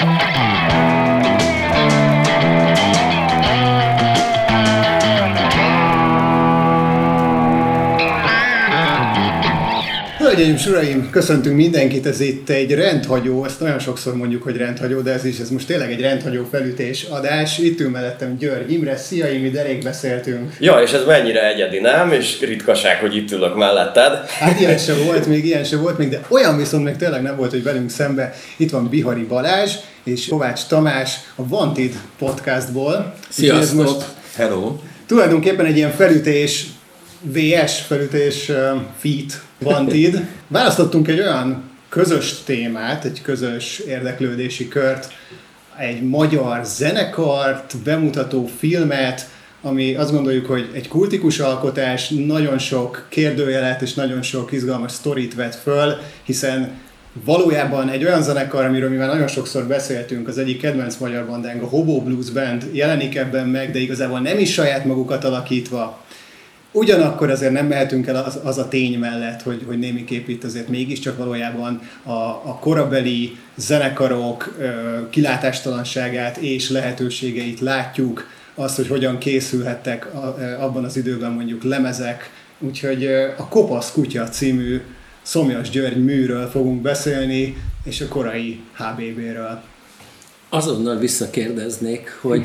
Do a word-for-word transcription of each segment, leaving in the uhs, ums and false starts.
Hölgyeim, uraim, köszöntünk mindenkit, ez itt egy rendhagyó, ezt nagyon sokszor mondjuk, hogy rendhagyó, de ez is, ez most tényleg egy rendhagyó felütés adás. Itt ül mellettem György Imre, szia Imi, de rég beszéltünk. Ja, és ez mennyire egyedi, nem? És ritkaság, hogy itt ülök melletted. Hát ilyen se volt még, ilyen se volt még, de olyan viszont még tényleg nem volt, hogy velünk szembe. Itt van Bihari Balázs és Kovács Tamás a Wanted podcastból. Sziasztok! Most hello! Tulajdonképpen egy ilyen felütés, vé es felütés uh, feat Wanted. Választottunk egy olyan közös témát, egy közös érdeklődési kört, egy magyar zenekart, bemutató filmet, ami azt gondoljuk, hogy egy kultikus alkotás, nagyon sok kérdőjelet és nagyon sok izgalmas sztorit vet föl, hiszen valójában egy olyan zenekar, amiről mi már nagyon sokszor beszéltünk, az egyik kedvenc magyar bandánk, a Hobo Blues Band jelenik ebben meg, de igazából nem is saját magukat alakítva. Ugyanakkor azért nem mehetünk el az, az a tény mellett, hogy, hogy némiképp itt azért mégiscsak valójában a, a korabeli zenekarok ö, kilátástalanságát és lehetőségeit látjuk, azt, hogy hogyan készülhettek a, ö, abban az időben mondjuk lemezek. Úgyhogy ö, a Kopasz Kutya című Szomjas György műről fogunk beszélni, és a korai há bé béről. Azonnal visszakérdeznék, hogy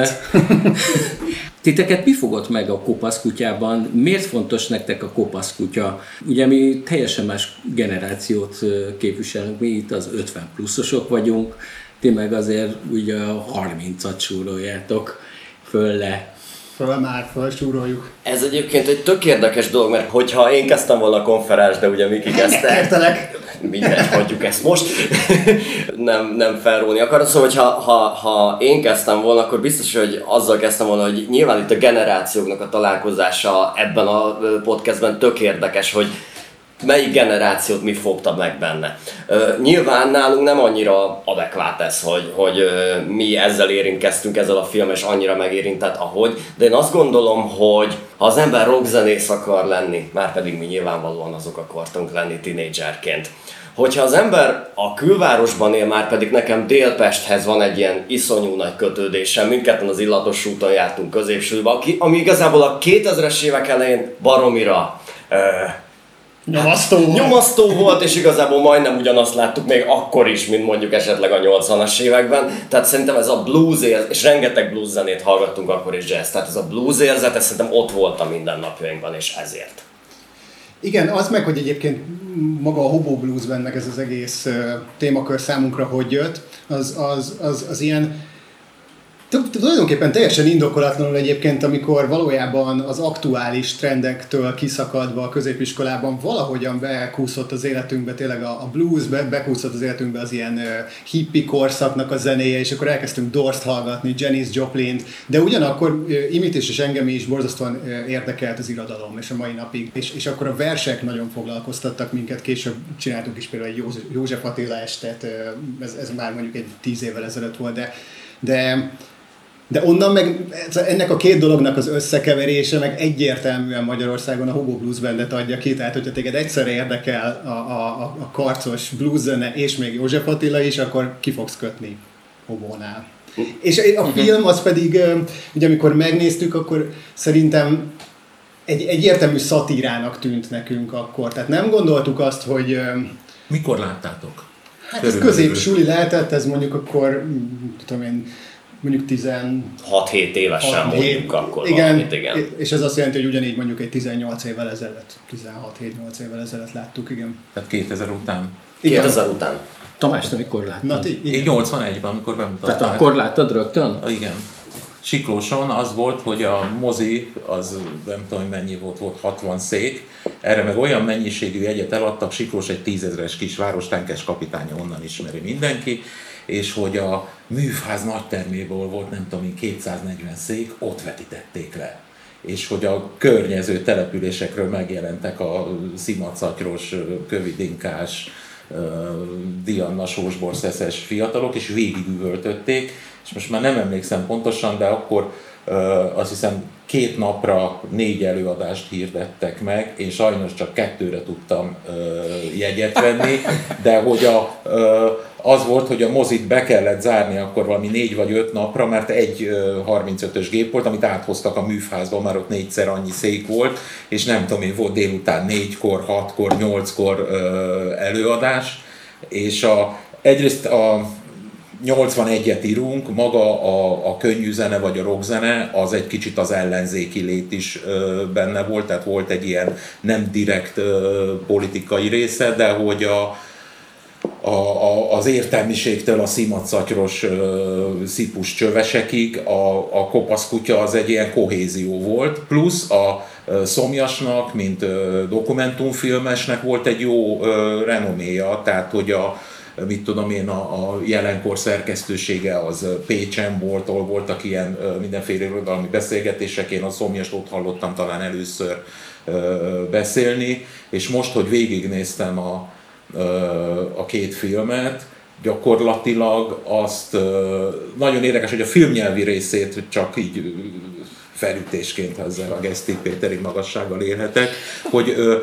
titeket mi fogott meg a Kopasz Kutyában? Miért fontos nektek a Kopasz Kutya? Ugye mi teljesen más generációt képviselünk, mi itt az ötven pluszosok vagyunk, ti meg azért ugye a harmincat súroljátok föl le. Föl már, fölsúroljuk. Ez egyébként egy tök érdekes dolog, mert hogyha én kezdtem volna a konferens, de ugye Miki kezdte. Értelek. Mindegy, hagyjuk ezt most. nem, nem felrólni akarod. Szóval, hogy ha, ha, ha én kezdtem volna, akkor biztos, hogy azzal kezdtem volna, hogy nyilván itt a generációknak a találkozása ebben a podcastben tök érdekes, hogy melyik generációt mi fogta meg benne. Uh, nyilván nálunk nem annyira adekvát ez, hogy, hogy uh, mi ezzel érintkeztünk, ezzel a film, és annyira megérintett, ahogy, de én azt gondolom, hogy ha az ember rockzenész akar lenni, már pedig mi nyilvánvalóan azok akartunk lenni tinédzserként, hogyha az ember a külvárosban él, már pedig nekem Délpesthez van egy ilyen iszonyú nagy kötődésem, mindketten az Illatos úton jártunk középsőbe, ami igazából a kétezres évek elején baromira uh, Nyomasztó volt. Nyomasztó volt, és igazából majdnem ugyanazt láttuk még akkor is, mint mondjuk esetleg a nyolcvanas években. Tehát szerintem ez a blues érzet, és rengeteg blues zenét hallgattunk akkor is jazz, tehát ez a blues érzet, ez szerintem ott volt a mindennapjainkban, és ezért. Igen, az meg, hogy egyébként maga a Hobo Blues Band, meg ez az egész uh, témakör számunkra hogy jött, az, az, az, az ilyen tulajdonképpen teljesen indokolatlanul egyébként, amikor valójában az aktuális trendektől kiszakadva a középiskolában valahogyan bekúszott az életünkbe tényleg a, a blues, be, bekúszott az életünkbe az ilyen uh, hippie korszaknak a zenéje, és akkor elkezdtünk Doors-t hallgatni, Janis Joplint, de ugyanakkor uh, Imit is és engem is borzasztóan uh, érdekelt az irodalom, és a mai napig, és, és akkor a versek nagyon foglalkoztattak minket, később csináltunk is például egy József, József Attila estet, uh, ez, ez már mondjuk egy tíz évvel ezelőtt volt, de, de De onnan meg ennek a két dolognak az összekeverése meg egyértelműen Magyarországon a Hobo Blues Bandet adja ki, tehát hogyha téged egyszerre érdekel a, a, a karcos blues zene és még József Attila is, akkor ki fogsz kötni Hobónál. És a film az pedig, ugye amikor megnéztük, akkor szerintem egy egyértelmű szatírának tűnt nekünk akkor, tehát nem gondoltuk azt, hogy... Mikor láttátok? Hát ez középsuli lehetett, ez mondjuk akkor, tudom én, mondjuk tizenhat-hét évesen mondjuk akkor igen, valamit, igen. És ez azt jelenti, hogy ugyanígy mondjuk egy tizennyolc évvel ezelőtt, tizenhat-hét-nyolc évvel ezelőtt láttuk, igen. Tehát kétezer után? kétezer után. Tamás, te mikor láttad? Na, ti, Én nyolcvanegyben, amikor bemutatták. Tehát akkor láttad rögtön? Igen. Siklóson az volt, hogy a mozi, az nem tudom mennyi volt, volt hatvan szék, erre meg olyan mennyiségű jegyet eladtak, Siklós egy tízezres kisváros, Tenkes kapitánya, onnan ismeri mindenki, és hogy a műfáz nagyterméből volt nem tudom én kétszáznegyven szék, ott vetítették le. És hogy a környező településekről megjelentek a szimacatyros, kövidinkás, Dianna sósborszeszes fiatalok, és végigüvöltötték, és most már nem emlékszem pontosan, de akkor azt hiszem két napra négy előadást hirdettek meg, én sajnos csak kettőre tudtam jegyet venni, de hogy a, az volt, hogy a mozit be kellett zárni akkor valami négy vagy öt napra, mert egy harmincötös gép volt, amit áthoztak a műfázba, már ott négyszer annyi szék volt, és nem tudom én, volt délután négykor, hatkor, nyolckor előadás, és a, egyrészt a nyolcvanegyet írunk, maga a, a könnyű zene vagy a rockzene, az egy kicsit az ellenzéki lét is ö, benne volt, tehát volt egy ilyen nem direkt ö, politikai része, de hogy a, a, a, az értelmiségtől a szimatszattyros szipus csövesekig a, a kopaszkutya az egy ilyen kohézió volt, plusz a Szomjasnak, mint ö, dokumentumfilmesnek volt egy jó ö, renoméja, tehát hogy a mit tudom én, a, a jelenkor szerkesztősége az Pécsen volt, ahol voltak ilyen mindenféle irodalmi beszélgetések, én a Szomjast ott hallottam talán először beszélni, és most, hogy végignéztem a, a két filmet, gyakorlatilag azt nagyon érdekes, hogy a filmnyelvi részét csak így felütésként ezzel a Geszti Péteri magassággal érhetek, hogy ö,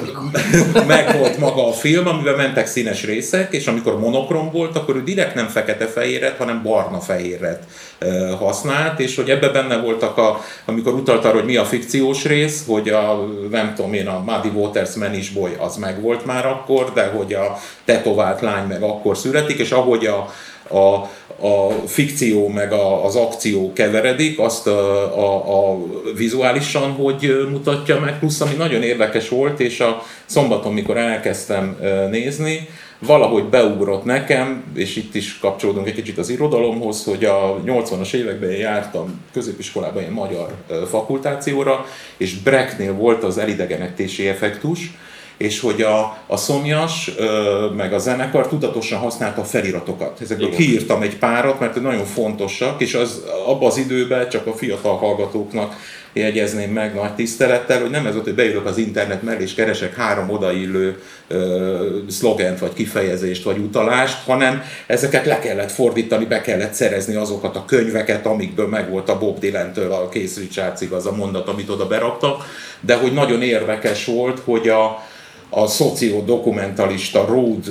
meg volt maga a film, amiben mentek színes részek, és amikor monokrom volt, akkor ő direkt nem fekete-fehéret, hanem barna-fehéret ö, használt, és hogy ebbe benne voltak, a, amikor utalt arra, hogy mi a fikciós rész, hogy a, nem tudom én, a Muddy Waters Manish Boy az meg volt már akkor, de hogy a tetovált lány meg akkor születik, és ahogy a A, a fikció meg a, az akció keveredik, azt a, a, a vizuálisan hogy mutatja meg, plusz ami nagyon érdekes volt, és a szombaton, mikor elkezdtem nézni, valahogy beugrott nekem, és itt is kapcsolódunk egy kicsit az irodalomhoz, hogy a nyolcvanas években jártam középiskolában ilyen magyar fakultációra, és Brechtnél volt az elidegenítési effektus, és hogy a, a Szomjas meg a zenekar tudatosan használta a feliratokat. Ezekből kiírtam egy párat, mert nagyon fontosak, és az abban az időben csak a fiatal hallgatóknak jegyezném meg nagy tisztelettel, hogy nem ez ott, hogy beírok az internet mellé és keresek három odaillő szlogent, vagy kifejezést, vagy utalást, hanem ezeket le kellett fordítani, be kellett szerezni azokat a könyveket, amikből megvolt a Bob Dylan-től a Keith Richardsig az a mondat, amit oda beraktak, de hogy nagyon érdekes volt, hogy a a szociodokumentalista road,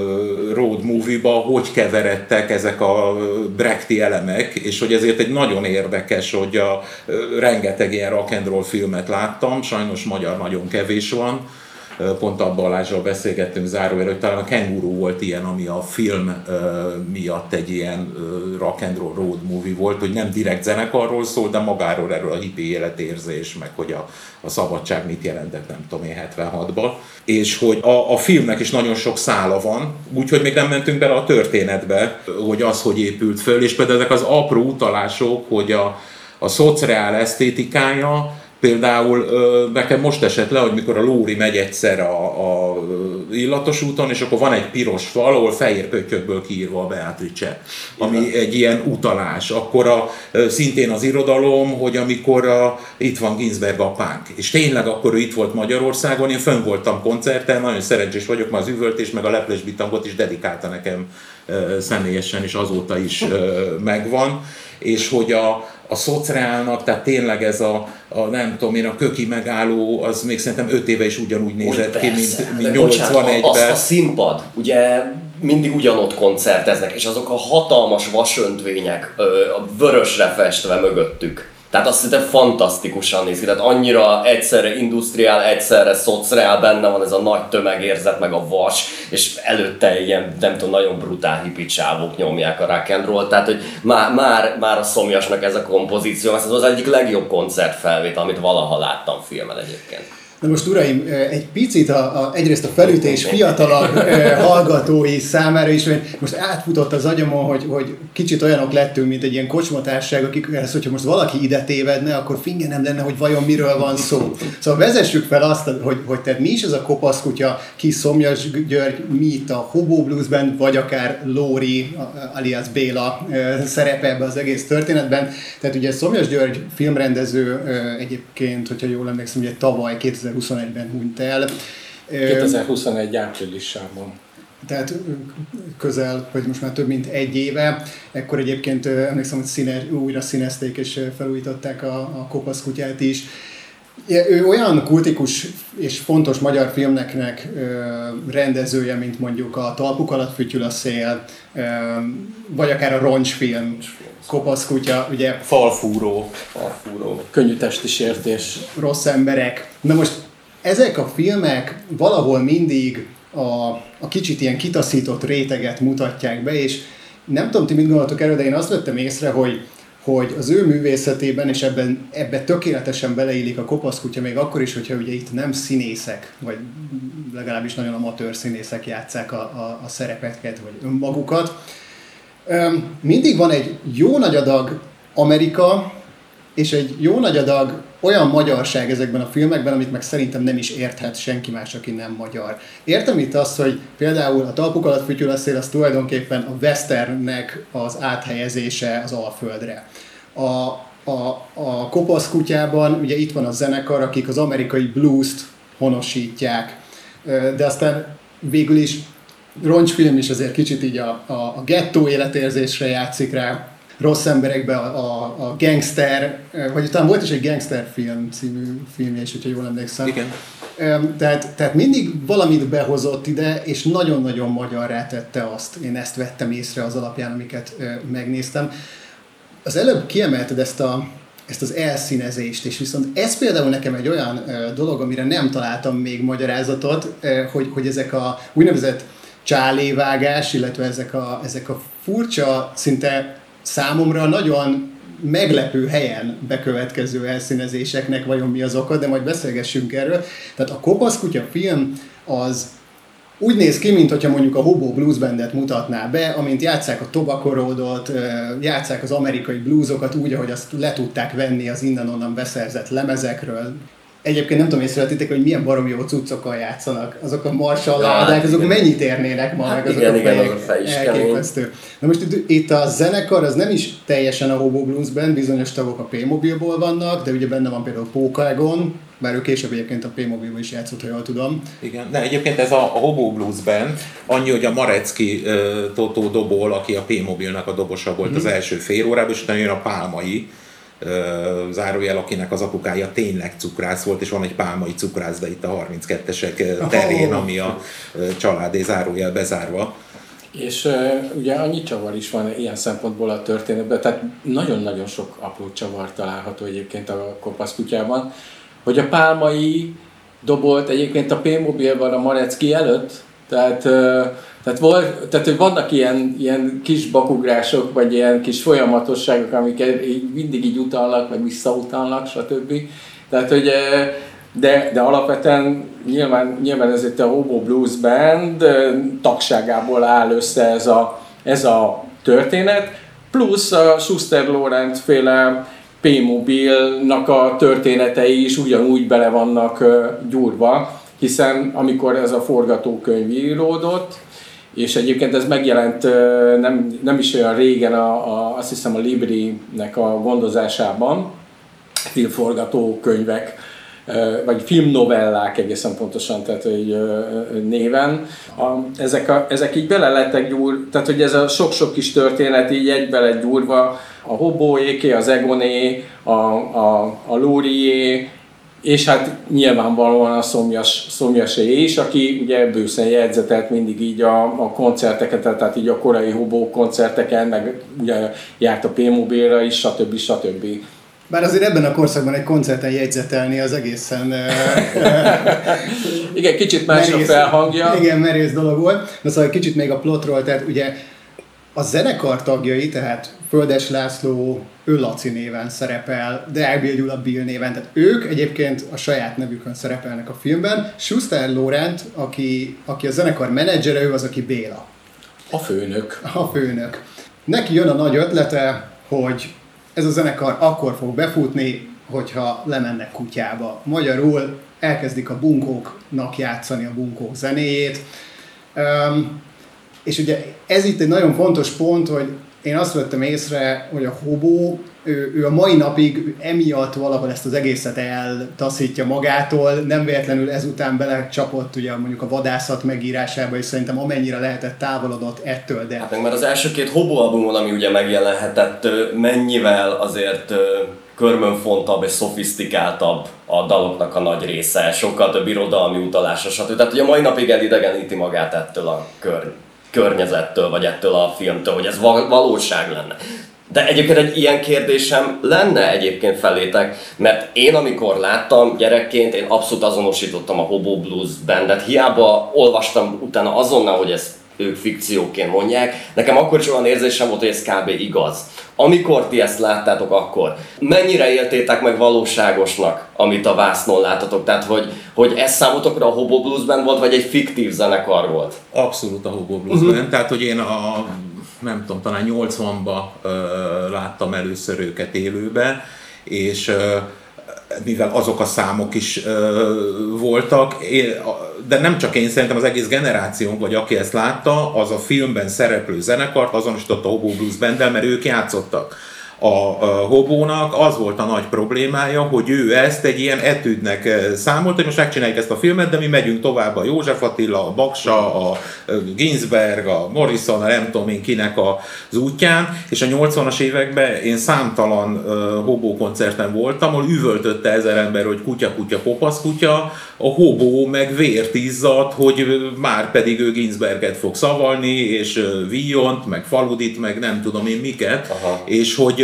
road movie-ba hogy keveredtek ezek a brechti elemek, és hogy ezért egy nagyon érdekes, hogy a, rengeteg ilyen rock and roll filmet láttam, sajnos magyar nagyon kevés van, pont abban Balázsral beszélgettünk zárójelben, hogy talán a Kenguru volt ilyen, ami a film miatt egy ilyen rock and roll road movie volt, hogy nem direkt zenekarról szól, de magáról erről a hippi életérzés, meg hogy a, a szabadság mit jelentett, nem tudom én, hetvenhatban. És hogy a, a filmnek is nagyon sok szála van, úgyhogy még nem mentünk bele a történetbe, hogy az, hogy épült föl, és például ezek az apró utalások, hogy a, a szociál esztétikája, például nekem most esett le, hogy mikor a Lóri megy egyszer a, a Illatos úton, és akkor van egy piros fal, ahol fehér pöttyökből kiírva a Beatrice, ami igen. Egy ilyen utalás. Akkor a, szintén az irodalom, hogy amikor a, itt van Ginsberg apánk, és tényleg akkor ő itt volt Magyarországon, én fönn voltam koncerten, nagyon szerencsés vagyok, már az üvöltés, meg a leplés bitangot is dedikálta nekem személyesen, és azóta is megvan, és hogy a a szociálnak, tehát tényleg ez a, a nem tudom én, a köki megálló, az még szerintem öt éve is ugyanúgy nézett Úgy ki, persze, mint, mint nyolcvanegyben. A, a színpad, ugye mindig ugyanott koncerteznek, és azok a hatalmas vasöntvények, a vörösre festve mögöttük. Tehát azt szerintem fantasztikusan néz ki, tehát annyira egyszerre industriál, egyszerre szociál, benne van ez a nagy tömegérzet, meg a vas, és előtte ilyen, nem tudom, nagyon brutál hippie csávok nyomják a rock and roll, tehát hogy már, már, már a Szomjasnak ez a kompozíció, ez az egyik legjobb koncertfelvétel, amit valaha láttam filmen egyébként. Na most uraim, egy picit a, a, egyrészt a felütés fiatalabb hallgatói számára is, mert most átfutott az agyamon, hogy, hogy kicsit olyanok lettünk, mint egy ilyen kocsmatárság, akik ezt, hogyha most valaki ide tévedne, akkor finge nem lenne, hogy vajon miről van szó. Szóval vezessük fel azt, hogy, hogy tehát mi is ez a kopaszkutya, ki Szomjas György, mi itt a Hobo Bluesben, vagy akár Lóri, alias Béla szerepe ebben az egész történetben. Tehát ugye Szomjas György filmrendező egyébként, hogyha jól emlékszem, ugye tavaly kétezer-huszonegyben hunyt el. kétezer-huszonegy áprilisában. tehát közel, vagy most már több mint egy éve. Ekkor egyébként emlékszem, hogy színe, újra színezték és felújították a, a Kopaszkutyát is. Ő olyan kultikus és fontos magyar filmeknek rendezője, mint mondjuk a Talpuk alatt fütyül a szél, vagy akár a Roncsfilm, Kopaszkutya, ugye... Falfúró. Falfúró. Könnyű testi sértés. Rossz emberek. Na most ezek a filmek valahol mindig a, a kicsit ilyen kitaszított réteget mutatják be, és nem tudom, ti mit gondoltok erről, de én azt vettem észre, hogy hogy az ő művészetében, és ebben, ebben tökéletesen beleillik a Kopaszkutya, még akkor is, hogyha ugye itt nem színészek, vagy legalábbis nagyon amatőr színészek játsszák a, a, a szerepeket, vagy önmagukat. Mindig van egy jó nagy adag Amerika, és egy jó nagy adag olyan magyarság ezekben a filmekben, amit meg szerintem nem is érthet senki más, aki nem magyar. Értem itt azt, hogy például a Talpuk alatt fütyül a szél, az tulajdonképpen a westernnek az áthelyezése az Alföldre. A, a, a Kopaszkutyában ugye itt van a zenekar, akik az amerikai blues-t honosítják, de aztán végül is Roncsfilm is azért kicsit így a, a, a gettó életérzésre játszik rá, Rossz emberekben a, a, a gangster, vagy utána volt is egy gangster film című filmje is, hogyha jól emlékszem. Igen. Tehát, tehát mindig valamit behozott ide, és nagyon-nagyon magyarrá tette azt. Én ezt vettem észre az alapján, amiket megnéztem. Az előbb kiemelted ezt, a, ezt az elszínezést, és viszont ez például nekem egy olyan dolog, amire nem találtam még magyarázatot, hogy, hogy ezek a úgynevezett csálévágás, illetve ezek a, ezek a furcsa, szinte számomra nagyon meglepő helyen bekövetkező elszínezéseknek vajon mi az oka, de majd beszélgessünk erről. Tehát a Kopaszkutya film az úgy néz ki, mintha mondjuk a Hobo Blues Bandet mutatná be, amint játsszák a Tobacco Roadot, játsszák az amerikai bluesokat úgy, ahogy azt le tudták venni az innen-onnan beszerzett lemezekről. Egyébként nem tudom észrevettétek, hogy milyen baromi jó cuccokkal játszanak. Azok a Marshall ládák, azok igen. Mennyit érnének ma, hát meg azok igen, a fejek, igen, az a fej is elképesztő. Na most itt, itt a zenekar az nem is teljesen a Hobo Blues Band, bizonyos tagok a P-Mobilból vannak, de ugye benne van például Pókágon, bár ő később egyébként a P-Mobilból is játszott, ha jól tudom. Igen, de egyébként ez a, a Hobo Blues Band, annyi, hogy a Marecki uh, Totó dobol, aki a P-Mobilnak a dobosa volt mm. az első fél órában, és utána jön a Pálmai, Uh, zárójel, akinek az apukája tényleg cukrász volt, és van egy pálmai cukrász, de itt a harminckettesek terén, ami a uh, családé zárójel bezárva. És uh, ugye annyi csavar is van ilyen szempontból a történetben, tehát nagyon-nagyon sok apró csavar található egyébként a Kopaszkutyában, hogy a Pálmai dobolt egyébként a P-Mobilban a Marecki előtt, tehát uh, Tehát, volt, tehát hogy vannak ilyen, ilyen kis bakugrások, vagy ilyen kis folyamatosságok, amik így, mindig így utalnak, vagy visszautalnak, stb. Tehát, hogy, de, de alapvetően nyilván, nyilván ez itt a Hobo Blues Band tagságából áll össze ez a, ez a történet, plusz a Schuster Lorent féle P-Mobilnak a történetei is ugyanúgy bele vannak gyúrva, hiszen amikor ez a forgatókönyv íródott, és egyébként ez megjelent nem, nem is olyan régen, a, a, azt hiszem a Libri-nek a gondozásában, filmforgatókönyvek, vagy filmnovellák egészen pontosan, tehát hogy néven. A, ezek, a, ezek így bele lettek gyúr, tehát hogy ez a sok-sok kis történet így egybe lett gyúrva, a Hobóéké, az Egoné, a, a, a Lórié, és hát nyilvánvalóan a Szomjas, Szomjasé is, aki ugye bőszen jegyzetelt mindig így a, a koncerteket, tehát így a korai Hobó koncerteken, meg ugye járt a P-Mobilra is, stb. stb. Bár azért ebben a korszakban egy koncerten jegyzetelni az egészen... igen, kicsit más a felhangja. Igen, merész dolog volt. Na szóval egy kicsit még a plotról, tehát ugye a zenekar tagjai, tehát Földes László, ő Laci néven szerepel, Deák Bill Gyula Bill néven, tehát ők egyébként a saját nevükön szerepelnek a filmben. Schuster Lorent, aki, aki a zenekar menedzsere, ő az, aki Béla. A főnök. A főnök. Neki jön a nagy ötlete, hogy ez a zenekar akkor fog befutni, hogyha lemennek kutyába. Magyarul elkezdik a bunkóknak játszani a bunkók zenéjét. Um, és ugye ez itt egy nagyon fontos pont, hogy én azt vettem észre, hogy a Hobo, ő, ő a mai napig emiatt valahol ezt az egészet eltaszítja magától, nem véletlenül ezután belecsapott ugye mondjuk a vadászat megírásába, és szerintem amennyire lehetett távolodott ettől, de... Hát meg már az első két Hobo albumon, ami ugye megjelenhetett, mennyivel azért körmönfontabb és szofisztikáltabb a daloknak a nagy része, sokkal több irodalmi utalása, stb. Tehát ugye a mai napig elidegeníti magát ettől a kör, környezettől, vagy ettől a filmtől, hogy ez valóság lenne. De egyébként egy ilyen kérdésem lenne egyébként felétek, mert én amikor láttam gyerekként, én abszolút azonosítottam a Hobo Blues Bandet, hiába olvastam utána azonnal, hogy ezt ők fikcióként mondják, nekem akkor is olyan érzésem volt, hogy ez kb. Igaz. Amikor ti ezt láttátok akkor, mennyire éltétek meg valóságosnak, amit a vásznon láttatok? Tehát, hogy, hogy ez számotokra a Hobo Blues Band volt, vagy egy fiktív zenekar volt? Abszolút a Hobo Blues Band, uh-huh. Tehát, hogy én a, nem tudom, talán nyolcvanban uh, láttam először őket élőben, és uh, mivel azok a számok is uh, voltak, én, de nem csak én, szerintem az egész generációnk, vagy aki ezt látta, az a filmben szereplő zenekart azonosította a Hobo Blues Banddel, mert ők játszottak. A, a Hobónak az volt a nagy problémája, hogy ő ezt egy ilyen etűdnek számolt, hogy most megcsináljuk ezt a filmet, de mi megyünk tovább a József Attila, a Baksa, a Ginsberg, a Morrison, a nem tudom én kinek az útján, és a nyolcvanas években én számtalan uh, Hobó koncerten voltam, ahol üvöltötte ezer ember, hogy kutya, kutya, popasz kutya, a Hobó meg vért izzadt, hogy már pedig ő Ginsberget fog szavalni, és uh, Villont, meg Faludit, meg nem tudom én miket, aha. És hogy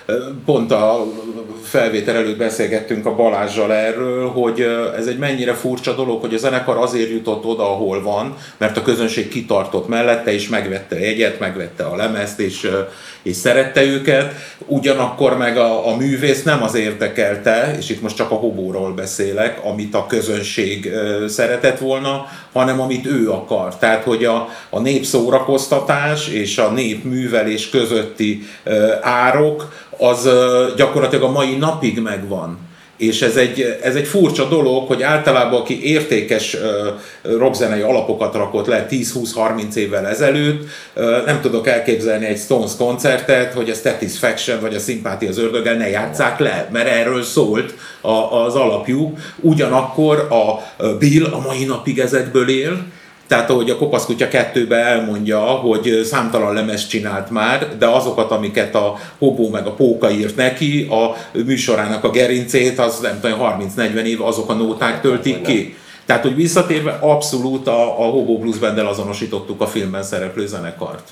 pont a felvétel előtt beszélgettünk a Balázsral erről, hogy ez egy mennyire furcsa dolog, hogy a zenekar azért jutott oda, ahol van, mert a közönség kitartott mellette, és megvette a jegyet, megvette a lemezt, és, és szerette őket. Ugyanakkor meg a, a művész nem az érdekelte, és itt most csak a Hobóról beszélek, amit a közönség szeretett volna, hanem amit ő akar. Tehát, hogy a, a népszórakoztatás és a népművelés közötti árok, az gyakorlatilag a mai napig megvan. És ez egy, ez egy furcsa dolog, hogy általában aki értékes uh, rockzenei alapokat rakott le tíz-húsz-harminc évvel ezelőtt, uh, nem tudok elképzelni egy Stones koncertet, hogy a Satisfaction vagy a Szimpátia az ördöggel ne játsszák le, mert erről szólt a, az alapjuk. Ugyanakkor a Bill a mai napig ezekből él, tehát ahogy a Kopaszkutya kettőben elmondja, hogy számtalan lemezt csinált már, de azokat, amiket a Hobó meg a Póka írt neki, a műsorának a gerincét, az nem tudom, harminc-negyven év azok a nóták töltik ki. Tehát, hogy visszatérve abszolút a, a Hobo Blues Banddel azonosítottuk a filmben szereplő zenekart.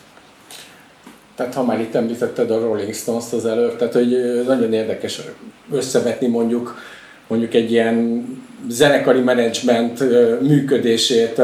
Tehát ha már itt említetted a Rolling Stones-t az előbb, tehát hogy nagyon érdekes összevetni mondjuk, mondjuk egy ilyen zenekari menedzsment működését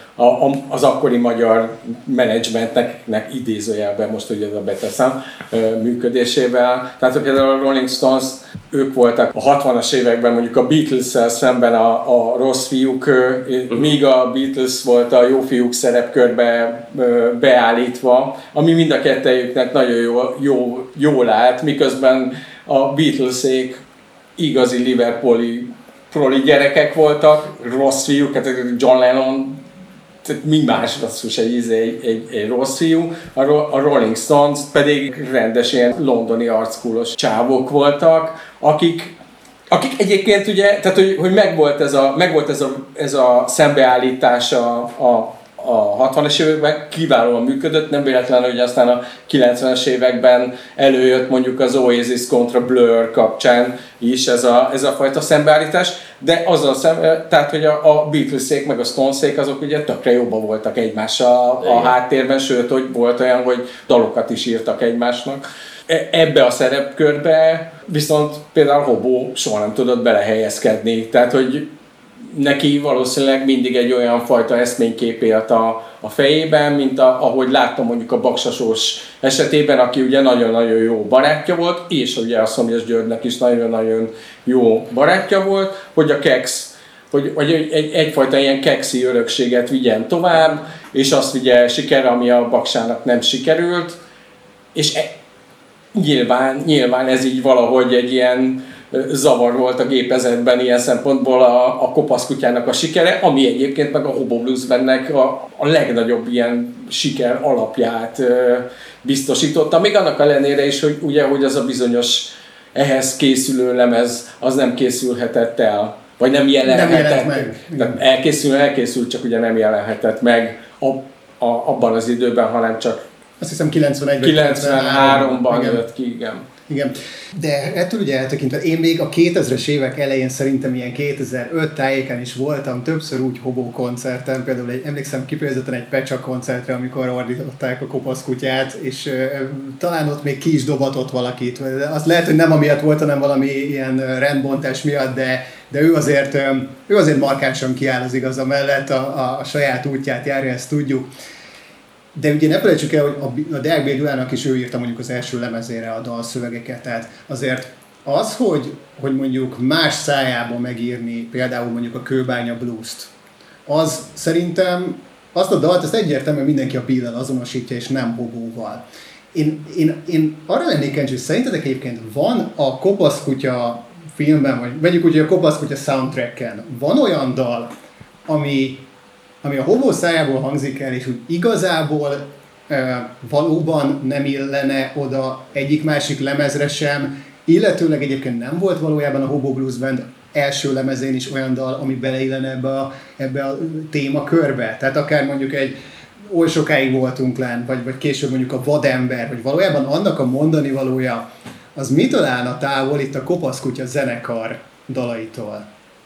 az akkori magyar menedzsmentnek idézőjelben, most ugye a beteszem, működésével. Tehát például a Rolling Stones, ők voltak a hatvanas években mondjuk a Beatles-szel szemben a, a rossz fiúk, míg a Beatles volt a jó fiúk szerepkörbe beállítva, ami mind a kettejüknek nagyon jól, jó, jól állt, miközben a Beatlesék igazi Liverpooli proli gyerekek voltak, rossz fiúk, hát John Lennon, mi más basszus egy, egy, egy, egy rossz fiú, a, a Rolling Stones pedig rendes ilyen londoni arckúlos csávok voltak, akik, akik egyébként ugye, tehát hogy, hogy megvolt ez a, megvolt ez a, ez a szembeállítás a, a a hatvanas években kiválóan működött, nem véletlenül, hogy aztán a kilencvenes években előjött mondjuk az Oasis kontra Blur kapcsán is ez a, ez a fajta szembeállítás, de azzal szem, tehát hogy a, a Beatlesék meg a Stonesék azok ugye tökre jobban voltak egymással a háttérben, sőt, hogy volt olyan, hogy dalokat is írtak egymásnak. Ebbe a szerepkörbe viszont például Hobo soha nem tudott belehelyezkedni, tehát hogy neki valószínűleg mindig egy olyan fajta eszménykép élt a, a fejében, mint a, ahogy láttam mondjuk a Baksasós esetében, aki ugye nagyon-nagyon jó barátja volt, és ugye a Szomjas Györgynek is nagyon-nagyon jó barátja volt, hogy a Kex, hogy, hogy egy, egyfajta ilyen kekszi örökséget vigyen tovább, és azt vigye sikerre, ami a Baksának nem sikerült, és e, nyilván, nyilván ez így valahogy egy ilyen zavar volt a gépezetben ilyen szempontból a, a kopaszkutyának a sikere, ami egyébként meg a Hobo Blues Bandnek a, a legnagyobb ilyen siker alapját biztosította. Még annak ellenére is, hogy ugye, hogy az a bizonyos ehhez készülő lemez, az nem készülhetett el, vagy nem jelenhetett. Nem meg. Elkészül, elkészült, csak ugye nem jelenhetett meg a, a, abban az időben, hanem csak azt hiszem kilencvenegy kilencvenháromban jött ki, igen. Igen, de ettől ugye eltekintve, én még a kétezres évek elején szerintem ilyen kétezer-öt tájéken is voltam többször úgy Hobo koncerten, például egy, emlékszem kifejezetten egy Pecsa koncertre, amikor ordították a kopaszkutyát, és uh, talán ott még ki is dobatott valakit. Az lehet, hogy nem amiatt volt, hanem valami ilyen rendbontás miatt, de, de ő, azért, ő azért markánsan kiáll az igaza mellett, a, a, a saját útját járja, ezt tudjuk. De ugye ne felejtsük el, hogy a Deák B. Gyulának is ő írta mondjuk az első lemezére a dalszövegeket, tehát azért az, hogy, hogy mondjuk más szájában megírni például mondjuk a Kőbánya Blues-t, az szerintem azt a dalt, ezt egyértelműen mindenki a Bill-el azonosítja, és nem Hobóval. Én, én, én arra lennék kíváncsi, hogy szerintetek egyébként van a Kopaszkutya filmben, vagy vegyük úgy, hogy a Kopaszkutya soundtracken, van olyan dal, ami ami a Hobo szájából hangzik el, és úgy igazából e, valóban nem illene oda egyik-másik lemezre sem, illetőleg egyébként nem volt valójában a Hobo Blues Band első lemezén is olyan dal, ami beleillene ebbe a, ebbe a témakörbe. Tehát akár mondjuk egy oly sokáig voltunk lán, vagy, vagy később mondjuk a Vadember, hogy valójában annak a mondani valója, az mitől állna távol itt a Kopaszkutya zenekar dalaitól?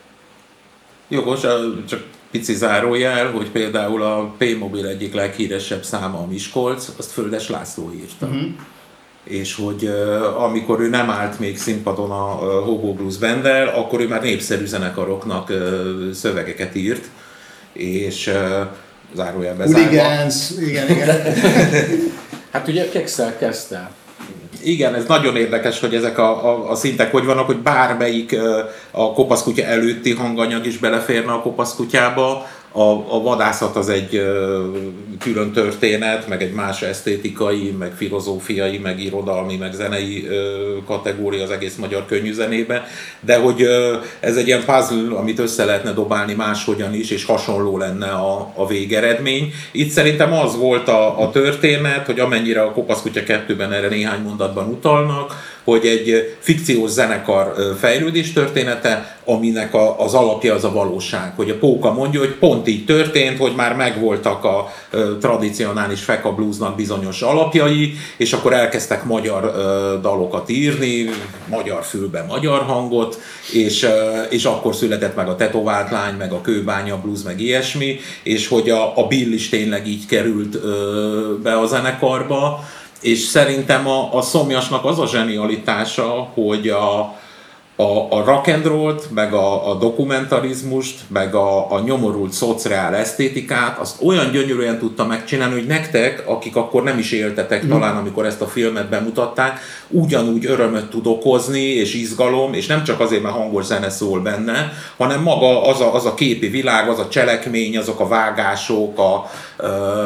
Jogos, csak pici zárójel, hogy például a P-Mobil egyik leghíresebb száma a Miskolc, azt Földes László írta. Uh-huh. És hogy uh, amikor ő nem állt még színpadon a uh, Hobo Blues Banddel, akkor ő már népszerű zenekaroknak uh, szövegeket írt, és uh, zárójel bezárva. Hooligans, igen, igen. Hát ugye Kekszel kezdte. Igen, ez nagyon érdekes, hogy ezek a, a, a szintek hogy vannak, hogy bármelyik a kopaszkutya előtti hanganyag is beleférne a kopaszkutyába. A, a vadászat az egy ö, külön történet, meg egy más esztétikai, meg filozófiai, meg irodalmi, meg zenei ö, kategória az egész magyar könnyűzenébe, de hogy ö, ez egy ilyen puzzle, amit össze lehetne dobálni máshogyan is, és hasonló lenne a, a végeredmény. Itt szerintem az volt a, a történet, hogy amennyire a Kopaszkutya kettőben erre néhány mondatban utalnak, hogy egy fikciós zenekar fejlődés története, aminek a, az alapja az a valóság. Hogy a Póka mondja, hogy pont így történt, hogy már megvoltak a ö, tradicionális feka bluesnak bizonyos alapjai, és akkor elkezdtek magyar ö, dalokat írni, magyar fülbe magyar hangot, és, ö, és akkor született meg a Tetovált lány, meg a Kőbánya blues, meg ilyesmi, és hogy a, a Bill is tényleg így került ö, be a zenekarba. És szerintem a, a Szomjasnak az a zsenialitása, hogy a, a, a rock and rollt, meg a, a dokumentarizmust, meg a, a nyomorult szociál esztétikát, azt olyan gyönyörűen tudta megcsinálni, hogy nektek, akik akkor nem is éltetek, mm. talán amikor ezt a filmet bemutatták, ugyanúgy örömöt tud okozni, és izgalom, és nem csak azért, mert hangos zene szól benne, hanem maga az a, az a képi világ, az a cselekmény, azok a vágások, a, uh,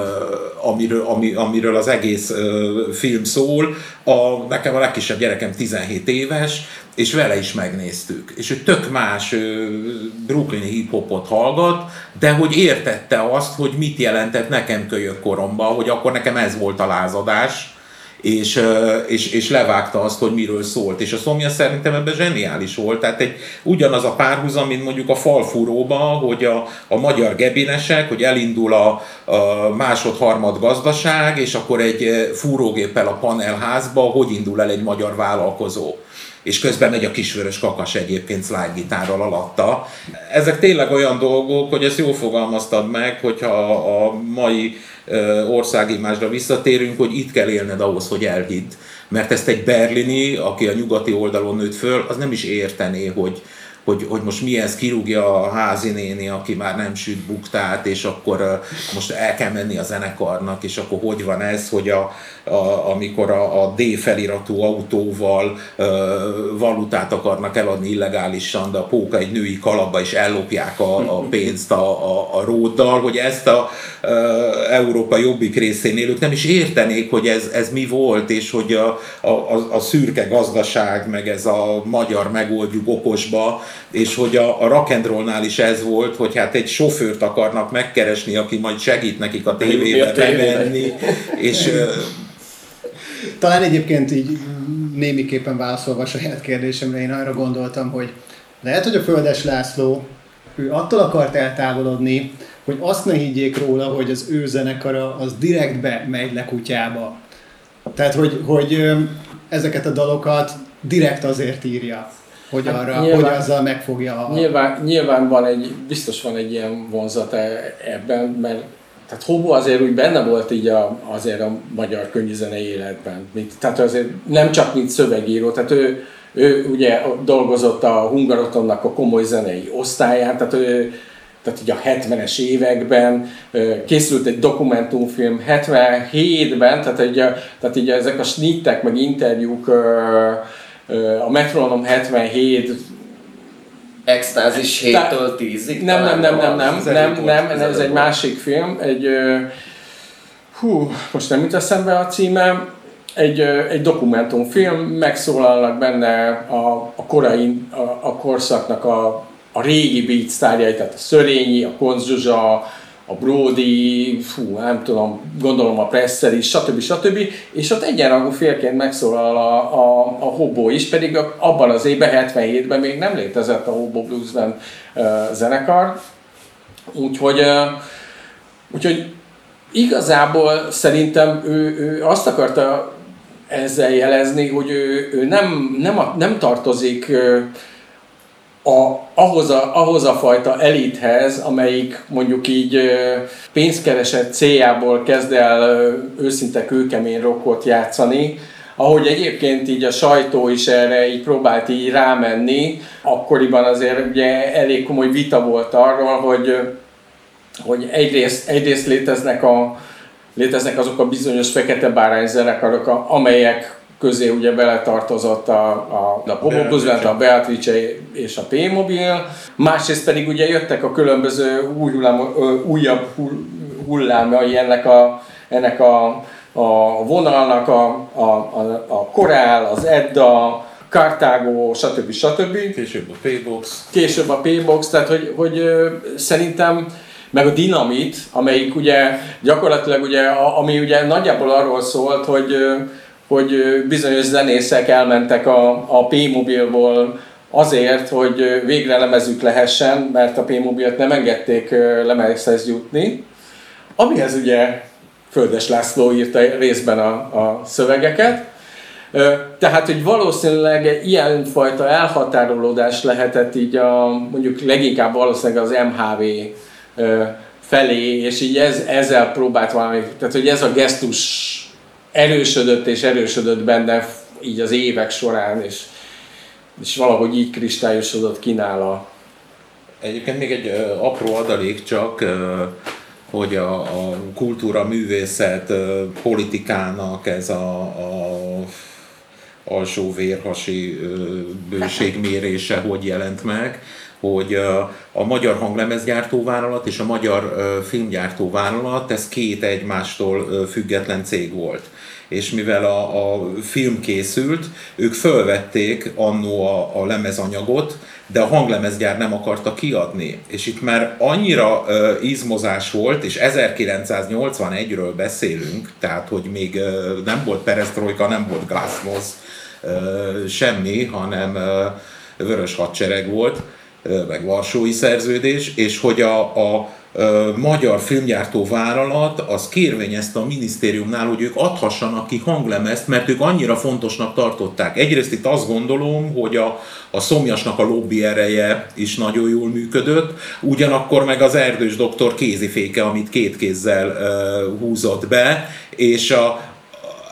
amiről, ami, amiről az egész uh, film szól. A, nekem a legkisebb gyerekem tizenhét éves, és vele is megnéztük. És ő tök más uh, brooklyni hip-hopot hallgat, de hogy értette azt, hogy mit jelentett nekem kölyök koromban, hogy akkor nekem ez volt a lázadás, és, és, és levágta azt, hogy miről szólt. És a Szomjas szerintem ebben zseniális volt. Tehát egy ugyanaz a párhuzam, mint mondjuk a Falfúróba, hogy a, a magyar gebinesek, hogy elindul a, a másod-harmad gazdaság, és akkor egy fúrógéppel a panelházba, hogy indul el egy magyar vállalkozó. És közben megy a Kisvörös Kakas egyébként slide-gitárral alatta. Ezek tényleg olyan dolgok, hogy ezt jól fogalmaztad meg, hogyha a mai országimázsra visszatérünk, hogy itt kell élned ahhoz, hogy elhidd. Mert ezt egy berlini, aki a nyugati oldalon nőtt föl, az nem is értené, hogy, hogy, hogy most mi ez, kirúgja a házi néni, aki már nem süt buktát, és akkor uh, most el kell menni a zenekarnak, és akkor hogy van ez, hogy a, a, amikor a, a D feliratú autóval uh, valutát akarnak eladni illegálisan, de a póka egy női kalapba, és ellopják a, a pénzt a, a, a róddal, hogy ezt a uh, Európa jobbik részén élők nem is értenék, hogy ez, ez mi volt, és hogy a, a, a szürke gazdaság, meg ez a magyar megoldjuk okosba, és hogy a, a rock and rollnál is ez volt, hogy hát egy sofőrt akarnak megkeresni, aki majd segít nekik a tévébe bemenni, és... Talán egyébként így némiképpen válaszolva a saját kérdésemre, én arra gondoltam, hogy lehet, hogy a Földes László, ő attól akart eltávolodni, hogy azt ne higgyék róla, hogy az ő zenekara az direktbe megy le kutyába. Tehát, hogy, hogy ezeket a dalokat direkt azért írja, hogy, arra, hát nyilván, hogy azzal megfogja a... Nyilván, nyilván van egy, biztos van egy ilyen vonzat ebben, mert tehát Hobo azért úgy benne volt így a, azért a magyar könnyűzenei életben. Mint, tehát azért nem csak mint szövegíró, tehát ő, ő ugye dolgozott a Hungarotonnak a komoly zenei osztályán, tehát ő tehát ugye a hetvenes években készült egy dokumentumfilm hetvenhétben, tehát, ugye, tehát ugye ezek a snittek, meg interjúk, a Metronom hetvenhét Extázis héttől tízig? Nem, nem, nem, nem, nem, nem, nem, nem, ez egy másik film, egy, hú, most nem jut eszembe a címe, egy, egy dokumentumfilm, megszólalnak benne a, a korai, a, a korszaknak a, a régi beat sztárjai, tehát a Szörényi, a Koncz Zsuzsa, a Bródi, fú, nem tudom, gondolom a Presser is, stb. stb. És ott egyenrangú félként megszólal a, a, a Hobo is, pedig abban az évben, hetvenhétben még nem létezett a Hobo Blues Band uh, zenekar. Úgyhogy, uh, úgyhogy igazából szerintem ő, ő azt akarta ezzel jelezni, hogy ő, ő nem, nem, a, nem tartozik uh, A, ahhoz, a, ahhoz a fajta elithez, amelyik mondjuk így pénzkereset céljából kezd el őszinte kőkemény rockot játszani, ahogy egyébként így a sajtó is erre így próbált így rámenni, akkoriban azért ugye elég komoly vita volt arról, hogy, hogy egyrészt, egyrészt léteznek, a, léteznek azok a bizonyos fekete bárány zenekarok, amelyek közé ugye beletartozott a, a, a Hobo Blues Band, a Beatrice és a P-Mobil. Másrészt pedig ugye jöttek a különböző új hullám, újabb hullámai ennek a, ennek a, a vonalnak, a, a, a, a Korál, az Edda, Cartago, stb. stb. Később a P-Box. Később a P-Box, tehát hogy, hogy szerintem meg a Dinamit, amelyik ugye gyakorlatilag ugye, ami ugye nagyjából arról szólt, hogy hogy bizonyos zenészek elmentek a, a P-Mobilból azért, hogy végre lemezük lehessen, mert a P-Mobilt nem engedték lemezhez jutni. Amihez ugye Földes László írta részben a, a szövegeket. Tehát, hogy valószínűleg ilyenfajta elhatárolódás lehetett így a, mondjuk leginkább valószínűleg az em há vé felé, és így ez, ezzel próbált valami, tehát hogy ez a gesztus erősödött és erősödött benne így az évek során, és, és valahogy így kristályosodott ki nála. Egyébként még egy uh, apró adalék csak, uh, hogy a, a kultúra, művészet, uh, politikának ez a, a alsó vérhasi uh, bőségmérése hogy jelent meg, hogy a Magyar Hanglemezgyártóvállalat és a Magyar Filmgyártóvállalat, ez két egymástól független cég volt. És mivel a, a film készült, ők fölvették annó a, a lemezanyagot, de a hanglemezgyár nem akarta kiadni. És itt már annyira uh, izmozás volt, és ezerkilencszáznyolcvanegyről beszélünk, tehát hogy még uh, nem volt peresztrojka, nem volt glasnost, uh, semmi, hanem uh, vörös hadsereg volt, meg Varsói Szerződés, és hogy a, a, a Magyar Filmgyártó Vállalat az kérvényezte a minisztériumnál, hogy ők adhassanak ki hanglemezt, mert ők annyira fontosnak tartották. Egyrészt itt azt gondolom, hogy a, a Szomjasnak a lobby ereje is nagyon jól működött, ugyanakkor meg az Erdős doktor kéziféke, amit két kézzel uh, húzott be, és a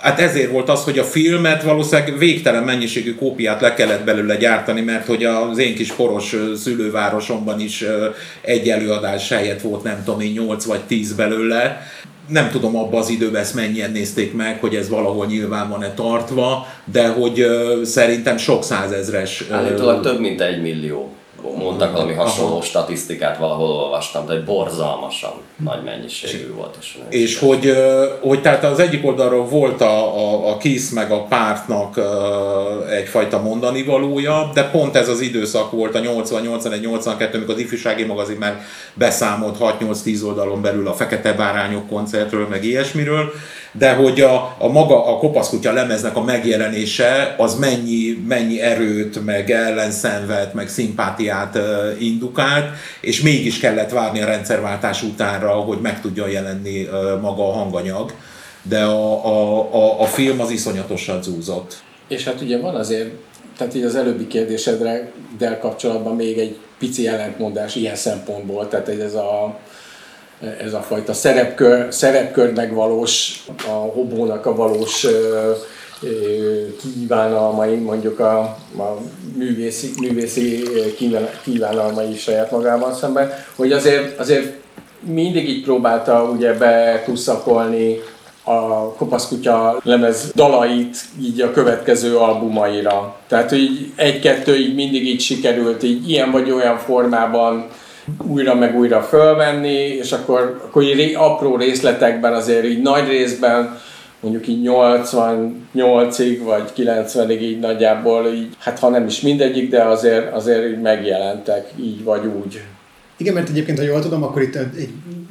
Hát ezért volt az, hogy a filmet valószínűleg végtelen mennyiségű kópiát le kellett belőle gyártani, mert hogy az én kis poros szülővárosomban is egy előadás helyett volt, nem tudom én, nyolc vagy tíz belőle. Nem tudom abban az időben ezt mennyien nézték meg, hogy ez valahol nyilván van-e tartva, de hogy uh, szerintem sok százezres... Állítólag több mint egy millió. Mondtak valami hasonló Aha. statisztikát, valahol olvastam, de egy borzalmasan nagy mennyiségű volt. És, és hogy, hogy tehát az egyik oldalról volt a, a, a Kiss meg a pártnak egyfajta mondani valója, de pont ez az időszak volt a nyolcvan, nyolcvanegy, nyolcvankettő, amikor az ifjúsági magazin már beszámolt hat-nyolc-tíz oldalon belül a Fekete Bárányok koncertről, meg ilyesmiről, de hogy a, a maga a Kopaszkutya lemeznek a megjelenése az mennyi, mennyi erőt, meg ellenszenvet, meg szimpátiát indukált, és mégis kellett várni a rendszerváltás utánra, hogy meg tudjon jelenni maga a hanganyag, de a, a, a, a film az iszonyatosan zúzott. És hát ugye van azért, tehát így az előbbi kérdésedre del kapcsolatban még egy pici ellentmondás ilyen szempontból, tehát ez a ez a fajta szerepkör, szerepkörnek valós, a hobónak a valós kívánalmai, mondjuk a, a művészi, művészi kívánalmai saját magával szemben, hogy azért, azért mindig így próbálta ugye betuszakolni a Kopaszkutya lemez dalait így a következő albumaira. Tehát így egy-kettő így mindig így sikerült, így ilyen vagy olyan formában újra meg újra fölvenni, és akkor, akkor így apró részletekben azért így nagy részben, mondjuk így nyolcvannyolcig vagy kilencvenig így nagyjából így, hát ha nem is mindegyik, de azért, azért így megjelentek így vagy úgy. Igen, mert egyébként, ha jól tudom, akkor itt egy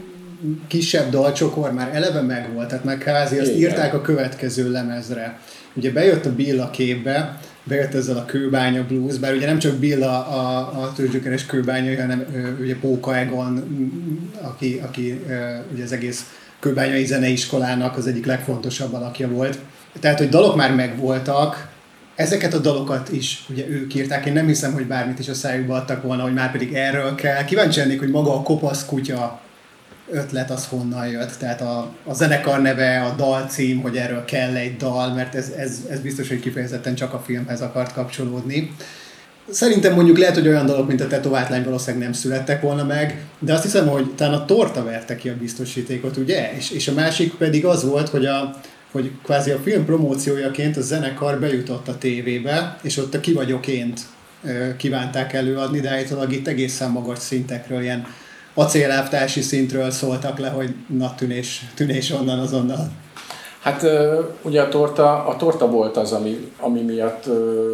kisebb dalcsokor már eleve megvolt, tehát meg kvázi azt írták a következő lemezre. Ugye bejött a Bill a képbe, bejött ezzel a Kőbánya Blues, bár ugye nem csak Bill a, a, a tőzsgyökeres kőbányai, hanem ő, ugye Póka Egon, aki, aki ugye az egész kőbányai zeneiskolának az egyik legfontosabb alakja volt. Tehát, hogy dalok már megvoltak, ezeket a dalokat is ugye ők írták, én nem hiszem, hogy bármit is a szájukba adtak volna, hogy már pedig erről kell. Kíváncsi lennék, hogy maga a Kopaszkutya ötlet az honnan jött, tehát a, a zenekar neve, a dalcím, hogy erről kell egy dal, mert ez, ez, ez biztos, hogy kifejezetten csak a filmhez akart kapcsolódni. Szerintem mondjuk lehet, hogy olyan dalok, mint a Tetovált lány valószínűleg nem születtek volna meg, de azt hiszem, hogy talán a Torta verte ki a biztosítékot, ugye? És, és a másik pedig az volt, hogy, a, hogy kvázi a film promóciójaként a zenekar bejutott a tévébe, és ott a Ki vagyok-ént kívánták előadni, de állítólag itt egészen magas szintekről, ilyen acélelvtársi szintről szóltak le, hogy na tűnés, tűnés onnan azonnal. Hát ugye a torta, a torta volt az, ami, ami miatt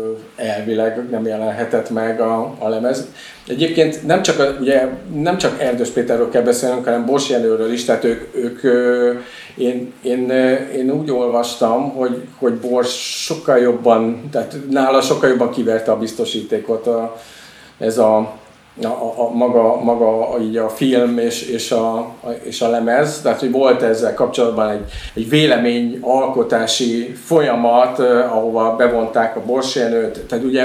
elvileg nem jelenhetett meg a, a lemez. Egyébként nem csak, a, ugye, nem csak Erdős Péterről kell beszélnünk, hanem Bos Jenőről is, tehát ők, ők én, én, én úgy olvastam, hogy, hogy Bors sokkal jobban, tehát nála sokkal jobban kiverte a biztosítékot a, ez a A, a, maga, maga így a film és, és, a, a, és a lemez, tehát hogy volt ezzel kapcsolatban egy, egy véleményalkotási folyamat, eh, ahova bevonták a Bors Jenőt, tehát ugye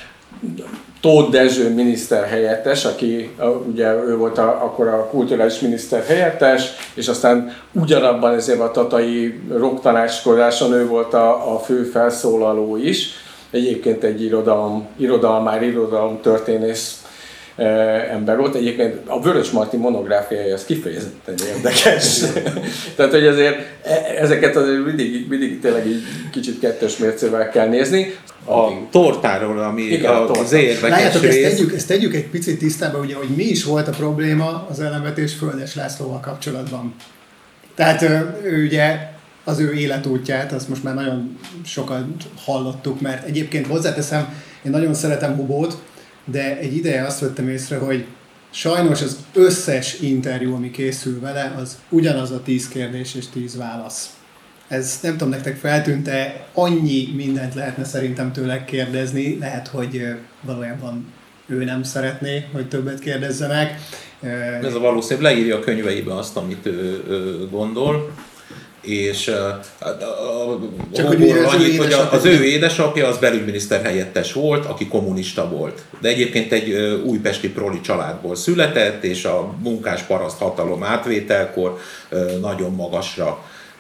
Tóth Dezső miniszterhelyettes, aki ugye ő volt a, akkor a kulturális miniszterhelyettes, és aztán ugyanabban ezért a tatai rocktanácskozáson ő volt a, a fő felszólaló is, egyébként egy irodalom, irodalmár, irodalomtörténész ember volt. Egyébként a Vörös Marti monográfiája az kifejezetten érdekes. Tehát, hogy azért ezeket azért mindig, mindig tényleg így kicsit kettős mércével kell nézni. A tortáról, ami igen, a, az érdekes Látjátok, rész. Ezt tegyük, ezt tegyük egy picit tisztába, ugye, hogy mi is volt a probléma az Ellenvetés Földes Lászlóval kapcsolatban. Tehát ő, ő ugye az ő életútját, azt most már nagyon sokat hallottuk, mert egyébként hozzáteszem, én nagyon szeretem Hubót, de egy ideje azt vettem észre, hogy sajnos az összes interjú, ami készül vele, az ugyanaz a tíz kérdés és tíz válasz. Ez nem tudom, nektek feltűnt-e, annyi mindent lehetne szerintem tőle kérdezni, lehet, hogy valójában ő nem szeretné, hogy többet kérdezzenek. Ez a valószínűleg leírja a könyveiben azt, amit ő, ő gondol. És a, a, Csak a, hogy az, annyit, ő hogy az ő édesapja az belügyminiszter helyettes volt, aki kommunista volt. De egyébként egy újpesti proli családból született, és a munkás-paraszt hatalom átvételkor nagyon magasra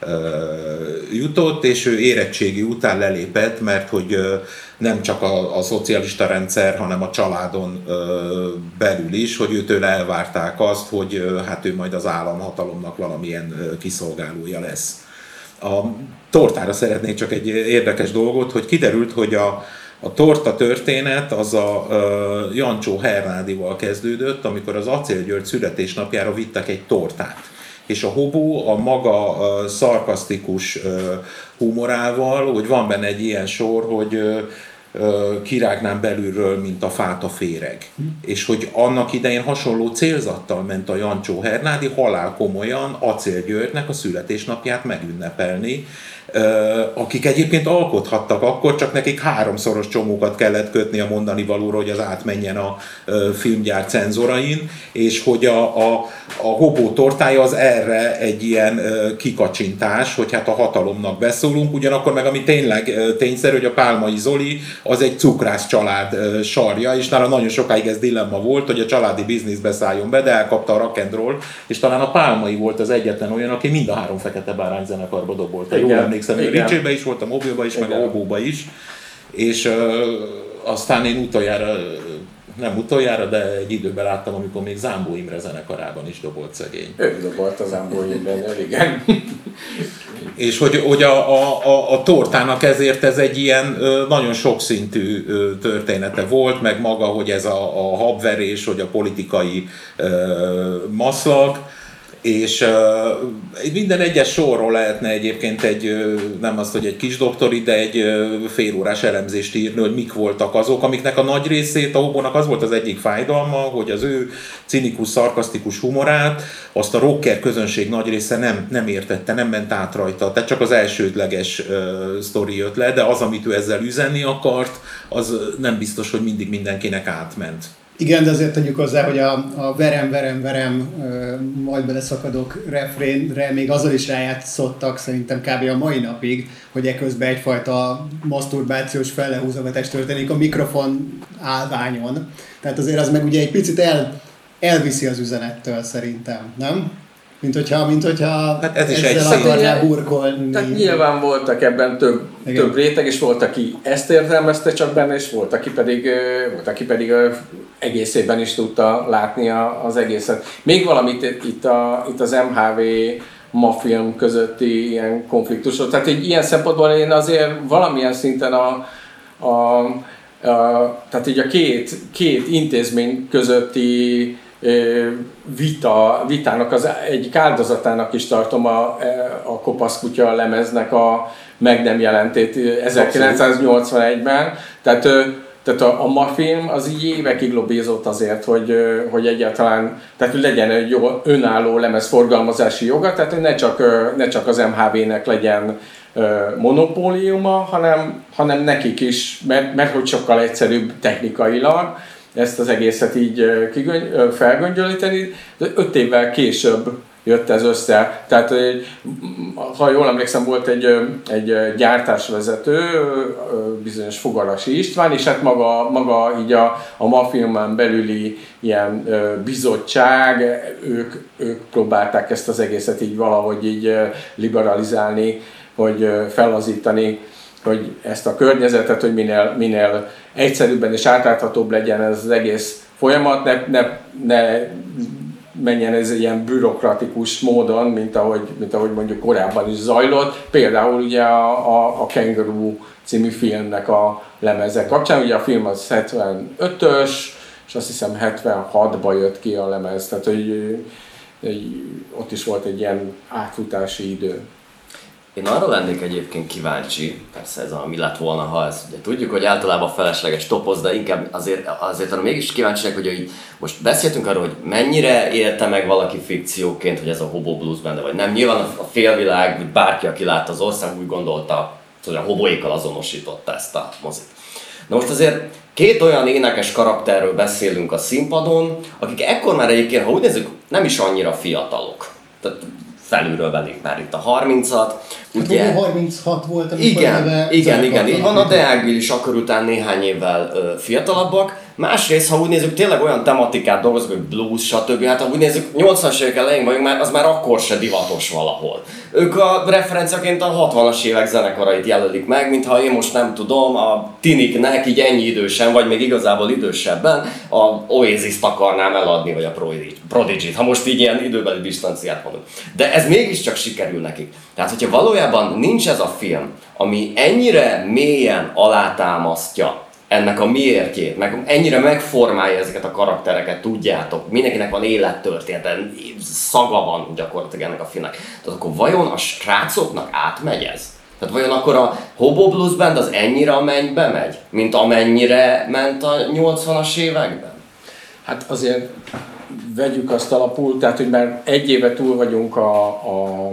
jutott, és ő érettségi után lelépett, mert hogy nem csak a, a szocialista rendszer, hanem a családon belül is, hogy őtől elvárták azt, hogy hát ő majd az államhatalomnak valamilyen kiszolgálója lesz. A tortára szeretnék csak egy érdekes dolgot, hogy kiderült, hogy a A torta történet az a uh, Jancsó Hernádival kezdődött, amikor az Acél György születésnapjára vittek egy tortát. És a Hobó a maga uh, szarkasztikus uh, humorával, hogy van benne egy ilyen sor, hogy uh, uh, kirágnám belülről, mint a fát a féreg. Mm. És hogy annak idején hasonló célzattal ment a Jancsó Hernádi halál komolyan Acél Györgynek a születésnapját megünnepelni, akik egyébként alkothattak akkor, csak nekik háromszoros csomókat kellett kötni a mondani valóra, hogy az átmenjen a filmgyár cenzorain, és hogy a, a, a Hobó tortája az erre egy ilyen kikacsintás, hogy hát a hatalomnak beszólunk, ugyanakkor meg ami tényleg tényszerű, hogy a Pálmai Zoli az egy cukrász család sarja, és nála nagyon sokáig ez dilemma volt, hogy a családi bizniszbe szálljon be, de elkapta a rock and roll, és talán a Pálmai volt az egyetlen olyan, aki mind a három Fekete Bárány zenekarba dobolta. Jól emlékszem, Ricsébe is volt, a Mobilba is, igen, meg a Hobóba is, és uh, aztán én utoljára, nem utoljára, de egy időben láttam, amikor még Zámbó Imre zenekarában is dobolt szegény. Ő dobolt a Zámbó Imre, igen. És hogy, hogy a, a, a tortának ezért ez egy ilyen nagyon sokszintű története volt, meg maga, hogy ez a, a habverés, hogy a politikai maszlag, és uh, minden egyes sorról lehetne egyébként egy, uh, nem azt, hogy egy kis doktori, de egy uh, félórás elemzést írni, hogy mik voltak azok, amiknek a nagy részét a Hobónak az volt az egyik fájdalma, hogy az ő cinikus, szarkasztikus humorát, azt a rocker közönség nagy része nem, nem értette, nem ment át rajta, tehát csak az elsődleges uh, sztori jött le, de az, amit ő ezzel üzenni akart, az nem biztos, hogy mindig mindenkinek átment. Igen, de azért tegyük hozzá, hogy a, a verem, verem, verem, majd beleszakadok refrénre még azzal is rájátszottak szerintem kb. A mai napig, hogy eközben egyfajta maszturbációs fellehúzogatás történik a mikrofon állványon. Tehát azért az meg ugye egy picit el, elviszi az üzenettől szerintem, nem? Mint hogyha, mint hogyha hát ez ezzel is akarná burkolni. Tehát nyilván voltak ebben több, több réteg, és volt, aki ezt értelmezte csak benne, és volt, aki pedig, volt, aki pedig egészében is tudta látni az egészet. Még valamit itt, a, itt az em há vé Mafilm közötti ilyen konfliktusok. Tehát egy ilyen szempontból én azért valamilyen szinten a, a, a tehát így a két, két intézmény közötti vita, vitának az egyik áldozatának is tartom a, a Kopaszkutya lemeznek a meg nem jelentét ezerkilencszáznyolcvanegyben. Tehát, tehát a, a Mafilm az így évekig lobbízott azért, hogy, hogy egyáltalán tehát legyen egy jó, önálló lemezforgalmazási joga, tehát ne csak, ne csak az em há vé-nek legyen monopóliuma, hanem, hanem nekik is, mert, mert hogy sokkal egyszerűbb technikailag ezt az egészet így felgöngyölíteni, de öt évvel később jött ez össze. Tehát, ha jól emlékszem, volt egy, egy gyártásvezető, bizonyos Fogarasi István, és hát maga, maga így a, a Mafilmen belüli ilyen bizottság, ők, ők próbálták ezt az egészet így valahogy így liberalizálni, hogy fellazítani, hogy ezt a környezetet, hogy minél, minél egyszerűbben és átláthatóbb legyen ez az egész folyamat, ne, ne, ne menjen ez ilyen bürokratikus módon, mint ahogy, mint ahogy mondjuk korábban is zajlott. Például ugye a, a, a Kangaroo című filmnek a lemeze kapcsán, ugye a film az hetvenötös, és azt hiszem hetvenhatban jött ki a lemez, tehát hogy, hogy ott is volt egy ilyen átfutási idő. Én arra lennék egyébként kíváncsi, persze ez a mi lett volna, ha ez ugye tudjuk, hogy általában felesleges topoz, de inkább azért, azért arra mégis kíváncsiak, hogy, hogy most beszéltünk arról, hogy mennyire élte meg valaki fikcióként, hogy ez a Hobo Blues benne vagy nem. Nyilván a félvilág, vagy bárki, aki látta az ország, úgy gondolta, hogy a hobóékkal azonosította ezt a mozit. Na most azért két olyan énekes karakterről beszélünk a színpadon, akik ekkor már egyébként, ha úgy nézzük, nem is annyira fiatalok. Tehát felülről velik már itt a harmincat. Ugye, hát harminchat volt, amikor igen, igen, igen, így van, a Deák Bill is akkor után néhány évvel ö, fiatalabbak, Másrészt, ha úgy nézzük, tényleg olyan tematikát dolgozunk, hogy blues, stb. Hát ha úgy nézzük, nyolcvanas évek elején vagyunk, már, az már akkor se divatos valahol. Ők a referenciaként a hatvanas évek zenekarait jelölik meg, mintha én most nem tudom, a tiniknek így ennyi idősen, vagy még igazából idősebben a Oasis-t akarnám eladni, vagy a Prodigy-t, ha most így ilyen időbeli disztanciát mondok. De ez mégiscsak sikerül nekik. Tehát, hogyha valójában nincs ez a film, ami ennyire mélyen alátámasztja ennek a miértjét, meg ennyire megformálja ezeket a karaktereket, tudjátok, mindenkinek van élettörténete, szaga van gyakorlatilag ennek a filmnek. Tehát akkor vajon a srácoknak átmegy ez? Tehát vajon akkor a Hobo Blues Band az ennyire a mennybe megy, mint amennyire ment a nyolcvanas években? Hát azért vegyük azt alapul, tehát hogy már egy éve túl vagyunk a, a,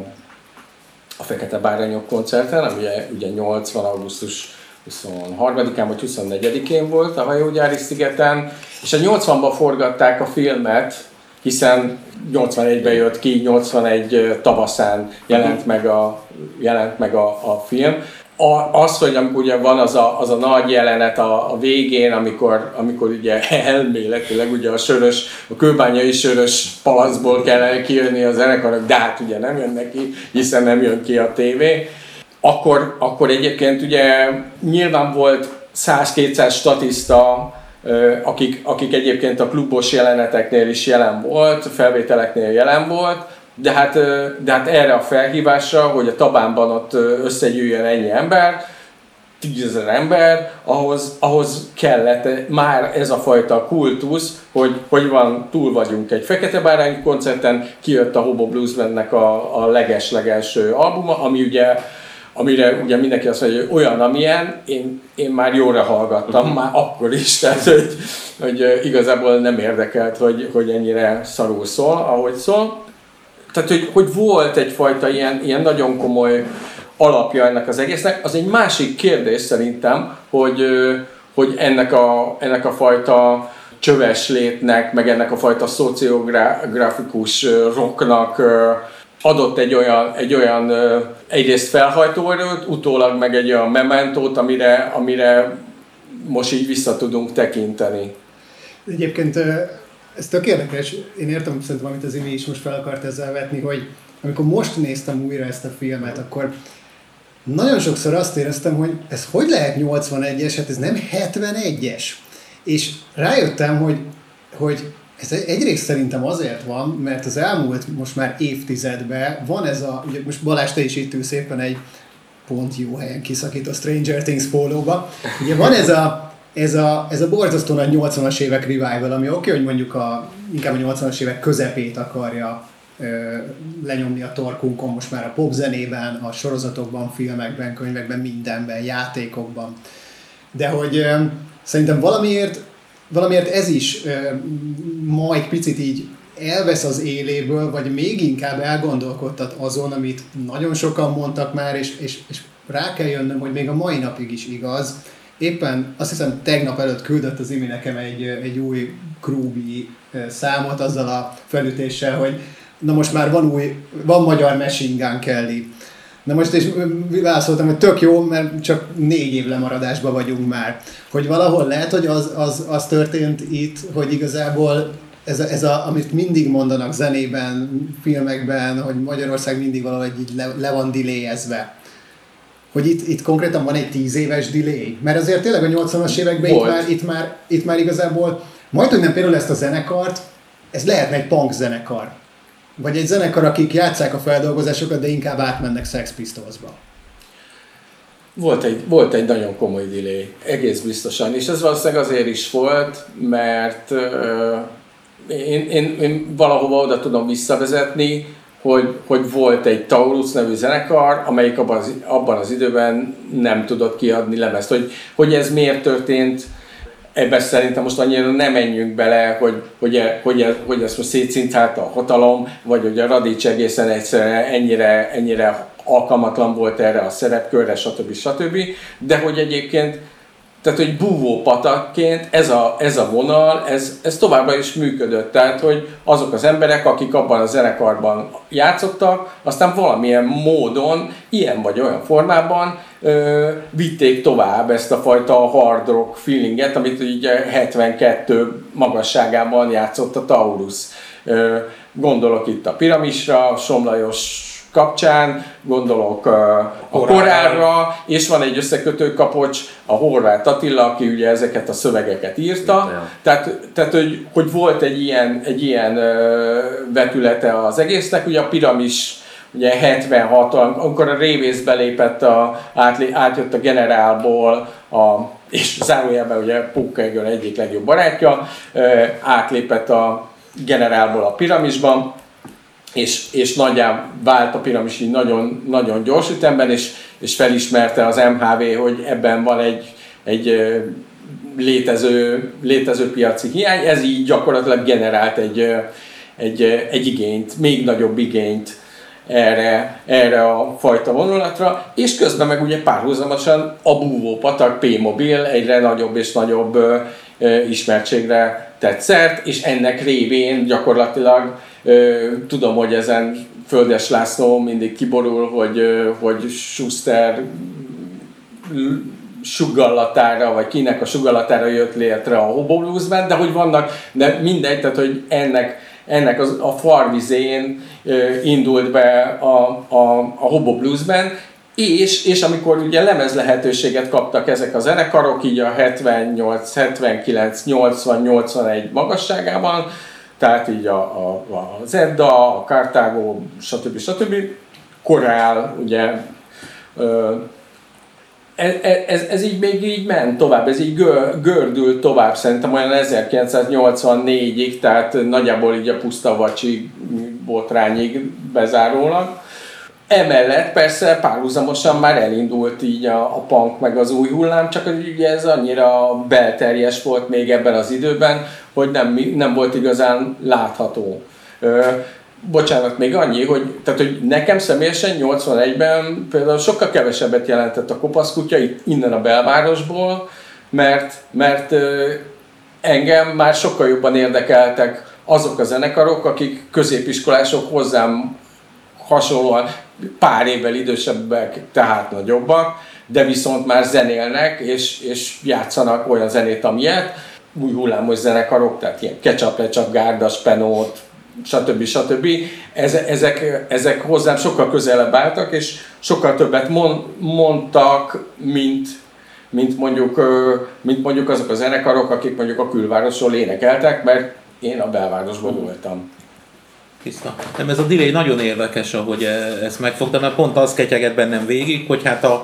a Fekete Bárányok koncerten, ami ugye, ugye nyolcvan augusztus huszonharmadikán vagy huszonnegyedikén volt a Hajógyári szigeten, és a nyolcvanban forgatták a filmet, hiszen nyolcvanegyben jött ki, nyolcvanegy tavaszán jelent meg a, jelent meg a, a film. A, az, hogy amikor ugye van az a, az a nagy jelenet a, a végén, amikor, amikor ugye elméletileg ugye a sörös, a kőbányai sörös palacból kell kijönni a zenekarok, de hát ugye nem jönnek ki, hiszen nem jön ki a tévé. Akkor, akkor egyébként ugye nyilván volt száz-kétszáz statiszta, akik, akik egyébként a klubos jeleneteknél is jelen volt, felvételeknél jelen volt, de hát, de hát erre a felhívásra, hogy a Tabánban ott összegyűjjön ennyi ember, tízezer ember, ahhoz, ahhoz kellett már ez a fajta kultusz, hogy, hogy van, túl vagyunk egy Fekete Bárány koncerten, kijött a Hobo Blues Bandnek a, a leges-legelső albuma, ami ugye amire ugye mindenki azt mondja, hogy olyan, amilyen, én, én már jóra hallgattam, uh-huh. már akkor is, tehát hogy, hogy igazából nem érdekelt, hogy, hogy ennyire szarul szól, ahogy szól. Tehát, hogy, hogy volt egyfajta ilyen, ilyen nagyon komoly alapja ennek az egésznek. Az egy másik kérdés szerintem, hogy, hogy ennek, a, ennek a fajta csöves létnek, meg ennek a fajta szociografikus rocknak adott egy olyan, egy olyan egyrészt felhajtóerőt, utólag meg egy olyan mementót, amire, amire most így vissza tudunk tekinteni. Egyébként ez tök érdekes, én értem szerintem, amit az Imi is most fel akart ezzel vetni, hogy amikor most néztem újra ezt a filmet, akkor nagyon sokszor azt éreztem, hogy ez hogy lehet nyolcvanegyes, hát ez nem hetvenegyes. És rájöttem, hogy, hogy ez egyrészt szerintem azért van, mert az elmúlt most már évtizedben van ez a, ugye most Balázs, te is itt ülsz éppen egy pont jó helyen kiszakító Stranger Things pólóba. Ugye van ez a, ez a, ez a borzasztó nagy nyolcvanas évek revival, ami oké, okay, hogy mondjuk a, inkább a nyolcvanas évek közepét akarja ö, lenyomni a torkunkon, most már a popzenében, a sorozatokban, filmekben, könyvekben, mindenben, játékokban. De hogy ö, szerintem valamiért Valamiért ez is e, ma egy picit így elvesz az éléből, vagy még inkább elgondolkodtat azon, amit nagyon sokan mondtak már, és, és, és rá kell jönnöm, hogy még a mai napig is igaz. Éppen azt hiszem tegnap előtt küldött az Imi nekem egy, egy új Krúbi számot azzal a felütéssel, hogy na most már van új, van magyar Machine Gun Kelly. Na most is válaszoltam, hogy tök jó, mert csak négy év lemaradásban vagyunk már. Hogy valahol lehet, hogy az, az, az történt itt, hogy igazából ez, a, ez a, amit mindig mondanak zenében, filmekben, hogy Magyarország mindig valahogy így le, le van delayezve. Hogy itt, itt konkrétan van egy tíz éves delay. Mert azért tényleg a nyolcvanas években itt már, itt, már, itt már igazából, majd hogy nem például ezt a zenekart, ez lehetne egy punk zenekar. Vagy egy zenekar, akik játsszák a feldolgozásokat, de inkább átmennek Sex Pistolsba. Volt egy, volt egy nagyon komoly delay, egész biztosan. És ez valószínűleg azért is volt, mert uh, én, én, én valahova oda tudom visszavezetni, hogy, hogy volt egy Taurus nevű zenekar, amelyik abban az, abban az időben nem tudott kiadni lemezt. Hogy, hogy ez miért történt, ebben szerintem most annyira nem menjünk bele, hogy, hogy, hogy, hogy ezt most szétszintálta a hatalom, vagy hogy a Radics egészen egyszerűen ennyire, ennyire alkalmatlan volt erre a szerepkörre, stb. stb. De hogy egyébként, tehát hogy búvó patakként ez a, ez a vonal, ez, ez továbbra is működött. Tehát, hogy azok az emberek, akik abban a zenekarban játszottak, aztán valamilyen módon, ilyen vagy olyan formában ö, vitték tovább ezt a fajta hard rock feelinget, amit ugye hetvenkettő magasságában játszott a Taurus. Ö, gondolok itt a Piramisra, a Somlajos kapcsán, gondolok uh, a Korálra, és van egy összekötő kapocs, a Horváth Attila, aki ugye ezeket a szövegeket írta. Tehát, tehát hogy, hogy volt egy ilyen, egy ilyen uh, vetülete az egésznek, ugye a Piramis ugye hetvenhat, amikor a Révész belépett, a, átlé, átjött a Generálból, a, és zárójelben ugye Póka egyik legjobb barátja, uh, átlépett a Generálból a Piramisban, és, és nagyjából vált a Piramis így nagyon, nagyon gyors ütemben, és, és felismerte az em há vé, hogy ebben van egy, egy létező, létező piaci hiány, ez így gyakorlatilag generált egy, egy, egy igényt, még nagyobb igényt erre, erre a fajta vonulatra, és közben meg ugye párhuzamosan a búvópatak P-mobil egyre nagyobb és nagyobb ismertségre tett szert, és ennek révén gyakorlatilag tudom, hogy ezen Földes László mindig kiborul, hogy, hogy Schuster sugallatára, vagy kinek a sugallatára jött létre a Hobo Blues Band, de hogy vannak, de mindegy, tehát hogy ennek, ennek az, a farvizén indult be a, a, a Hobo Blues Band, és, és amikor ugye lemez lehetőséget kaptak ezek a zenekarok, így a hetvennyolc, hetvenkilenc, nyolcvan, nyolcvanegy magasságában, tehát így a, a, az Edda, a Cartago, stb. stb. Korál, ugye, ez, ez, ez így még így ment tovább, ez így gör, gördült tovább, szerintem olyan ezerkilencszáznyolcvannégyig, tehát nagyjából így a Puszta Vacsi botrányig bezárólag. Emellett persze párhuzamosan már elindult így a, a punk meg az új hullám, csak ugye ez annyira belterjes volt még ebben az időben, hogy nem, nem volt igazán látható. Ö, bocsánat, még annyi, hogy, tehát, hogy nekem személyesen nyolcvanegyben például sokkal kevesebbet jelentett a Kopaszkutya itt, innen a belvárosból, mert, mert ö, engem már sokkal jobban érdekeltek azok a zenekarok, akik középiskolások hozzám hasonlóan pár évvel idősebbek, tehát nagyobbak, de viszont már zenélnek, és, és játszanak olyan zenét, amilyet, új hullámos zenekarok, tehát ilyen Ketchup, Lecsap, Gárda, Spenót, stb. stb. Ezek, ezek hozzám sokkal közelebb álltak, és sokkal többet mondtak, mint, mint, mondjuk, mint mondjuk azok a zenekarok, akik mondjuk a külvárosról énekeltek, mert én a belvárosban voltam. Tiszta. Nem, ez a delay nagyon érdekes, ahogy ezt megfogta, mert pont az ketyeget bennem végig, hogy hát a,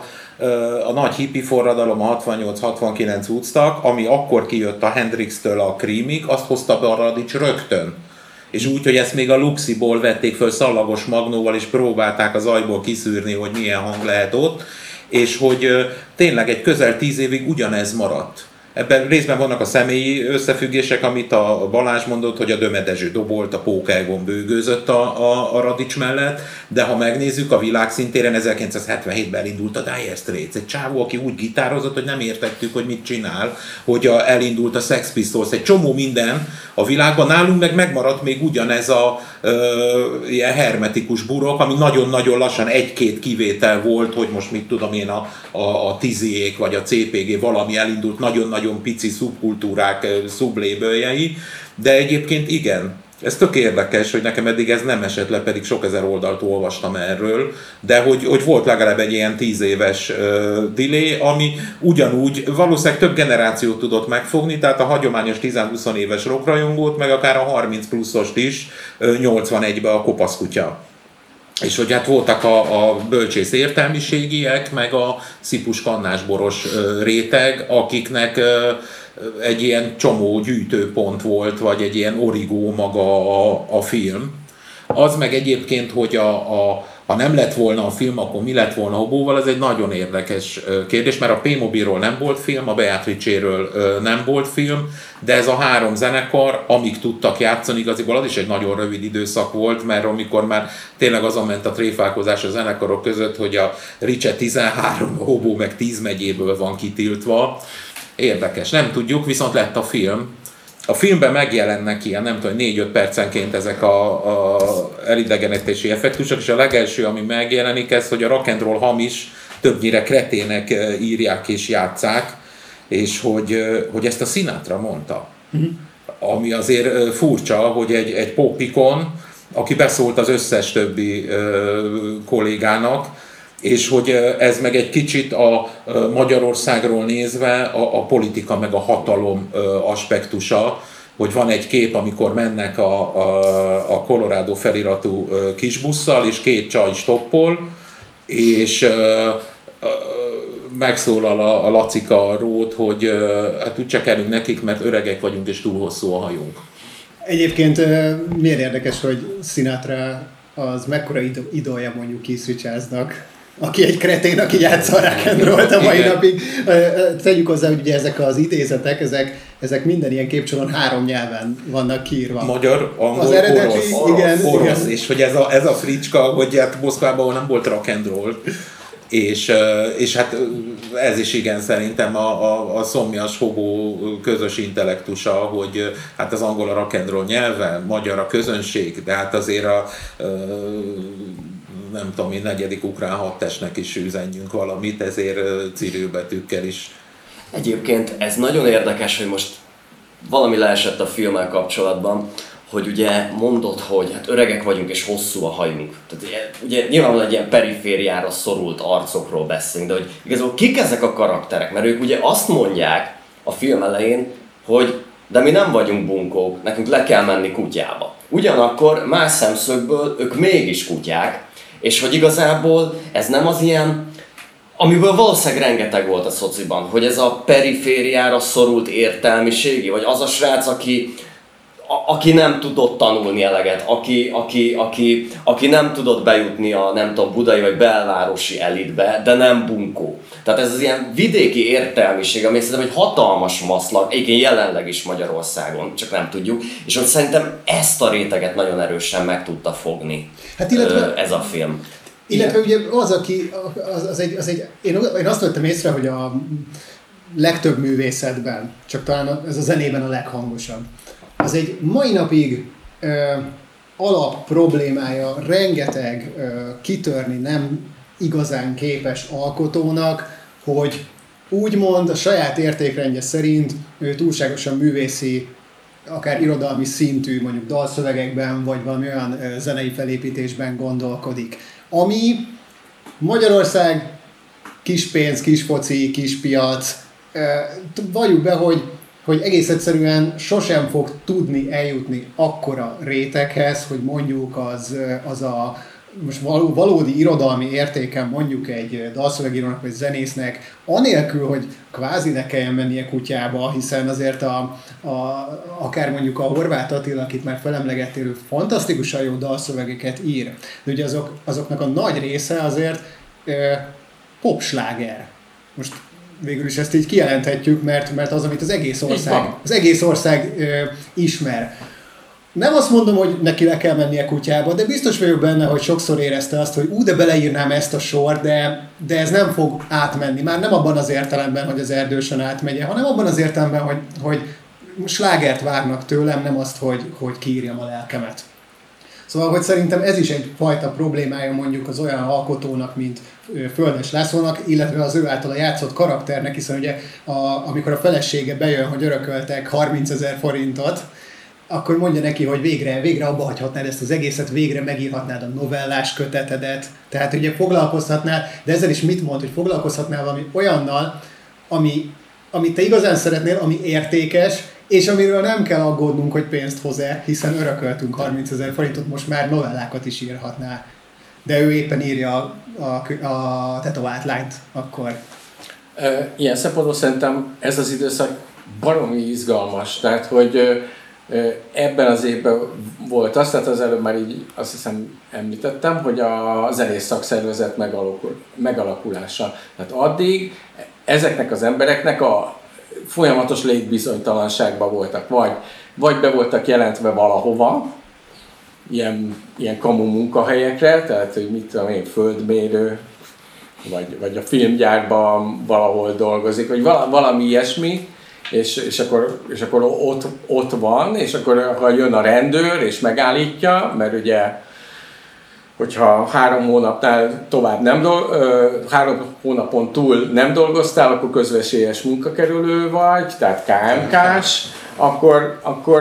a nagy hippi forradalom, a hatvannyolc hatvankilenc Woodstock, ami akkor kijött a Hendrix-től a Creamig, azt hozta be a Radics rögtön. És úgy, hogy ezt még a Luxiból vették föl szallagos magnóval, és próbálták az ajból kiszűrni, hogy milyen hang lehet ott, és hogy tényleg egy közel tíz évig ugyanez maradt. Ebben részben vannak a személyi összefüggések, amit a Balázs mondott, hogy a Döme Dezső dobolt, a Póka Egon bőgőzött a, a, a Radics mellett, de ha megnézzük, a világszintéren ezerkilencszázhetvenhétben elindult a Dire Straits, egy csávó, aki úgy gitározott, hogy nem értettük, hogy mit csinál, hogy a, elindult a Sex Pistols, egy csomó minden a világban, nálunk meg megmaradt még ugyanez a ö, ilyen hermetikus burok, ami nagyon-nagyon lassan egy-két kivétel volt, hogy most mit tudom én, a, a, a Tiziék vagy a cé pé gé valami elindult, nagyon-nagyon pici szubkultúrák szubléböljei, de egyébként igen, ez tök érdekes, hogy nekem eddig ez nem esett le, pedig sok ezer oldalt olvastam erről, de hogy, hogy volt legalább egy ilyen tíz éves uh, delay, ami ugyanúgy valószínűleg több generációt tudott megfogni, tehát a hagyományos tíz-húsz éves rockrajongót, meg akár a harminc pluszost is uh, nyolcvanegyben a Kopaszkutya. És hogy hát voltak a, a bölcsész értelmiségiek, meg a szipus kannásboros ö, réteg, akiknek ö, egy ilyen csomó gyűjtőpont volt, vagy egy ilyen origó maga a, a film. Az meg egyébként, hogy a, a, ha nem lett volna a film, akkor mi lett volna Hobóval, ez egy nagyon érdekes kérdés, mert a P-mobilról nem volt film, a Beatrice-ről nem volt film, de ez a három zenekar, amíg tudtak játszani, igaziból az is egy nagyon rövid időszak volt, mert amikor már tényleg azon ment a tréfálkozás a zenekarok között, hogy a Ricse tizenhárom, a Hobó meg tíz megyéből van kitiltva. Érdekes, nem tudjuk, viszont lett a film. A filmben megjelennek ilyen, nem tudom, négy-öt percenként ezek a, a elidegenítési effektusok, és a legelső, ami megjelenik, ez, hogy a rock and roll hamis többnyire kretének írják és játsszák, és hogy, hogy ezt a Sinatra mondta. Uh-huh. Ami azért furcsa, hogy egy, egy popikon, aki beszólt az összes többi kollégának, és hogy ez meg egy kicsit a Magyarországról nézve a, a politika meg a hatalom aspektusa, hogy van egy kép, amikor mennek a, a, a Colorado feliratú kisbusszal, és két csaj stoppol, és megszólal a, a Lacika Rót, hogy hát úgy csak elünk nekik, mert öregek vagyunk és túl hosszú a hajunk. Egyébként miért érdekes, hogy Sinatra az mekkora idolja mondjuk Keith Richardsnak, aki egy kretén, aki játsza a rock and rollt a mai napig. Tegyük hozzá, hogy ugye ezek az idézetek, ezek, ezek minden ilyen képcsolon három nyelven vannak kiírva. Magyar, angol, az eredeti, orosz, igen, orosz, igen. És hogy ez a, ez a fricska, hogy hát Moszkvában nem volt rock and roll. És, és hát ez is igen szerintem a, a, a szomjas hobó közös intellektusa, hogy hát az angol a rock and roll nyelve, magyar a közönség, de hát azért a nem tudom én, negyedik ukrán hadtestnek is üzenjünk valamit, ezért cirilbetűkkel is. Egyébként ez nagyon érdekes, hogy most valami leesett a filmmel kapcsolatban, hogy ugye mondod, hogy hát öregek vagyunk és hosszú a hajunk. Tehát ugye nyilvánvalóan egy ilyen perifériára szorult arcokról beszélünk, de hogy igazából kik ezek a karakterek? Mert ők ugye azt mondják a film elején, hogy de mi nem vagyunk bunkók, nekünk le kell menni kutyába. Ugyanakkor más szemszögből ők mégis kutyák, és hogy igazából ez nem az ilyen, amiből valószínűleg rengeteg volt a szociban, hogy ez a perifériára szorult értelmiségi, vagy az a srác, aki, a, aki nem tudott tanulni eleget, aki, aki, aki, aki nem tudott bejutni a nem tudom, budai vagy belvárosi elitbe, de nem bunkó. Tehát ez az ilyen vidéki értelmiség, ami szerintem egy hatalmas maszlag, egyébként jelenleg is Magyarországon, csak nem tudjuk, és hogy szerintem ezt a réteget nagyon erősen meg tudta fogni hát illetve, ez a film. Illetve ugye az, aki, az, az egy, az egy én, én azt vettem észre, hogy a legtöbb művészetben, csak talán ez a zenében a leghangosabb, az egy mai napig ö, alap problémája rengeteg ö, kitörni nem igazán képes alkotónak, hogy úgymond a saját értékrendje szerint ő túlságosan művészi, akár irodalmi szintű, mondjuk dalszövegekben, vagy valami olyan ö, zenei felépítésben gondolkodik. Ami Magyarország kis pénz, kis foci, kis piac, ö, valljuk be, hogy hogy egész egyszerűen sosem fog tudni eljutni akkora réteghez, hogy mondjuk az, az a most valódi irodalmi értéken mondjuk egy dalszövegírónak vagy zenésznek, anélkül, hogy kvázi ne kelljen mennie kutyába, hiszen azért a, a, akár mondjuk a Horváth Attila, akit már felemlegettél, ő fantasztikusan jó dalszövegeket ír. De ugye azok, azoknak a nagy része azért e, popsláger. Most végül is ezt így kijelenthetjük, mert, mert az, amit az egész ország, az egész ország ö, ismer. Nem azt mondom, hogy neki le kell mennie kutyába, de biztos vagyok benne, hogy sokszor érezte azt, hogy ú, de beleírnám ezt a sort, de, de ez nem fog átmenni. Már nem abban az értelemben, hogy az Erdősön átmegye, hanem abban az értelemben, hogy, hogy slágert várnak tőlem, nem azt, hogy, hogy kiírjam a lelkemet. Szóval, hogy szerintem ez is egyfajta problémája mondjuk az olyan alkotónak, mint Földes Lászlónak, illetve az ő általa játszott karakternek, hiszen ugye a, amikor a felesége bejön, hogy örököltek harmincezer forintot, akkor mondja neki, hogy végre, végre abba hagyhatnád ezt az egészet, végre megírhatnád a novellás kötetedet, tehát ugye foglalkozhatnál, de ezzel is mit mond, hogy foglalkozhatnál valami olyannal, ami, amit te igazán szeretnél, ami értékes, és amiről nem kell aggódnunk, hogy pénzt hoz-e, hiszen örököltünk harmincezer forintot, most már novellákat is írhatná. De ő éppen írja a, a, a tetovált lányt akkor. Ilyen szempontból szerintem ez az időszak baromi izgalmas, tehát hogy ebben az évben volt az, tehát az előbb már így azt hiszem említettem, hogy a zenész szakszervezet megalakul, megalakulása. Tehát addig ezeknek az embereknek a folyamatos létbizonytalanságban voltak, vagy, vagy be voltak jelentve valahova, ilyen, ilyen kamu munkahelyekre, tehát hogy mit tudom én, földmérő, vagy, vagy a filmgyárban valahol dolgozik, vagy valami ilyesmi, és, és akkor, és akkor ott, ott van, és akkor ha jön a rendőr és megállítja, mert ugye hogyha három hónapnál tovább nem dol- három hónapon túl nem dolgoztál, akkor közvesélyes munkakerülő vagy, tehát ká em ká-s, akkor, akkor,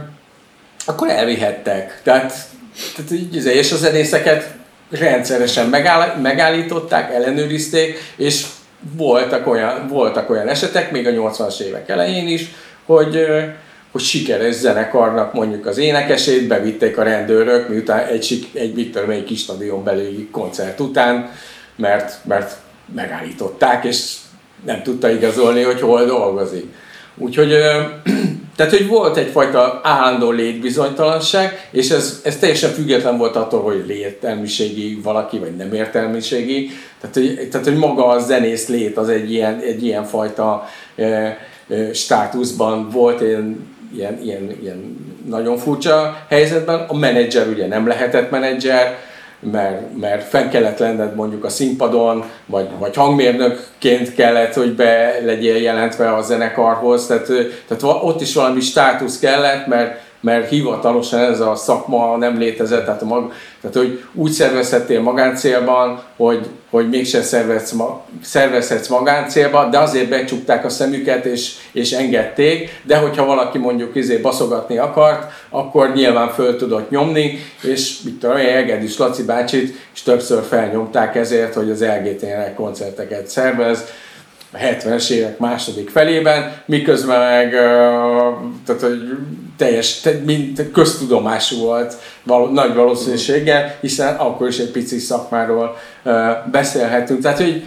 akkor elvihettek. Tehát, tehát így, és a zenészeket rendszeresen megáll, megállították, ellenőrizték, és voltak olyan, voltak olyan esetek, még a nyolcvanas évek elején is, hogy hogy sikeres zenekarnak mondjuk az énekesét bevitték a rendőrök, miután egy, egy Viktor melyik kis stadion belüli koncert után, mert, mert megállították, és nem tudta igazolni, hogy hol dolgozik. Úgyhogy, tehát, hogy volt egyfajta állandó létbizonytalanság, és ez, ez teljesen független volt attól, hogy értelmiségi valaki, vagy nem értelmiségi. Tehát, hogy, tehát, hogy maga a zenész lét az egy ilyen, egy ilyen fajta e, e, státuszban volt, ilyen, ilyen, ilyen, ilyen nagyon furcsa helyzetben. A menedzser ugye nem lehetett menedzser, mert, mert fenn kellett lenned mondjuk a színpadon, vagy, vagy hangmérnökként kellett, hogy be legyél jelentve a zenekarhoz, tehát, tehát ott is valami státusz kellett, mert, mert hivatalosan ez a szakma nem létezett, tehát, a mag, tehát hogy úgy szervezhettél magáncélban, hogy, hogy mégsem szervezhetsz, szervezhetsz magáncélban, de azért becsukták a szemüket és, és engedték, de hogyha valaki mondjuk izé baszogatni akart, akkor nyilván föl tudott nyomni, és mit tudom, Egedűs Laci bácsit is többször felnyomták ezért, hogy az el gé té-nek koncerteket szervez, a hetvenes évek második felében, miközben meg tehát, hogy teljes, mind köztudomású volt való, nagy valószínűséggel, hiszen akkor is egy pici szakmáról beszélhetünk. Tehát, hogy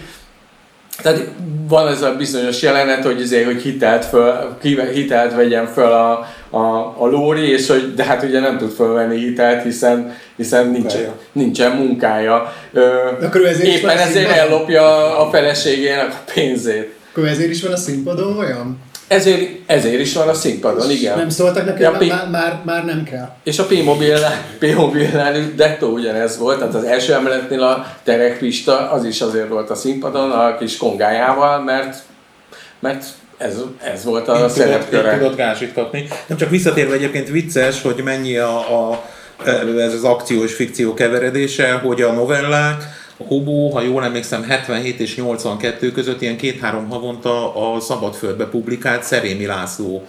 tehát van ez a bizonyos jelenet, hogy, azért, hogy hitelt, föl, hitelt vegyen föl a, a, a Lóri, és hogy, de hát ugye nem tud fölvenni hitelt, hiszen, hiszen nincsen, nincsen munkája. Ö, ezért éppen ezért ellopja a feleségének a pénzét. Akkor ezért is van a színpadon olyan? Ezért, ezért is van a színpadon, igen. Nem szóltak neki, ja, hogy már, már, már nem kell. És a P-mobilnál dettó ugyanez volt, tehát az első emeletnél a terekpista, az is azért volt a színpadon a kis kongájával, mert, mert ez, ez volt a szerepköre. Így tudott gázsit kapni. Nem csak visszatérve egyébként vicces, hogy mennyi a, a, ez az akció és fikció keveredése, hogy a novellák, a Hobó, ha jól emlékszem, hetvenhét és nyolcvankettő között ilyen két-három havonta a Szabadföldbe publikált Szerémi László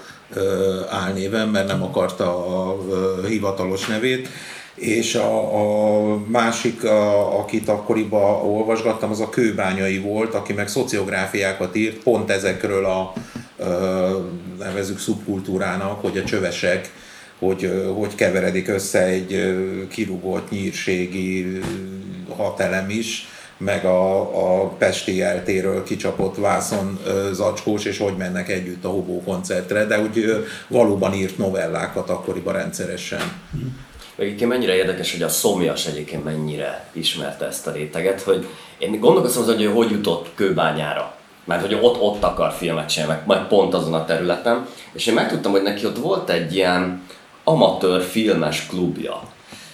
álnéven, mert nem akarta a hivatalos nevét. És a, a másik, a, akit akkoriban olvasgattam, az a Kőbányai volt, aki meg szociográfiákat írt, pont ezekről a, a nevezzük szubkultúrának, hogy a csövesek, hogy hogy keveredik össze egy kirúgott nyírségi hatelem is, meg a, a pesti eltéről kicsapott vászon zacskós, és hogy mennek együtt a Hobó koncertre, de úgy valóban írt novellákat akkoriban rendszeresen. Egyébként mennyire érdekes, hogy a Szomjas egyébként mennyire ismerte ezt a réteget, hogy én gondolkozom azon, hogy hogy jutott Kőbányára. Mert hogy ott, ott akar filmet csinálni, majd pont azon a területen. És én megtudtam, hogy neki ott volt egy ilyen amatőr filmes klubja.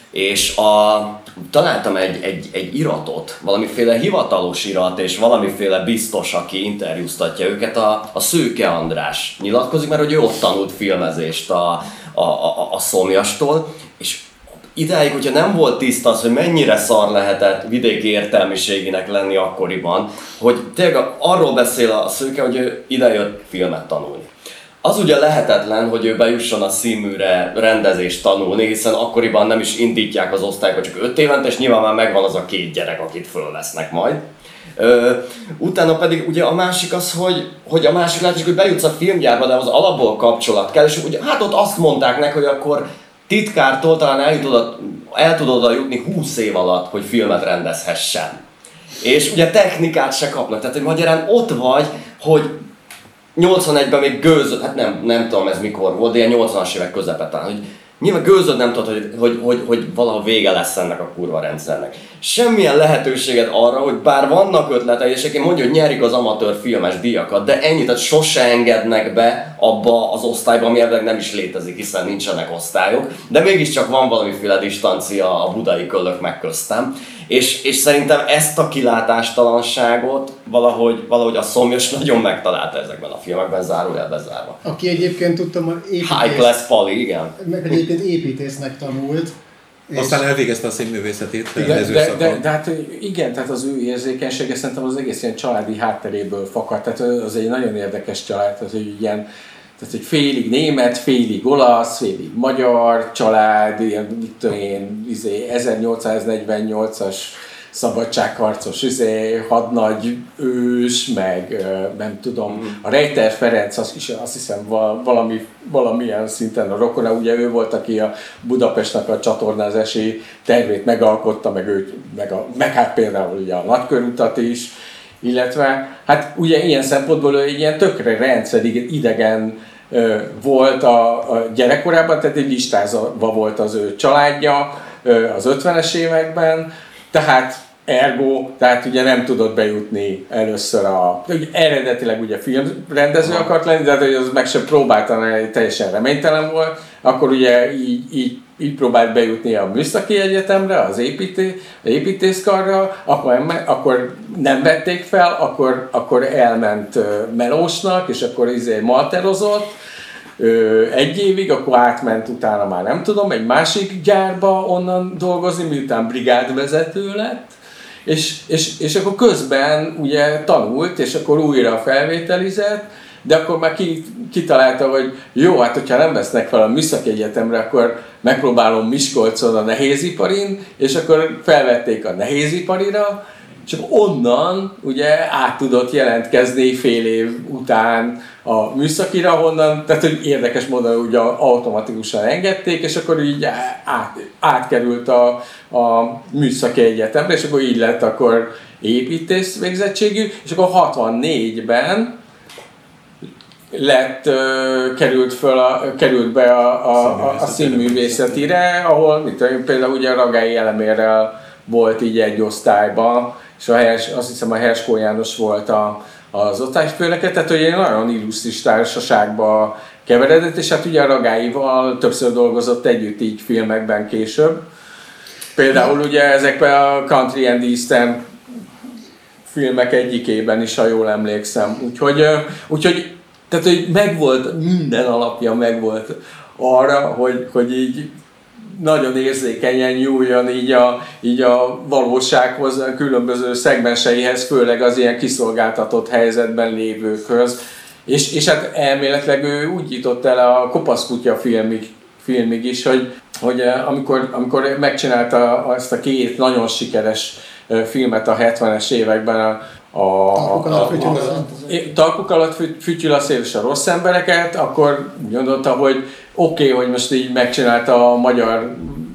És a, találtam egy, egy, egy iratot, valamiféle hivatalos irat és valamiféle biztos, aki interjúztatja őket, a, a Szőke András nyilatkozik, mert hogy ő ott tanult filmezést a, a, a, a Szomjastól, és idáig, hogyha nem volt tiszta az, hogy mennyire szar lehetett vidéki értelmiséginek lenni akkoriban, hogy tényleg arról beszél a Szőke, hogy ő idejött filmet tanulni. Az ugye lehetetlen, hogy ő bejusson a színműre rendezést tanulni, hiszen akkoriban nem is indítják az osztályokat, csak öt évente, és nyilván már megvan az a két gyerek, akit fölvesznek majd. Ö, utána pedig ugye a másik az, hogy, hogy a másik lehetőség, hogy bejutsz a filmgyárba, de az alapból kapcsolat kell, és ugye hát ott azt mondták neki, hogy akkor titkártól talán el tudod, el tudod oda jutni húsz év alatt, hogy filmet rendezhessen. És ugye technikát se kapnak, tehát hogy magyarán ott vagy, hogy nyolcvanegyben még gőzöd, hát nem, nem tudom ez mikor volt, de ilyen nyolcvanas évek közepetán, hogy nyilván gőzöd nem tudod, hogy, hogy, hogy, hogy valahol vége lesz ennek a kurva rendszernek. Semmilyen lehetőséged arra, hogy bár vannak ötletei, és egyébként mondja, hogy nyerik az amatőr filmes díjakat, de ennyit, tehát sose engednek be abba az osztályba, ami ebben nem is létezik, hiszen nincsenek osztályok, de mégiscsak van valamiféle distancia a budai köllök meg köztem. És, és szerintem ezt a kilátástalanságot valahogy, valahogy a Szomjas nagyon megtalálta ezekben a filmekben, zárójelbe zárva. Aki egyébként tudtam, hogy építész... High Class Pali, igen. Meg egyébként építésznek tanult, Aztán elvégezte a színművészetét. De, de, de, de, de hát igen, tehát az ő érzékenysége szerintem az egész ilyen családi hátteréből fakad. Tehát az egy nagyon érdekes család, az egy ilyen, tehát egy félig német, félig olasz, félig magyar család, ilyen, mit tudom én, izé, ezernyolcszáznegyvennyolcas szabadságharcos izé, hadnagy ős, meg nem tudom, a Rejter Ferenc az is, azt hiszem valami, valamilyen szinten a rokona, ugye ő volt, aki a Budapestnek a csatornázási tervét megalkotta, meg, ő, meg, a, meg hát például ugye a nagykörutat is, illetve hát ugye ilyen szempontból ő egy ilyen tökre rendszerig idegen volt a, a gyerekkorában, tehát egy listázva volt az ő családja az ötvenes években, tehát ergo, tehát ugye nem tudott bejutni először a... Ugye eredetileg ugye filmrendező akart lenni, de hogy az meg sem próbálta, teljesen reménytelen volt, akkor ugye így, így, így próbált bejutni a Műszaki Egyetemre, az építé, építészkarra, akkor, akkor nem vették fel, akkor, akkor elment melósnak, és akkor izé malterozott, egy évig, akkor átment utána már nem tudom, egy másik gyárba onnan dolgozni, miután brigádvezető lett, és, és, és akkor közben ugye tanult, és akkor újra felvételizett, de akkor már ki, kitalálta, hogy jó, hát hogyha nem vesznek fel a Műszaki Egyetemre, akkor megpróbálom Miskolcon a nehéziparin, és akkor felvették a nehéziparira, csak onnan ugye át tudott jelentkezni fél év után a műszakira, honnan, tehát hogy érdekes módon ugye automatikusan engedték, és akkor így át, átkerült a, a Műszaki Egyetemre, és akkor így lett akkor építész végzettségű, és akkor hatvannégyben lett, uh, került, föl a, került be a, a, a, a színművészetire, ahol mit tudom, például ugye Ragályi Elemérrel volt így egy osztályban, és a helyes, azt hiszem a Herskó János volt a, az osztályfőnöke, tehát hogy egy nagyon illusztris társaságba keveredett, és hát ugye a Ragályival többször dolgozott együtt így filmekben később. Például ugye ezekben a Country and Eastern filmek egyikében is, ha jól emlékszem. Úgyhogy, úgyhogy tehát, hogy megvolt, minden alapja megvolt arra, hogy, hogy így nagyon érzékenyen nyúljon így a, így a valósághoz, a különböző szegmenseihez, főleg az ilyen kiszolgáltatott helyzetben lévőkhöz. És, és hát elméletileg ő úgy jutott el a Kopaszkutya filmig, filmig is, hogy, hogy amikor, amikor megcsinálta ezt a két nagyon sikeres filmet a hetvenes években, a Talpuk alatt fütyül a szél és a rossz embereket, akkor gondolta, hogy oké, okay, hogy most így megcsinálta a magyar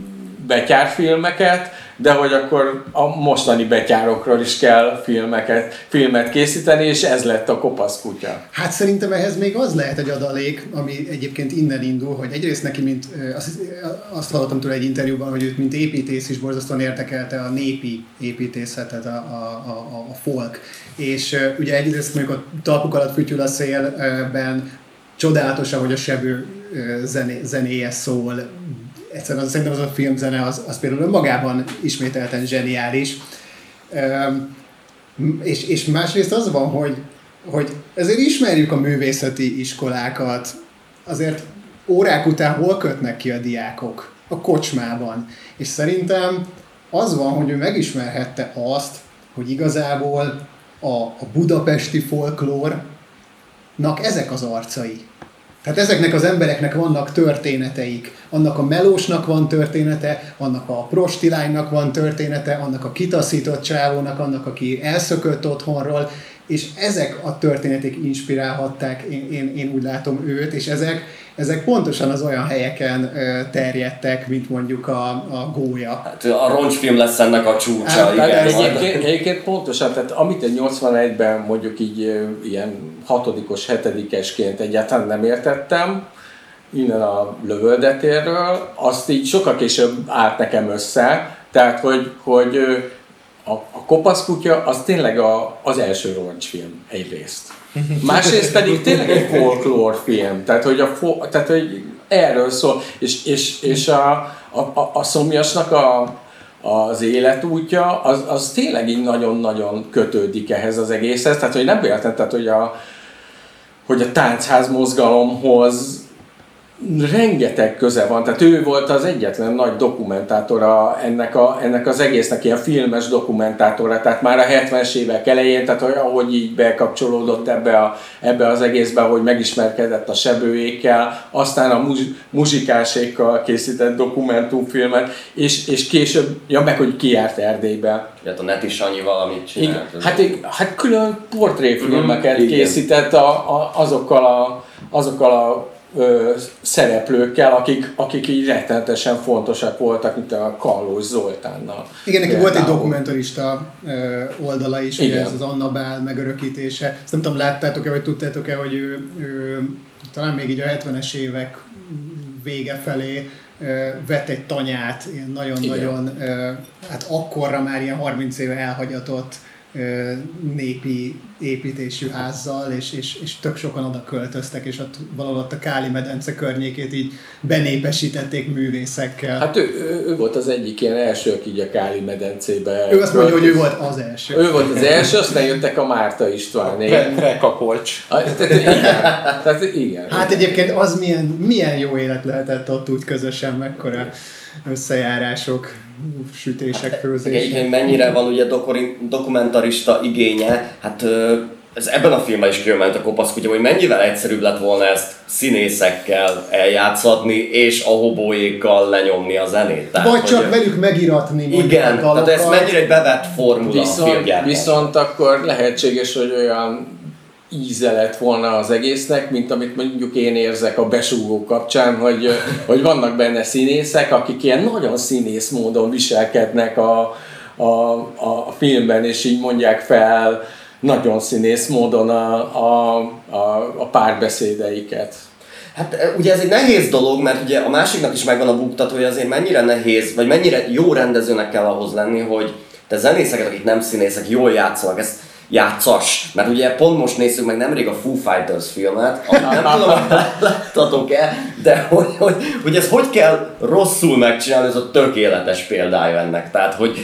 betyárfilmeket, de hogy akkor a mostani betyárokról is kell filmeket, filmet készíteni, és ez lett a Kopaszkutya. Hát szerintem ehhez még az lehet egy adalék, ami egyébként innen indul, hogy egyrészt neki, mint azt, azt hallottam tőle egy interjúban, hogy őt mint építész is borzasztóan érdekelte a népi építészetet, a, a, a, a folk. És ugye egyrészt mondjuk a Talpuk alatt fütyül a szélben csodálatos, ahogy a sebő zené, zenéje szól. Egyszerűen az, szerintem az a filmzene az, az például önmagában ismételten zseniális. Üm, és, és másrészt az van, hogy, hogy ezért ismerjük a művészeti iskolákat, azért órák után hol kötnek ki a diákok? A kocsmában. És szerintem az van, hogy ő megismerhette azt, hogy igazából a, a budapesti folklórnak ezek az arcai. Tehát ezeknek az embereknek vannak történeteik. Annak a melósnak van története, annak a prostilánynak van története, annak a kitaszított csávónak, annak, aki elszökött otthonról, és ezek a történetek inspirálhatták, én, én, én úgy látom őt, és ezek, ezek pontosan az olyan helyeken ö, terjedtek, mint mondjuk a, a gólya. Hát a roncsfilm lesz ennek a csúcsa. Hát, igen, egyébként, egyébként pontosan, tehát amit egy nyolcvanegyben mondjuk így ö, ilyen hatodikos, hetedikesként egyáltalán nem értettem, innen a lövöldetérről, azt így sokkal később állt nekem össze, tehát hogy, hogy ö, A, a Kopaszkutya az tényleg a, az első roncsfilm egyrészt. Másrészt pedig tényleg egy folklórfilm, tehát hogy, a fo, tehát, hogy erről szól, és, és, és a, a, a Szomjasnak a, az életútja, az, az tényleg így nagyon-nagyon kötődik ehhez az egészhez, tehát hogy nem véletlen, tehát hogy a, hogy a táncház mozgalomhoz rengeteg köze van, tehát ő volt az egyetlen nagy dokumentátora ennek, a, ennek az egésznek, ilyen filmes dokumentátora, tehát már a hetvenes évek elején, tehát ahogy így bekapcsolódott ebbe, a, ebbe az egészbe, hogy megismerkedett a sebőékkel, aztán a muz, muzsikásékkal készített dokumentumfilmet, és, és később, ja meg, hogy kijárt Erdélybe. Hát a Neti Sanyi valamit csinált. Hát, hát külön portréfilmeket mm, készített a, a, azokkal a, azokkal a Ö, szereplőkkel, akik, akik így rettenetesen fontosak voltak, mint a Kallós Zoltánnal. Igen, neki volt egy dokumentarista ö, oldala is, ugye ez az Annabel megörökítése. Ezt nem tudom, láttátok-e, vagy tudtátok-e, hogy ő, ő talán még így a hetvenes évek vége felé ö, vett egy tanyát, ilyen nagyon-nagyon, ö, hát akkorra már ilyen harminc éve elhagyatott ö, népi építésű házzal, és, és, és tök sokan oda költöztek, és ott valahol ott a Káli-medence környékét így benépesítették művészekkel. Hát ő, ő, ő volt az egyik ilyen első, aki így a Káli-medencébe... Ő azt mondja, hogy ő volt az első. Ő volt az első, aztán jöttek a Márta Istvánék. Prekakolcs. Tehát igen. Tehát igen. Hát egyébként az milyen, milyen jó élet lehetett ott úgy közösen, mekkora összejárások, sütések, főzések. Egyébként mennyire van ugye dokori, dokumentarista igénye, hát ez ebben a filmben is kijöment a Kopaszkutya, hogy mennyivel egyszerűbb lett volna ezt színészekkel eljátszatni, és a hobóékkal lenyomni a zenét. Tehát, vagy csak hogy, velük megiratni. Igen, tehát ez mennyire egy bevett formula viszont, a filmgyártás. Viszont akkor lehetséges, hogy olyan íze lett volna az egésznek, mint amit mondjuk én érzek a Besúgó kapcsán, hogy, hogy vannak benne színészek, akik ilyen nagyon színész módon viselkednek a, a, a filmben, és így mondják fel nagyon színész módon a, a, a, a párbeszédeiket. Hát ugye ez egy nehéz dolog, mert ugye a másiknak is megvan a buktató, hogy azért mennyire nehéz, vagy mennyire jó rendezőnek kell ahhoz lenni, hogy te zenészeket, akik nem színészek, jól játszanak. Ezt játszas. Mert ugye pont most nézzük meg nemrég a Foo Fighters filmet, amit nem tudom, hogy láttatok-e, de hogy, hogy, hogy ez hogy kell rosszul megcsinálni, ez a tökéletes példája ennek. Tehát, hogy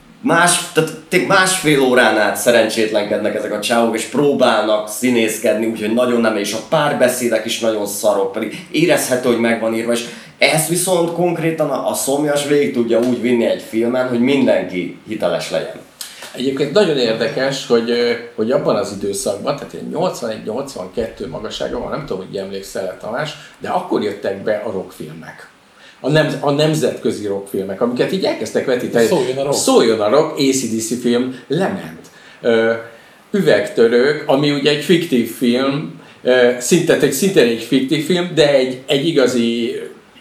más, tehát másfél órán át szerencsétlenkednek ezek a csávok, és próbálnak színészkedni, úgyhogy nagyon nem, és a párbeszédek is nagyon szarok, pedig érezhető, hogy meg van írva, és ezt viszont konkrétan a, a Szomjas végig tudja úgy vinni egy filmen, hogy mindenki hiteles legyen. Egyébként nagyon érdekes, hogy, hogy abban az időszakban, tehát nyolcvanegy nyolcvankettő magasságban van, nem tudom, hogy emlékszel-e Tamás, de akkor jöttek be a rockfilmek. A, nem, a nemzetközi rockfilmek, amiket így elkezdtek vetíteni. Szóljon a rock. Szóljon a rock, á cé dé cé film lement. Ö, Üvegtörők, ami ugye egy fiktív film, ö, szinte, egy, szinte egy fiktív film, de egy, egy igazi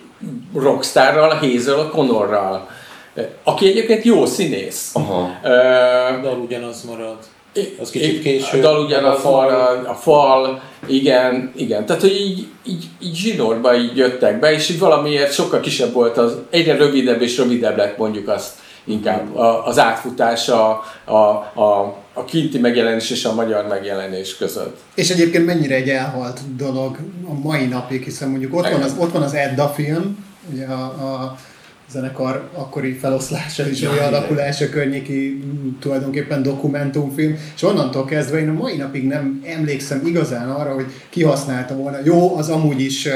rockstárral, Hazel Connorral, aki egyébként jó színész. Aha. Ö, Dal ugyanaz marad. Az kicsit később. A dal ugyanaz marad, a fal, igen, igen. Tehát, hogy így, így, így zsinórba így jöttek be, és így valamiért sokkal kisebb volt az, egyre rövidebb és rövidebb lett mondjuk azt inkább az átfutása a, a, a kinti megjelenés és a magyar megjelenés között. És egyébként mennyire egy elhalt dolog a mai napig, hiszen mondjuk ott van az, ott van az Edda film, ugye a, a zenekar akkori feloszlása és ja, alakulása környéki tulajdonképpen dokumentumfilm, és onnantól kezdve én a mai napig nem emlékszem igazán arra, hogy kihasználta volna. Jó, az amúgy is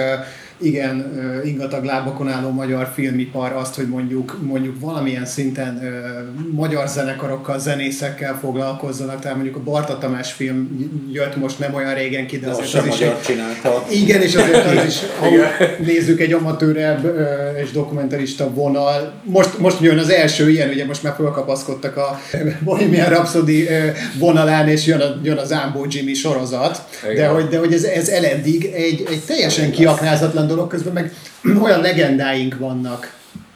igen ingatag lábakon álló magyar filmipar azt, hogy mondjuk, mondjuk valamilyen szinten uh, magyar zenekarokkal, zenészekkel foglalkozzanak, tehát mondjuk a Barta Tamás film jött most nem olyan régen ki, de azért az is egy... csinálta. Igen, és azért az is, ha nézzük, egy amatőrebb uh, és dokumentarista vonal. Most, most jön az első ilyen, ugye most már fölkapaszkodtak a Bohemian Rhapsody uh, vonalán, és jön, a, jön az Ámbó Jimmy sorozat, de hogy, de hogy ez, ez eleddig egy, egy teljesen kiaknázatlan dolog, közben meg olyan legendáink vannak,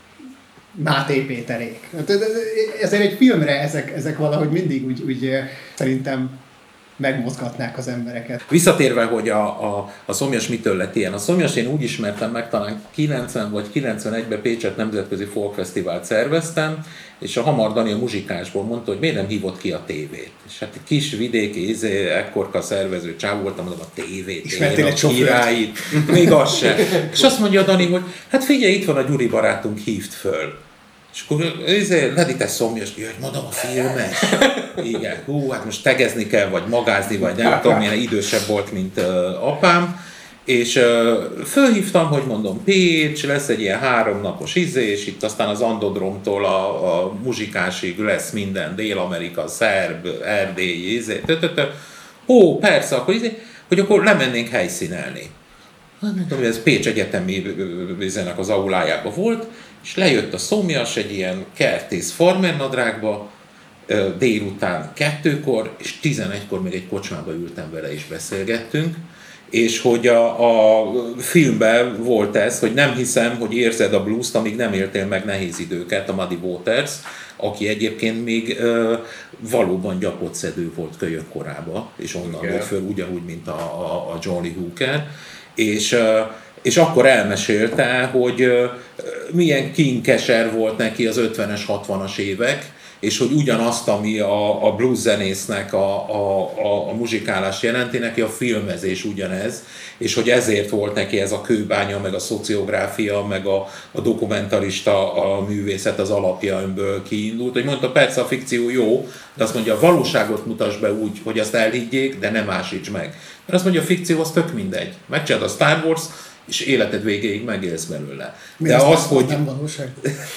Máté Péterék. Ezért egy filmre ezek, ezek valahogy mindig úgy, úgy szerintem megmozgatnák az embereket. Visszatérve, hogy a, a, a Szomjas mitől lett ilyen. A Szomjas én úgy ismertem meg, talán kilencven vagy kilencvenegyben Pécset Nemzetközi Folkfesztivált szerveztem, és a Hamar Dani a Muzsikásból mondta, hogy miért nem hívott ki a tévét. És hát egy kis vidéki, izé, ekkorka szervező csávó voltam, mondom, a tévét, ismertél egy királyit, még az se. És azt mondja a Dani, hogy hát figyelj, itt van a Gyuri barátunk, hívd föl. És akkor izé, Ledi, te Szomjas, hogy mondom, a filmes. Igen, hú, hát most tegezni kell, vagy magázni, vagy nem tudom, milyen idősebb volt, mint uh, apám. És uh, fölhívtam, hogy mondom, Pécs, lesz egy ilyen háromnapos izés, itt aztán az Andodromtól a, a muzsikásig lesz minden, Dél-Amerika, szerb, erdélyi, izé, tötötö. Ó, persze, akkor izé, hogy akkor lemennénk helyszínelni. Hát mondom, hogy ez Pécs Egyetemi vizének az aulájába volt, és lejött a szomjas egy ilyen kertész farmernadrágba, délután kettőkor, és tizenegykor még egy kocsmába ültem vele és beszélgettünk, és hogy a, a filmben volt ez, hogy nem hiszem, hogy érzed a blues-t, amíg nem éltél meg nehéz időket, a Muddy Waters, aki egyébként még ö, valóban gyapotszedő volt kölyök korába, és onnan volt föl ugyanúgy, mint a, a, a Johnny Hooker, és ö, és akkor elmesélte, hogy ö, milyen kinkeser volt neki az ötvenes, hatvanas évek, és hogy ugyanazt, ami a, a blues zenésznek a, a, a, a muzsikálás jelenti, neki a filmezés ugyanez, és hogy ezért volt neki ez a kőbánya, meg a szociográfia, meg a, a dokumentarista a művészet az alapja, amiből kiindult. Hogy mondta, persze a fikció jó, de azt mondja, a valóságot mutasd be úgy, hogy azt elhiggyék, de nem ásíts meg. Mert azt mondja, a fikció az tök mindegy. Megcsinálod a Star Wars, és életed végéig megélsz belőle. De az, hogy, nem valóság.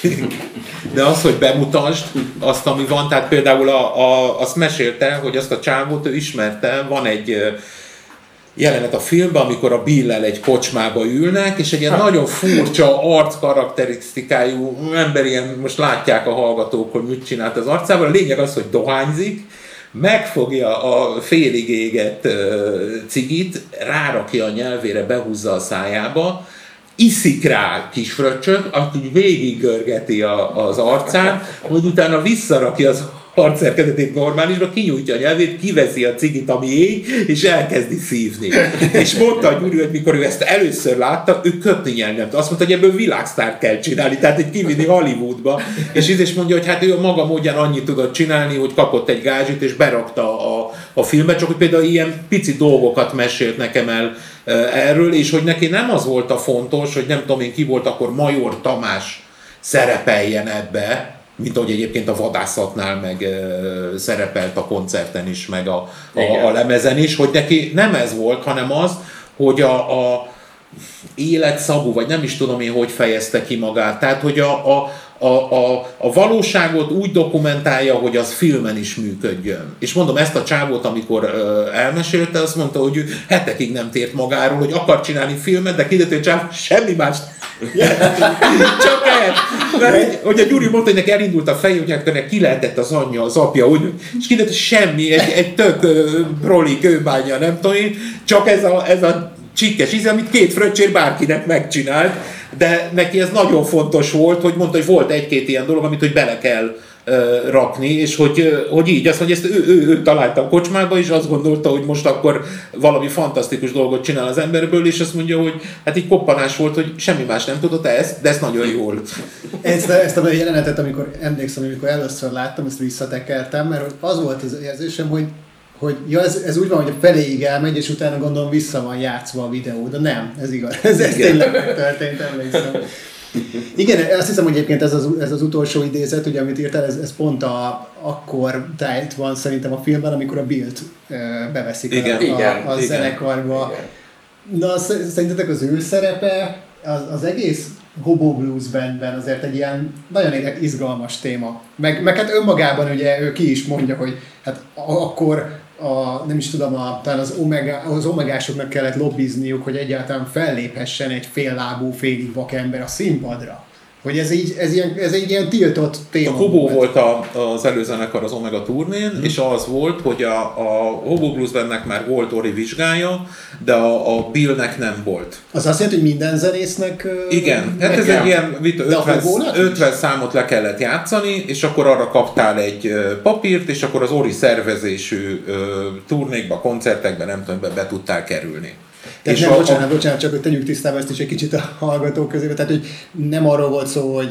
de az, hogy bemutasd azt, ami van, tehát például a, a, azt mesélte, hogy azt a csávót ő ismerte, van egy jelenet a filmben, amikor a Bill-lel egy kocsmába ülnek, és egy ilyen nagyon furcsa arc karakterisztikájú ember, ilyen, most látják a hallgatók, hogy mit csinált az arcával, a lényeg az, hogy dohányzik, megfogja a félig égett uh, cigit, rárakja a nyelvére, behúzza a szájába, iszik rá kis fröccsöt, aki végiggörgeti a, az arcán, hogy utána visszarakja az arcszerkezetét normálisba, kinyújtja a nyelvét, kiveszi a cigit, ami ég, és elkezdi szívni. És mondta a Gyuri, hogy mikor ő ezt először látta, ő köpni nem. Azt mondta, hogy ebből világsztárt kell csinálni, tehát egy kivinni Hollywoodba. És így is mondja, hogy hát ő a maga módján annyit tudott csinálni, hogy kapott egy gázsit, és berakta a, a filmet, csak hogy például ilyen pici dolgokat mesélt nekem el erről, és hogy neki nem az volt a fontos, hogy nem tudom én ki volt akkor Major Tamás szerepeljen ebbe, mint ahogy egyébként a Vadászatnál meg uh, szerepelt a koncerten is, meg a, a, a lemezen is, hogy neki nem ez volt, hanem az, hogy a, a életszagú, vagy nem is tudom én, hogy fejezte ki magát. Tehát, hogy a, a, a, a, a valóságot úgy dokumentálja, hogy az filmen is működjön. És mondom, ezt a csávót, amikor uh, elmesélte, azt mondta, hogy ő hetekig nem tért magáról, hogy akar csinálni filmet, de kiderült, hogy csávó semmi más. Csak ez. Mert, hogy a Gyuri mondta, hogy neki elindult a fej, hogy akkor ki lehetett az anyja, az apja, úgy, és kiderült, hogy semmi, egy, egy tök broli kőbánya, nem tudom én, csak ez a, ez a csikkes íze, amit két fröccsér bárkinek megcsinált, de neki ez nagyon fontos volt, hogy mondta, hogy volt egy-két ilyen dolog, amit hogy bele kell uh, rakni, és hogy, uh, hogy így, azt mondja, ezt ő, ő, ő találta a kocsmába, és azt gondolta, hogy most akkor valami fantasztikus dolgot csinál az emberből, és azt mondja, hogy hát így koppanás volt, hogy semmi más nem tudott ezt, de ezt nagyon jól. Ezt, ezt a jelenetet, amikor emlékszem, amikor először láttam, ezt visszatekertem, mert az volt az érzésem, hogy hogy ja, ez, ez úgy van, hogy a feléig elmegy, és utána gondolom vissza van játszva a videó, de nem, ez igaz, ez, ez tényleg megtörtént, emlékszem. Igen, azt hiszem, hogy egyébként ez az, ez az utolsó idézet, ugye, amit írtál, ez, ez pont a, akkor tájt van szerintem a filmben, amikor a Bill-t uh, beveszik igen, a, igen, a, a igen, zenekarba. Igen. Na, szerintetek az ő szerepe az, az egész Hobo Blues Bandben azért egy ilyen nagyon izgalmas téma. Meg, meg hát önmagában ugye ő ki is mondja, hogy hát akkor a, nem is tudom, a, talán az, omega, az omegásoknak kellett lobbizniuk, hogy egyáltalán felléphessen egy féllábú, félig vak ember a színpadra. Hogy ez, így, ez, ilyen, ez egy ilyen tiltott téma. A Hobo volt a, az előzenekar az Omega turnén, hmm. és az volt, hogy a, a Hobo Blues Bandnek már volt orri vizsgája, de a, a Billnek nem volt. Az azt jelenti, hogy minden zenésznek... Igen, hát ez egy ilyen ötven számot le kellett játszani, és akkor arra kaptál egy papírt, és akkor az orri szervezésű turnékba, koncertekbe, nem tudom, be, be tudtál kerülni. Tehát és nem, a, bocsánat, bocsánat, csak hogy tegyük tisztába ezt is egy kicsit a hallgatók közébe, tehát hogy nem arról volt szó, hogy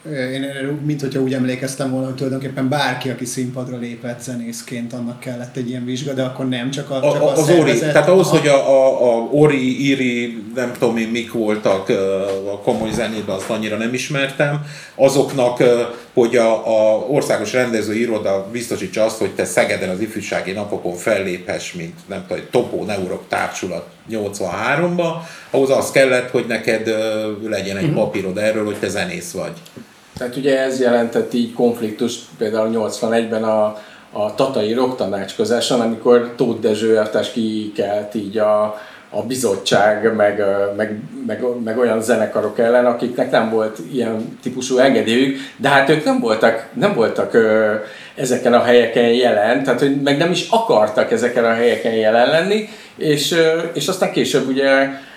én mint hogyha úgy emlékeztem volna, hogy tulajdonképpen bárki, aki színpadra lépett zenészként, annak kellett egy ilyen vizsga, de akkor nem, csak a, csak a, a az Ori, tehát ahhoz, hogy a, a, a Ori, Iri, nem tudom én mik voltak a komoly zenében, azt annyira nem ismertem, azoknak, hogy a, a országos rendezői iroda biztosítsa azt, hogy te Szegeden az ifjúsági napokon felléphess, mint nem tudom, Topó Neurok társulat nyolcvanháromba, ahhoz az kellett, hogy neked legyen egy papírod erről, hogy te zenész vagy. Tehát ugye ez jelentett így konfliktust például nyolcvanegyben a, a tatai rocktanácskozáson, amikor Tóth Dezső elvtárs kikelt így a, a bizottság, meg, meg, meg, meg olyan zenekarok ellen, akiknek nem volt ilyen típusú engedélyük, de hát ők nem voltak, nem voltak ö, ezeken a helyeken jelen, tehát hogy meg nem is akartak ezeken a helyeken jelen lenni, és, ö, és aztán később ugye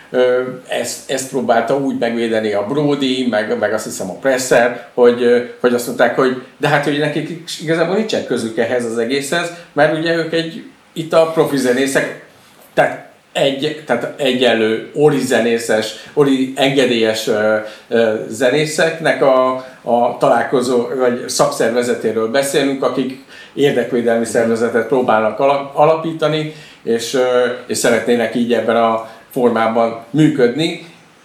Ezt, ezt próbálta úgy megvédeni a Brody, meg, meg azt hiszem a Presser, hogy, hogy azt mondták, hogy de hát hogy nekik igazából nincsen közük ehhez az egészhez, mert ugye ők egy, itt a profi zenészek, tehát egy, tehát egyenlő ori zenészes, ori engedélyes uh, uh, zenészeknek a, a találkozó, vagy szakszervezetéről beszélünk, akik érdekvédelmi szervezetet próbálnak alapítani, és, uh, és szeretnének így ebben a formában működni,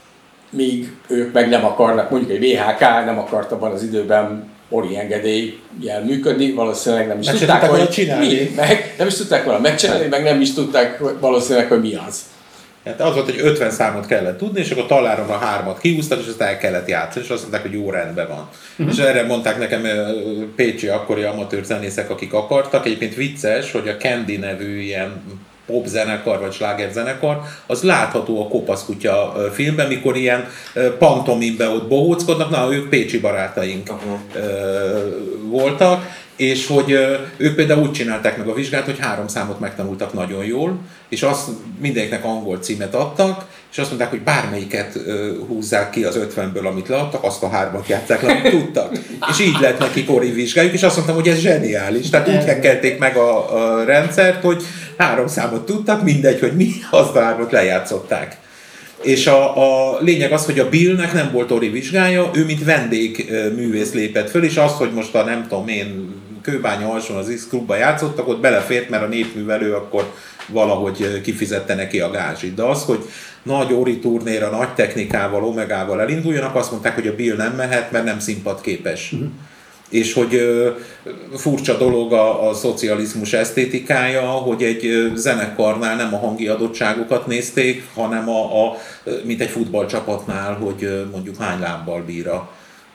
míg ők meg nem akarnak, mondjuk egy vé há ká nem akart abban az időben ori engedéllyel működni, valószínűleg nem is meg tudták, tudták hogy csinálni. Mi, meg nem is tudták volna megcsinálni, meg nem is tudták valószínűleg, hogy mi az. Hát az volt, hogy ötven számot kellett tudni, és akkor találomra hármat kihúztak, és azt el kellett játszani, és azt mondták, hogy jó, rendben van. Uh-huh. És erre mondták nekem pécsi akkori amatőr zenészek, akik akartak. Egyébként vicces, hogy a Candy nevű ilyen popzenekar vagy slágerzenekar, az látható a Kopaszkutya filmben, mikor ilyen pantomimben ott bohóckodnak, na ők pécsi barátaink uh-huh. voltak, és hogy ők például úgy csinálták meg a vizsgát, hogy három számot megtanultak nagyon jól, és azt mindenkinek angol címet adtak, és azt mondták, hogy bármelyiket húzzák ki az ötvenből, amit leadtak, azt a hármat játsszák le, amit tudtak. És így lett nekik ori vizsgájuk, és azt mondtam, hogy ez zseniális. Tehát úgy hekkelték meg a, a rendszert, hogy három számot tudtak, mindegy, hogy mi, azt a hármat lejátszották. És a, a lényeg az, hogy a Billnek nem volt ori vizsgája, ő mint vendégművész lépett föl, és azt, hogy most a nem tudom én, Kőbánya alsón az X-klubban játszottak, ott belefért, mert a népművelő akkor valahogy kifizette neki a gázsit. De az, hogy nagy ori turnéra, nagy technikával, omegával elinduljanak, azt mondták, hogy a Bill nem mehet, mert nem színpadképes. Uh-huh. És hogy ö, furcsa dolog a, a szocializmus esztétikája, hogy egy zenekarnál nem a hangi adottságokat nézték, hanem a, a, mint egy futballcsapatnál, hogy mondjuk hány lábbal bír a,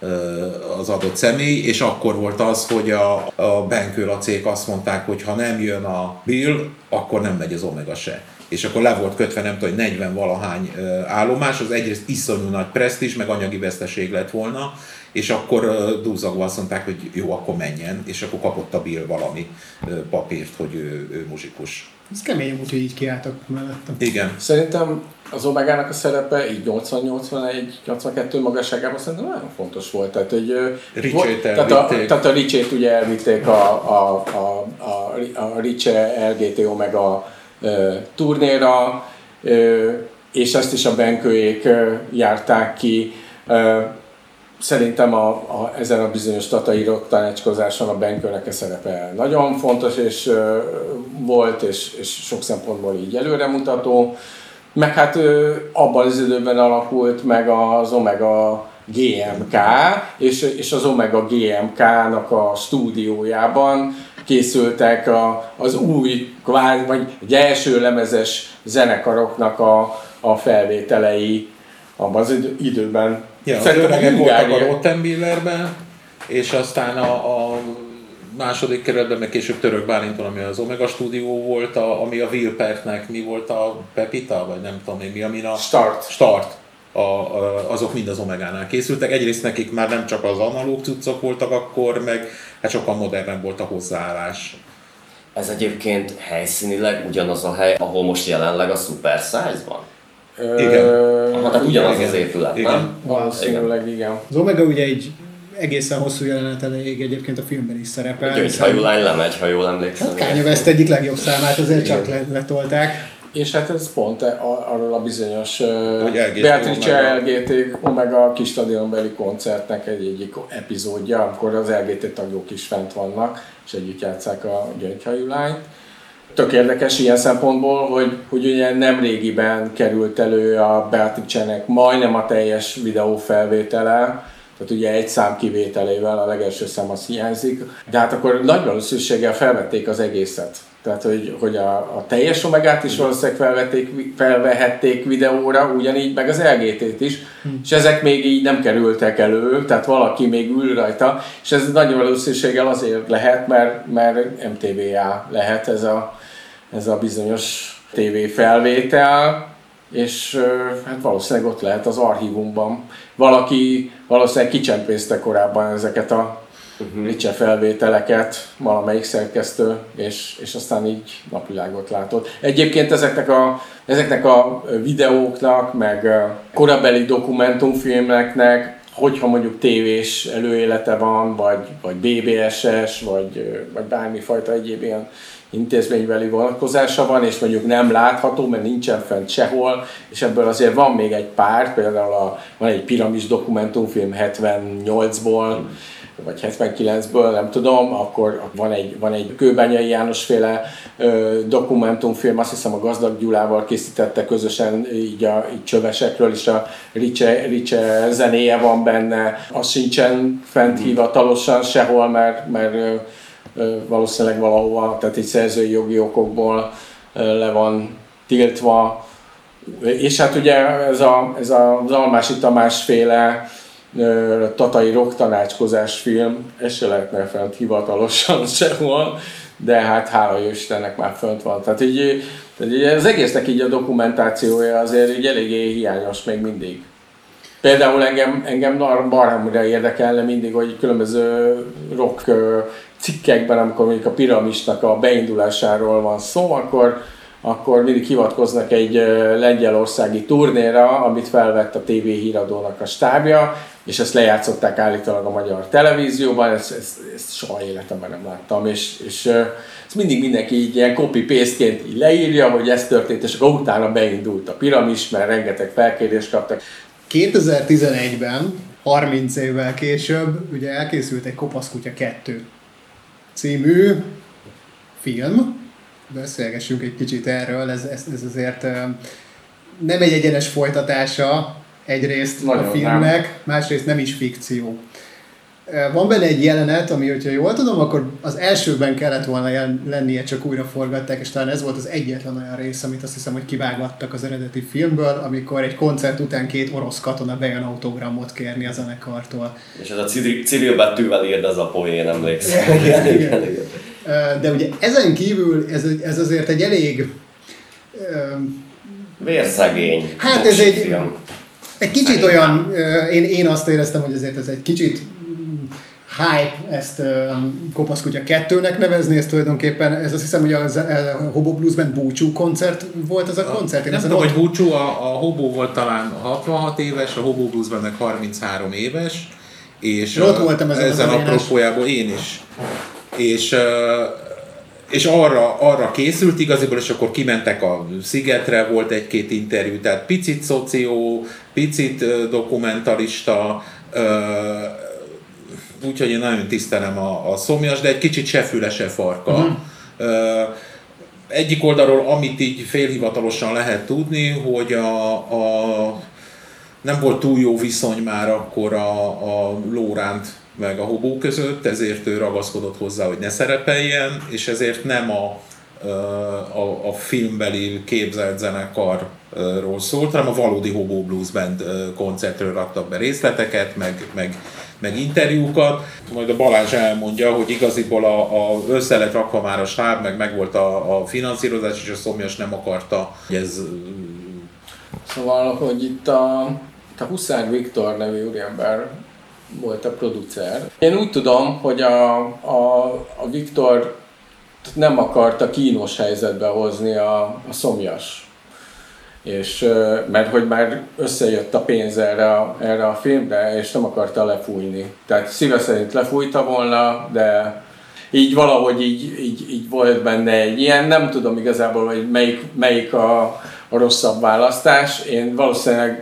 az adott személy, és akkor volt az, hogy a, a Benkőlacék azt mondták, hogy ha nem jön a Bill, akkor nem megy az Omega se. És akkor le volt kötve, nem tudom, hogy negyven valahány állomás, az egyrészt iszonyú nagy presztízs, meg anyagi veszteség lett volna, és akkor dúzzagva azt mondták, hogy jó, akkor menjen, és akkor kapott a Bill valami papírt, hogy ő, ő muzsikus. Ez kemény út, hogy így kiálltak mellettem. Igen. Szerintem az Omegának a szerepe így nyolcvan nyolcvanegy nyolcvankettő magasságában szerintem nagyon fontos volt. Tehát, hogy Ricsét tehát a, tehát a Ricsét ugye elvitték a, a, a, a, a Ricse el gé té Omega uh, turnéra, uh, és ezt is a Benkőék uh, járták ki. Uh, Szerintem a, a, ezen a bizonyos tatai rock tanácskozáson a Benkőnek a szerepe nagyon fontos és uh, volt, és, és sok szempontból így előremutató. Meg hát uh, abban az időben alakult meg az Omega gé em ká, és, és az Omega gé em ká-nak a stúdiójában készültek a, az új, kvázi, vagy egy első lemezes zenekaroknak a, a felvételei abban az időben. Ja, az öregek voltak a Rottenbillerben, és aztán a, a második kerületben, meg később Török Bálinton, ami az Omega stúdió volt, a, ami a Wilpertnek mi volt a Pepita, vagy nem tudom én mi, amin a Start. Start. A, a, azok mind az Omegánál készültek. Egyrészt nekik már nem csak az analóg cuccok voltak akkor, meg hát sokkal modernebb volt a hozzáállás. Ez egyébként helyszínileg ugyanaz a hely, ahol most jelenleg a Super Size van? Igen. Aha, tehát ugyanaz az épület, nem? Valószínűleg igen. Az Omega ugye egy egészen hosszú jelenet elejéig egyébként a filmben is szerepel. Gyöngyhajú lány lemegy, ha jól emlékszem. Hát Kanye West egyik legjobb számát azért csak letolták. És hát ez pont arról a bizonyos Beatrice el gé té Omega kis stadionbeli koncertnek egy egyik epizódja, amikor az el gé té tagok is fent vannak, és együtt játsszák a Gyöngyhajú lányt. Tök érdekes ilyen szempontból, hogy, hogy ugye nemrégiben került elő a Beatrice-nek majdnem a teljes videófelvétele, tehát ugye egy szám kivételével, a legelső szám az hiányzik, de hát akkor nagy valószínűséggel felvették az egészet. Tehát, hogy, hogy a, a teljes Omegát is valószínűleg felvették, felvehették videóra, ugyanígy meg az el gé té-t is, hmm. és ezek még így nem kerültek elő, tehát valaki még ül rajta, és ez nagy valószínűséggel azért lehet, mert, mert em té vé á lehet ez a, ez a bizonyos tévé felvétel, és hát valószínűleg ott lehet az archívumban. Valaki valószínűleg kicsempészte korábban ezeket a uh-huh. Riche felvételeket, valamelyik szerkesztő, és, és aztán így napvilágot látott. Egyébként ezeknek a, ezeknek a videóknak, meg korabeli dokumentumfilmeknek, hogyha mondjuk tévés előélete van, vagy, vagy bé bé es-es, vagy, vagy bármifajta egyéb ilyen intézménybeli vonatkozása van, és mondjuk nem látható, mert nincsen fent sehol, és ebből azért van még egy pár, például a, van egy Piramis dokumentumfilm hetvennyolcból, mm. vagy hetvenkilencből, nem tudom, akkor van egy, van egy Kőbányai János féle ö, dokumentumfilm, azt hiszem a Gazdag Gyulával készítette közösen így a így csövesekről, és a Riche, Riche zenéje van benne, az sincsen fent hivatalosan sehol, mert, mert ö, ö, valószínűleg valahova, tehát egy szerzői jogi okokból ö, le van tiltva. És hát ugye ez, a, ez az Almási Tamás féle tatai rocktanácskozás film, ez se lehetne fent hivatalosan sehol, de hát hála jó Istennek már fönt van. Tehát így, tehát így az egésznek így a dokumentációja azért így eléggé hiányos még mindig. Például engem, engem baromira érdekelne mindig, hogy különböző rock cikkekben, amikor mondjuk a Piramisnak a beindulásáról van szó, akkor akkor mindig hivatkoznak egy lengyelországi turnéra, amit felvett a té vé híradónak a stábja, és ezt lejátszották állítólag a magyar televízióban, ezt, ezt, ezt soha életemben nem láttam, és, és ezt mindig mindenki így ilyen copy-paste-ként így leírja, hogy ez történt, és akkor utána beindult a Piramis, mert rengeteg felkérést kaptak. kétezer-tizenegyben, harminc évvel később, ugye elkészült egy Kopaszkutya kettő című film. Beszélgessünk egy kicsit erről, ez, ez, ez azért nem egy egyenes folytatása egyrészt nagyon a filmnek, nem. Másrészt nem is fikció. Van benne egy jelenet, ami, hogyha jól tudom, akkor az elsőben kellett volna lennie, csak újra forgatták, és talán ez volt az egyetlen olyan rész, amit azt hiszem, hogy kivágattak az eredeti filmből, amikor egy koncert után két orosz katona bejön autogramot kérni a zenekartól. És ez a Cyril betűvel írd az a poén, emlékszem. Igen, igen, igen. De ugye ezen kívül ez, ez azért egy elég... Vérszegény. Hát ez egy, film. egy kicsit Szerintem. olyan, én, én azt éreztem, hogy azért ez egy kicsit hype ezt Kopaszkutya kettőnek nevezni, ez tulajdonképpen, ez azt hiszem, hogy a, a Hobo Bluesben Búcsú koncert volt az a koncert. Én nem tudom, hogy Búcsú, a, a Hobo volt talán hatvanhat éves, a Hobo Bluesben meg harminchárom éves, és ott voltam ezen, ezen apropójából én is. És, és arra, arra készült igaziból, és akkor kimentek a szigetre, volt egy-két interjú, tehát picit szoció, picit dokumentarista, úgyhogy én nagyon tisztelem a, a Szomjas, de egy kicsit se füle, se farka. Mm. Egyik oldalról, amit így félhivatalosan lehet tudni, hogy a, a, nem volt túl jó viszony már akkor a, a Lóránt meg a Hobó között, ezért ő ragaszkodott hozzá, hogy ne szerepeljen, és ezért nem a, a, a filmbeli képzelt zenekarról szólt, hanem a valódi Hobo Blues Band koncertről raktak be részleteket, meg, meg, meg interjúkat. Majd a Balázs elmondja, hogy igaziból a, a össze lett rakva már a stáb, meg megvolt a, a finanszírozás, és a Szomjas nem akarta, hogy ez... Szóval, hogy itt a, a Huszár Viktor nevű úriember volt a producer. Én úgy tudom, hogy a, a, a Viktor nem akarta kínos helyzetbe hozni a, a Szomjas. És, mert hogy már összejött a pénz erre a, erre a filmre, és nem akarta lefújni. Tehát szíve szerint lefújta volna, de így valahogy így, így, így volt benne egy ilyen, nem tudom igazából, hogy melyik, melyik a, a rosszabb választás. Én valószínűleg,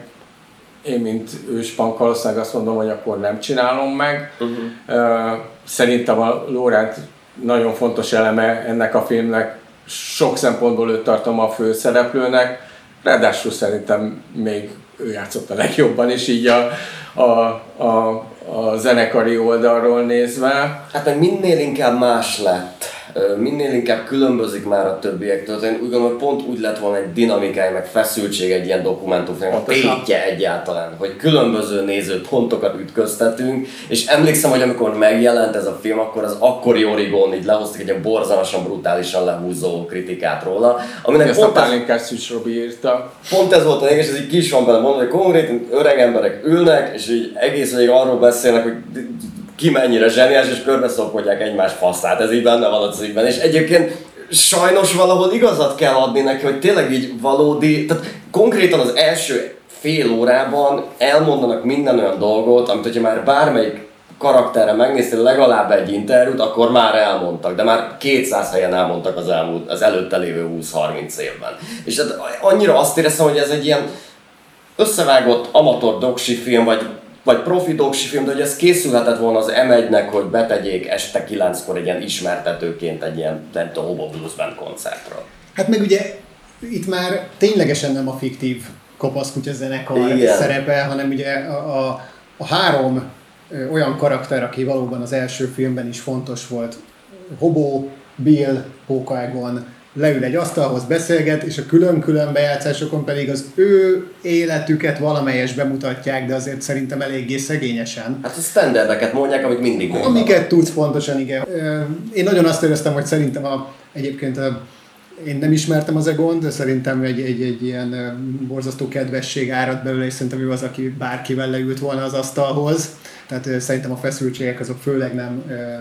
én mint őspank valószínűleg azt mondom, hogy akkor nem csinálom meg. Uh-huh. Szerintem a Laurent nagyon fontos eleme ennek a filmnek, sok szempontból őt tartom a főszereplőnek, ráadásul szerintem még ő játszott a legjobban, és így a, a, a, a zenekari oldalról nézve. Hát meg minél inkább más lett, minél inkább különbözik már a többiektől. Én úgy gondolom, hogy pont úgy lett volna egy dinamikája, meg feszültség egy ilyen dokumentumfilm, a tétje egyáltalán, hogy különböző nézőpontokat ütköztetünk, és emlékszem, hogy amikor megjelent ez a film, akkor az akkori Origón így lehoztak egy ilyen borzalmasan, brutálisan lehúzó kritikát róla, aminek ezt pont a Pálinkás Szűcs Robi írta. Pont ez volt a lényeg, és ez így ki is van benne mondani, hogy konkrétan öreg emberek ülnek, és így egész végig arról beszélnek, hogy ki mennyire zseniális, és körbeszopkodják egymás faszát, ez így benne van a cikkben. És egyébként sajnos valahol igazat kell adni neki, hogy tényleg így valódi, tehát konkrétan az első fél órában elmondanak minden olyan dolgot, amit hogyha már bármelyik karakterre megnéztél legalább egy interjút, akkor már elmondtak, de már kétszáz helyen elmondtak az, elmúlt, az előtte lévő húsz-harminc évben. És tehát annyira azt éreztem, hogy ez egy ilyen összevágott amatőr doksi film, vagy vagy profi doksi film, de hogy ez készülhetett volna az em egynek, hogy betegyék este kilenckor egy ilyen ismertetőként egy ilyen, nem tudom, Hobo Blues Band koncertről. Hát meg ugye itt már ténylegesen nem a fiktív kopaszkutya zenekar szerepel, hanem ugye a, a, a három ö, olyan karakter, aki valóban az első filmben is fontos volt. Hobo, Bill, Póka Egon leül egy asztalhoz, beszélget, és a külön-külön bejátszásokon pedig az ő életüket valamelyes bemutatják, de azért szerintem eléggé szegényesen. Hát a standardeket mondják, amit mindig mondanak. Amiket tudsz pontosan, igen. Én nagyon azt éreztem, hogy szerintem a, egyébként a, én nem ismertem az Egont, de szerintem egy, egy, egy ilyen borzasztó kedvesség árad belőle, és szerintem ő az, aki bárkivel leült volna az asztalhoz. Tehát szerintem a feszültségek azok főleg nem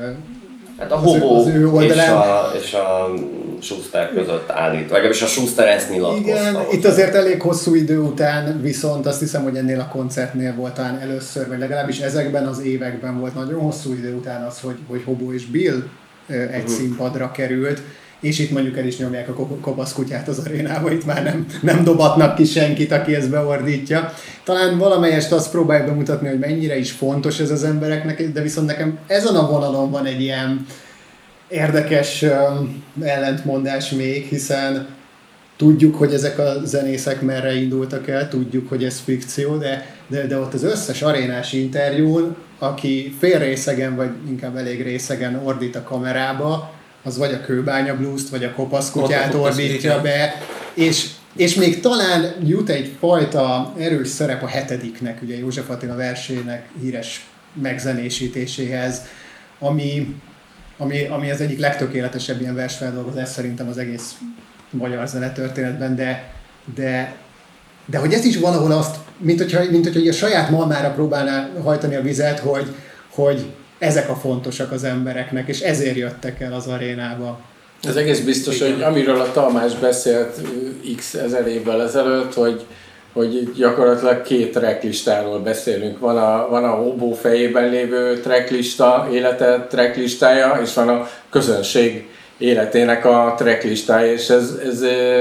hát a Hobo és a, és a Schuster között állít, legalábbis a Schuster ezt nyilatkozta. Igen, itt azért elég hosszú idő után, viszont azt hiszem, hogy ennél a koncertnél volt talán először, vagy legalábbis ezekben az években volt nagyon hosszú idő után az, hogy, hogy Hobo és Bill egy uh-huh. színpadra került, és itt mondjuk el is nyomják a kopaszkutyát az arénába, itt már nem, nem dobatnak ki senkit, aki ezt beordítja. Talán valamelyest azt próbáljuk bemutatni, hogy mennyire is fontos ez az embereknek, de viszont nekem ezen a vonalon van egy ilyen érdekes um, ellentmondás még, hiszen tudjuk, hogy ezek a zenészek merre indultak el, tudjuk, hogy ez fikció, de, de, de ott az összes arénás interjún, aki fél részegen, vagy inkább elég részegen ordít a kamerába, az vagy a Kőbánya Blues-t, vagy a kopaszkutyát ordítja be, és, és még talán jut egyfajta erős szerep a hetediknek, ugye József Attila versének híres megzenésítéséhez, ami, ami, ami az egyik legtökéletesebb ilyen versfeldolgozás szerintem az egész magyar zenetörténetben, de, de, de hogy ez is van, ahol azt, mint hogyha, mint hogyha a saját malmára próbálná hajtani a vizet, hogy, hogy ezek a fontosak az embereknek, és ezért jöttek el az arénába. Ez egész biztos, igen. Hogy amiről a Tamás beszélt x ezer évvel ezelőtt, hogy, hogy gyakorlatilag két tracklistáról beszélünk. Van a, van a Hobo fejében lévő tracklista, élete tracklistája, és van a közönség életének a tracklistája, és ez, ez,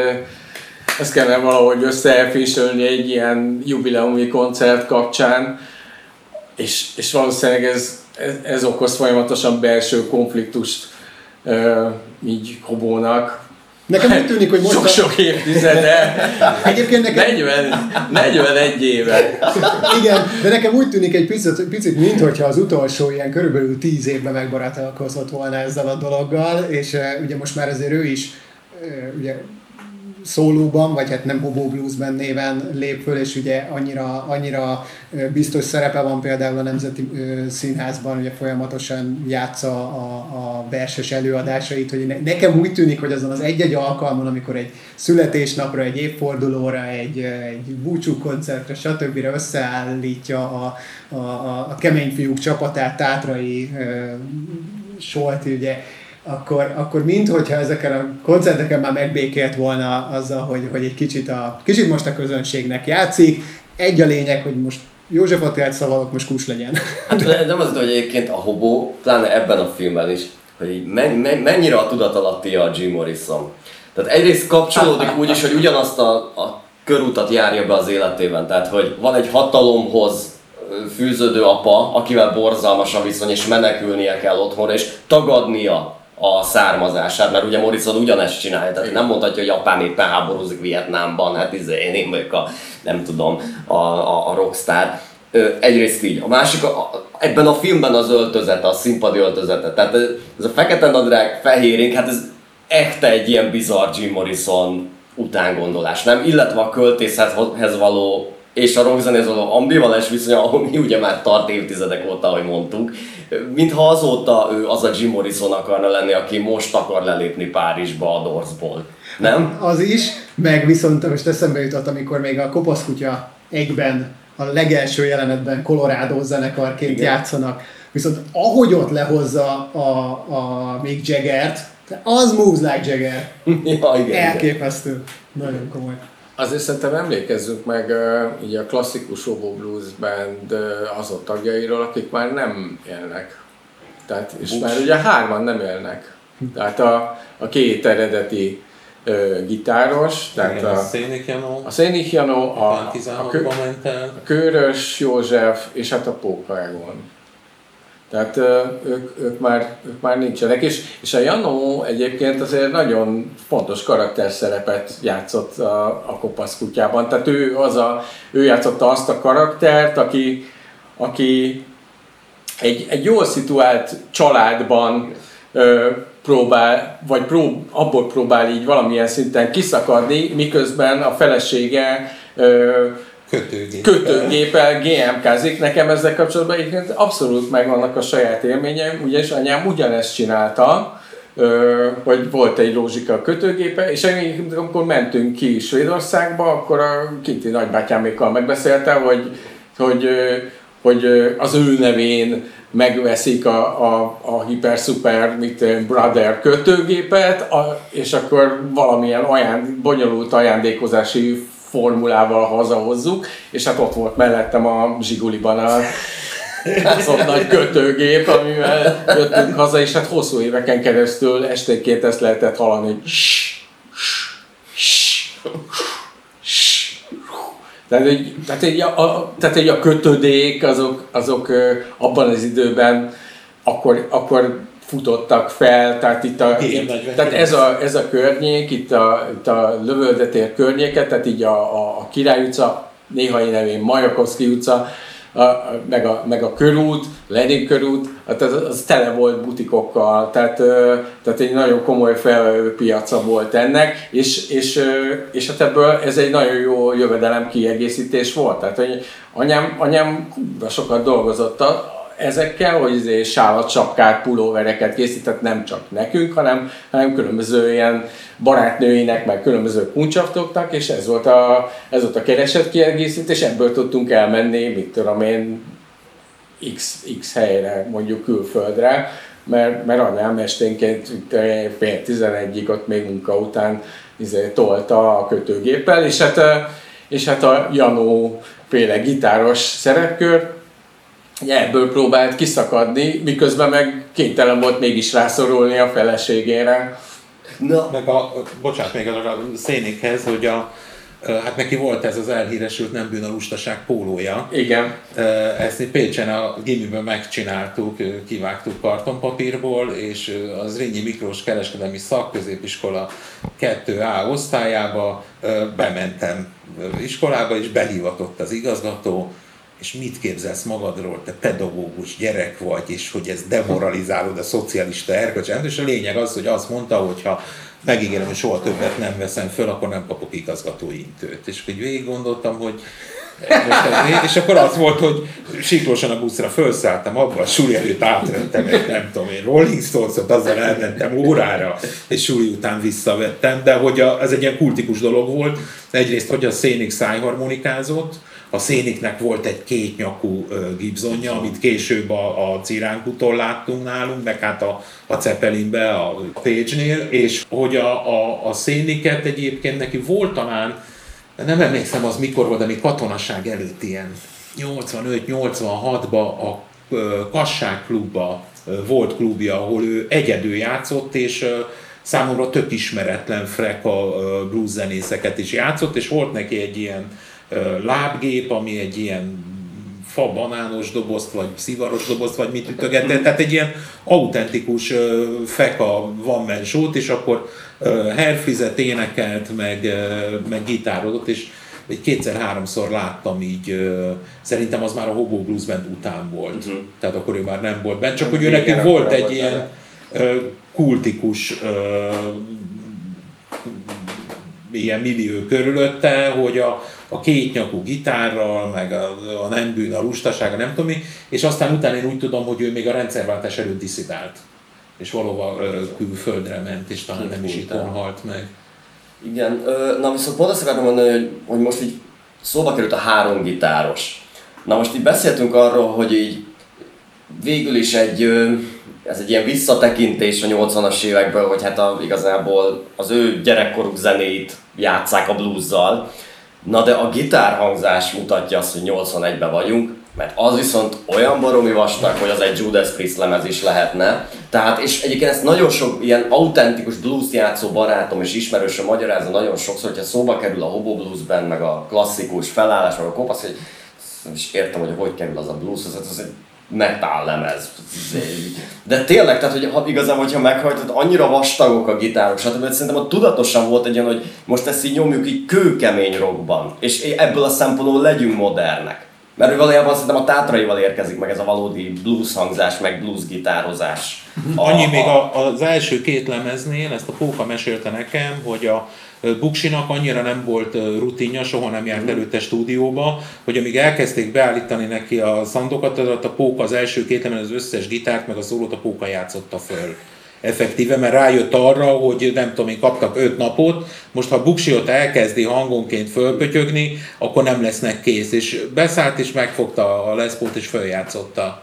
ez kellene valahogy összefésülni egy ilyen jubileumi koncert kapcsán, és, és valószínűleg ez Ez, ez okoz folyamatosan belső konfliktust uh, így Hobónak. Nekem úgy tűnik, hogy most... Sok-sok évtizede. Egyébként nekem... negyven, negyvenegy éve. Igen, de nekem úgy tűnik egy picit, picit minthogyha az utolsó ilyen körülbelül tíz évben megbarátkozott volna ezzel a dologgal, és uh, ugye most már azért ő is uh, ugye, szólóban, vagy hát nem Hobo Blues Band néven lép föl, és ugye annyira, annyira biztos szerepe van például a Nemzeti Színházban, ugye folyamatosan játsza a, a verses előadásait, hogy ne, nekem úgy tűnik, hogy azon az egy-egy alkalmon, amikor egy születésnapra, egy évfordulóra, egy, egy búcsú koncertre, stb. Összeállítja a, a, a kemény fiúk csapatát, Tátrai Solti, ugye, akkor, akkor minthogyha ezeken a koncerteken már megbékélt volna azzal, hogy, hogy egy kicsit, a, kicsit most a közönségnek játszik. Egy a lényeg, hogy most József Attilát szavalok, most kus legyen. Hát nem az, hogy egyébként a Hobo, pláne ebben a filmben is, hogy mennyire a tudatalatti a Jim Morrison. Tehát egyrészt kapcsolódik úgy is, hogy ugyanazt a, a körutat járja be az életében. Tehát, hogy van egy hatalomhoz fűződő apa, akivel borzalmas a viszony, és menekülnie kell otthonra, és tagadnia a származását, mert ugye Morrison ugyanezt csinálja, tehát nem mondhatja, hogy apám éppen háborúzik Vietnámban, hát izé, én, én vagyok a, nem tudom, a, a, a rockstar. Egyrészt így. A másik, a, ebben a filmben az öltözete, a színpadi öltözete, tehát ez a fekete nadrág, fehérénk, hát ez echt egy ilyen bizarr Jim Morrison utángondolás, nem? Illetve a költészethez való és a rockzenéhez való ambivalens viszony, ahol mi ugye már tart évtizedek óta, ahogy mondtuk, mintha azóta ő az a Jim Morrison akarna lenni, aki most akar lelépni Párizsba a Doorsból. Nem? Az is, meg viszont most eszembe jutott, amikor még a Kopaszkutya egyben, a legelső jelenetben Colorado zenekarként igen. játszanak, viszont ahogy ott lehozza a, a Mick Jaggert, az moves like Jagger. Ja, igen, elképesztő. Igen. Nagyon komoly. Azért szerintem emlékezzünk meg uh, így a klasszikus Hobo Blues Band uh, azon tagjairól, akik már nem élnek. Tehát, és Bucs. Már ugye hárman nem élnek. Tehát a, a két eredeti uh, gitáros, tehát igen, a, a Szénik Janó, a, Szénik Janó, a, a, a, kö, a Körös József és hát a Póka Egon. Tehát ők, ők, már, ők már nincsenek, és, és a Janó egyébként azért nagyon fontos karakterszerepet játszott a, a Kopaszkutyában. Tehát ő, az a, ő játszotta azt a karaktert, aki, aki egy, egy jól szituált családban ö, próbál, vagy prób, abból próbál így valamilyen szinten kiszakadni, miközben a felesége ö, Kötőgéppel. Kötőgéppel gé em ká-zik. Nekem ezzel kapcsolatban egyébként abszolút megvannak a saját élményeim, ugyanis anyám ugyanezt csinálta, hogy volt egy Rózsika kötőgépe, és amikor mentünk ki Svédországba, akkor a kinti nagybátyámékkal megbeszélte, hogy, hogy, hogy az ő nevén megveszik a, a, a hiper-szuper brother kötőgépet, a, és akkor valamilyen ajánd, bonyolult ajándékozási formulával hazahozzuk, és hát ott volt mellettem a Zsiguliban a az ott nagy kötőgép, amivel jöttünk haza, és hát hosszú éveken keresztül esténként ezt lehetett hallani, hogy tehát egy, tehát egy, a, tehát egy a kötődék, azok, azok abban az időben akkor, akkor futottak fel, tehát itt a, itt, tehát ez a, ez a környék, itt a, itt a Lövöldetér környéke, tehát így a, a, a Király utca, néhai nevén Majakovszky utca, a, meg, a, meg a körút, Lenin körút, hát az, az tele volt butikokkal, tehát, tehát egy nagyon komoly felvevő piaca volt ennek, és, és, és hát ebből ez egy nagyon jó jövedelem kiegészítés volt, tehát hogy anyám, anyám sokat dolgozott a, ezekkel, hogy sálat, sapkát, pulóvereket készített nem csak nekünk, hanem, hanem különböző ilyen barátnőinek, meg különböző kuncsaftoknak, és ez volt a, ez volt a keresett kiegészítés, ebből tudtunk elmenni, mit tudom én, x, x helyre, mondjuk külföldre, mert, mert anyám esténként fél tizenegyig ott még munka után izé, tolta a kötőgéppel, és hát, és hát a Janó féle gitáros szerepkör, ebből próbált kiszakadni, miközben meg kénytelen volt mégis rászorulni a feleségére. No. Meg a, bocsánat, még a Szénikhez, hogy a, hát neki volt ez az elhíresült Nem bűn a lustaság pólója. Igen. Ezt mi Pécsen a gimiben megcsináltuk, kivágtuk kartonpapírból, és az Rényi Miklós Kereskedelmi Szakközépiskola kettő á osztályába bementem iskolába, és behivatott az igazgató, és mit képzelsz magadról, te pedagógus gyerek vagy, és hogy ez demoralizálod a szocialista erkölcsöt. És a lényeg az, hogy azt mondta, hogy ha megígérem, hogy soha többet nem veszem föl, akkor nem kapok igazgatói intőt. És hogy végig gondoltam, hogy és akkor az volt, hogy siklósan a buszra felszálltam, abban a suli előtt átvettem egy, nem tudom én, Rolling Stones-ot, azzal elmentem órára, és suli után visszavettem, de hogy a, ez egy ilyen kultikus dolog volt. Egyrészt, hogy a Szénik szájharmonikázott, a Széniknek volt egy kétnyakú Gibsonja, amit később a, a Ciránkúton láttunk nálunk, meg hát a, a Zeppelinbe, a Page-nél, és hogy a, a, a Széniket egyébként neki volt talán, nem emlékszem az mikor volt, de még katonaság előtt ilyen nyolcvanöt nyolcvanhatban a Kassák klubba volt klubja, ahol ő egyedül játszott, és számomra tök ismeretlen freka blues zenészeket is játszott, és volt neki egy ilyen lábgép, ami egy ilyen fa banános dobozt, vagy szivaros dobozt, vagy mit ütögetett, tehát egy ilyen autentikus feka van man show-t, és akkor Herfizet énekelt, meg, meg gitározott, és egy kétszer-háromszor láttam így, szerintem az már a Hobo Blues Band után volt, uh-huh. tehát akkor ő már nem volt bent, csak hogy ő neki volt egy ilyen kultikus ilyen millió körülötte, hogy a, a kétnyakú gitárral, meg a, a nem bűn, a lustasága, nem tudom mi, és aztán utána én úgy tudom, hogy ő még a rendszerváltás előtt disszidált, és valóban külföldre ment, és talán nem is itthon halt meg. Igen, na viszont pont azt akartam mondani, hogy, hogy most így szóba került a három gitáros. Na most így beszéltünk arról, hogy így végül is egy, ez egy ilyen visszatekintés a nyolcvanas évekből, hogy hát a, igazából az ő gyerekkoruk zenéit játsszák a bluesszal. Na de a gitárhangzás mutatja azt, hogy nyolcvanegyben vagyunk, mert az viszont olyan baromi vastag, hogy az egy Judas Priest lemez is lehetne. Tehát, és egyébként ezt nagyon sok ilyen autentikus blues játszó barátom és ismerősöm magyarázza nagyon sokszor, hogyha szóba kerül a Hobo Blues Band, meg a klasszikus felállás, meg a kopasz, hogy nem is értem, hogy hogy kerül az a blues, az, az egy metal lemez. De tényleg, tehát hogy ha, igazán, hogyha meghallgatod, annyira vastagok a gitárok, stb. Szerintem ott tudatosan volt egy olyan, hogy most ezt így nyomjuk így kőkemény rockban, és ebből a szempontból legyünk modernek. Mert ő valójában szerintem a Tátraival érkezik meg ez a valódi blues hangzás, meg blues gitározás. Annyi a, még a, az első két lemeznél, ezt a Póka mesélte nekem, hogy a Buksinak annyira nem volt rutinja, soha nem járt előtte stúdióba, hogy amíg elkezdték beállítani neki a szandokat, a Póka az első két lemez az összes gitárt, meg a szólót a Póka játszotta föl. Effektíve, mert rájött arra, hogy nem tudom én, kaptak öt napot, most ha Buksi ott elkezdi hangonként fölpötyögni, akkor nem lesznek kész. És beszállt és megfogta a Les Pault és följátszotta.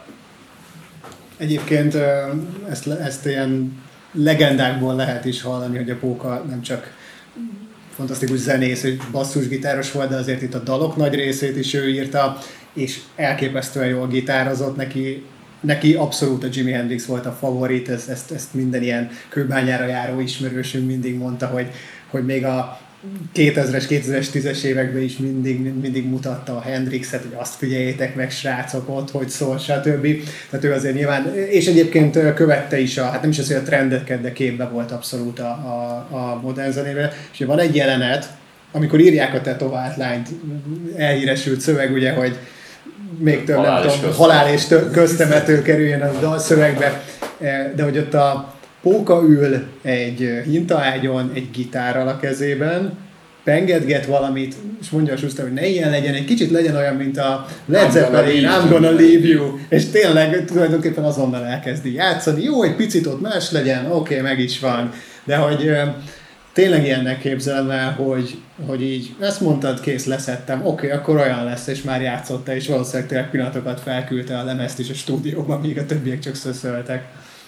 Egyébként ezt, ezt ilyen legendákból lehet is hallani, hogy a Póka nem csak fantasztikus zenész és basszusgitáros volt, de azért itt a dalok nagy részét is ő írta, és elképesztően jól gitározott, neki Neki abszolút a Jimi Hendrix volt a favorit, ezt, ezt, ezt minden ilyen kőbányára járó ismerősünk mindig mondta, hogy, hogy még a kétezres, kétezer-tízes években is mindig, mindig mutatta a Hendrixet, hogy azt figyeljétek meg srácok ott, hogy szól, stb. Tehát ő azért nyilván, és egyébként követte is a, hát nem is az, hogy a trendeket, de képbe volt abszolút a, a, a modern zenével. És van egy jelenet, amikor írják a tetovált lányt, elhíresült szöveg, ugye, hogy még több, nem tudom, halál és köztemető kerüljön a dalszövegbe, de hogy ott a Póka ül egy hintaágyon, egy gitárral a kezében, pengetget valamit, és mondja a Schuster, hogy ne ilyen legyen, egy kicsit legyen olyan, mint a Led Zeppelin, I'm gonna leave you, és tényleg tulajdonképpen azonnal elkezdi játszani, jó, egy picit ott más legyen, oké, okay, meg is van, de hogy tényleg ilyennek képzelem el, hogy, hogy így ezt mondtad, kész, leszettem, oké, okay, akkor olyan lesz, és már játszotta, és valószínűleg tényleg pillanatokat felküldte a lemezt is a stúdióban, míg a többiek csak szöszöltek.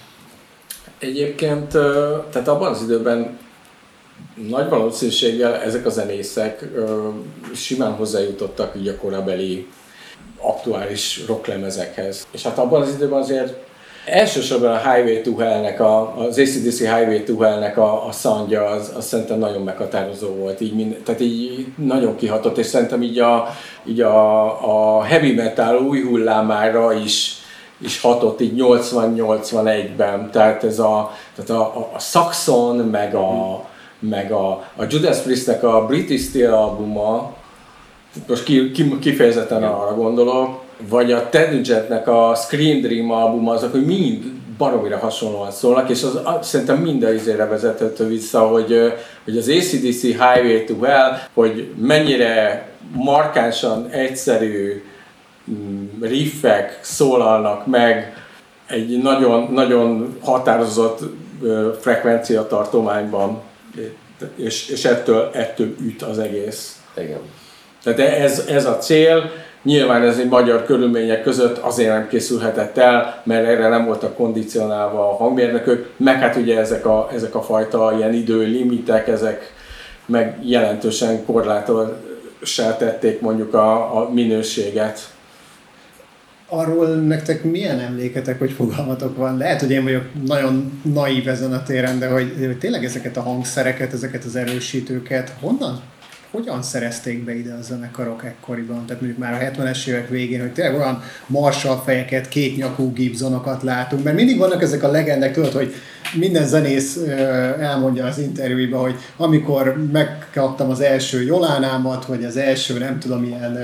Egyébként, tehát abban az időben nagy valószínűséggel ezek a zenészek simán hozzájutottak így a korabeli aktuális rocklemezekhez. És hát abban az időben azért elsősorban a Highway to Hell-nek, a, az á cé dé cé Highway to Hell-nek a, a soundja az, az szerintem nagyon meghatározó volt, így mind, tehát így nagyon kihatott, és szerintem így a, így a, a heavy metal új hullámára is, is hatott így nyolcvan-nyolcvanegyben, tehát ez a, tehát a, a, a Saxon, meg a, meg a, a Judas Priestnek a British Steel albuma, most ki, ki, kifejezetten arra gondolok, vagy a Ted Nugentnek a Scream Dream album, azok, hogy mind baromira hasonlóan szólnak, és az, az szerintem minden izére vezethető vissza, hogy, hogy az á cé dé cé Highway to Hell, hogy mennyire markánsan egyszerű riffek szólalnak meg egy nagyon, nagyon határozott frekvenciatartományban, és, és ettől, ettől üt az egész. Igen. Tehát ez, ez a cél. Nyilván ez egy magyar körülmények között azért nem készülhetett el, mert erre nem voltak kondicionálva a hangmérnökök, meg hát ugye ezek a, ezek a fajta ilyen időlimitek, ezek meg jelentősen korlátossá tették mondjuk a, a minőséget. Arról nektek milyen emléketek, hogy fogalmatok van? Lehet, hogy én vagyok nagyon naív ezen a téren, de hogy, hogy tényleg ezeket a hangszereket, ezeket az erősítőket honnan, hogyan szerezték be ide a zenekarok ekkoriban? Tehát mondjuk már a hetvenes évek végén, hogy tényleg olyan Marshall fejeket, kétnyakú Gibsonokat látunk, mert mindig vannak ezek a legendek, tudod, hogy minden zenész elmondja az interjúiban, hogy amikor megkaptam az első Jolánámat, vagy az első, nem tudom, ilyen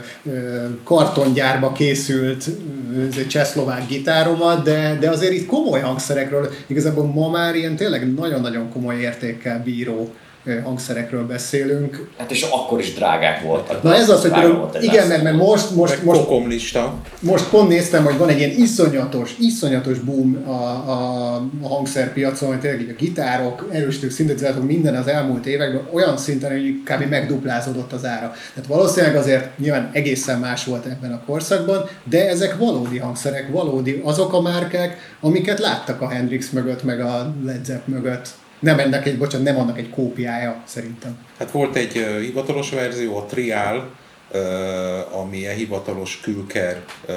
kartongyárba készült csehszlovák gitáromat, de, de azért itt komoly hangszerekről, igazából ma már ilyen tényleg nagyon-nagyon komoly értékkel bíró hangszerekről beszélünk. Hát és akkor is drágák voltak. Na ez az, hogy például, igen, mert, mert most, most, most, most pont néztem, hogy van egy ilyen iszonyatos, iszonyatos boom a, a, a hangszerpiacon, hogy tényleg a gitárok, erősítők, szintetizátorok, minden az elmúlt években olyan szinten, hogy kb. Megduplázódott az ára. Tehát valószínűleg azért nyilván egészen más volt ebben a korszakban, de ezek valódi hangszerek, valódi azok a márkák, amiket láttak a Hendrix mögött, meg a Led Zepp mögött. Nem ennek egy, bocsánat, nem annak egy kópiája, szerintem. Hát volt egy uh, hivatalos verzió, a Trial, uh, ami egy hivatalos külker uh,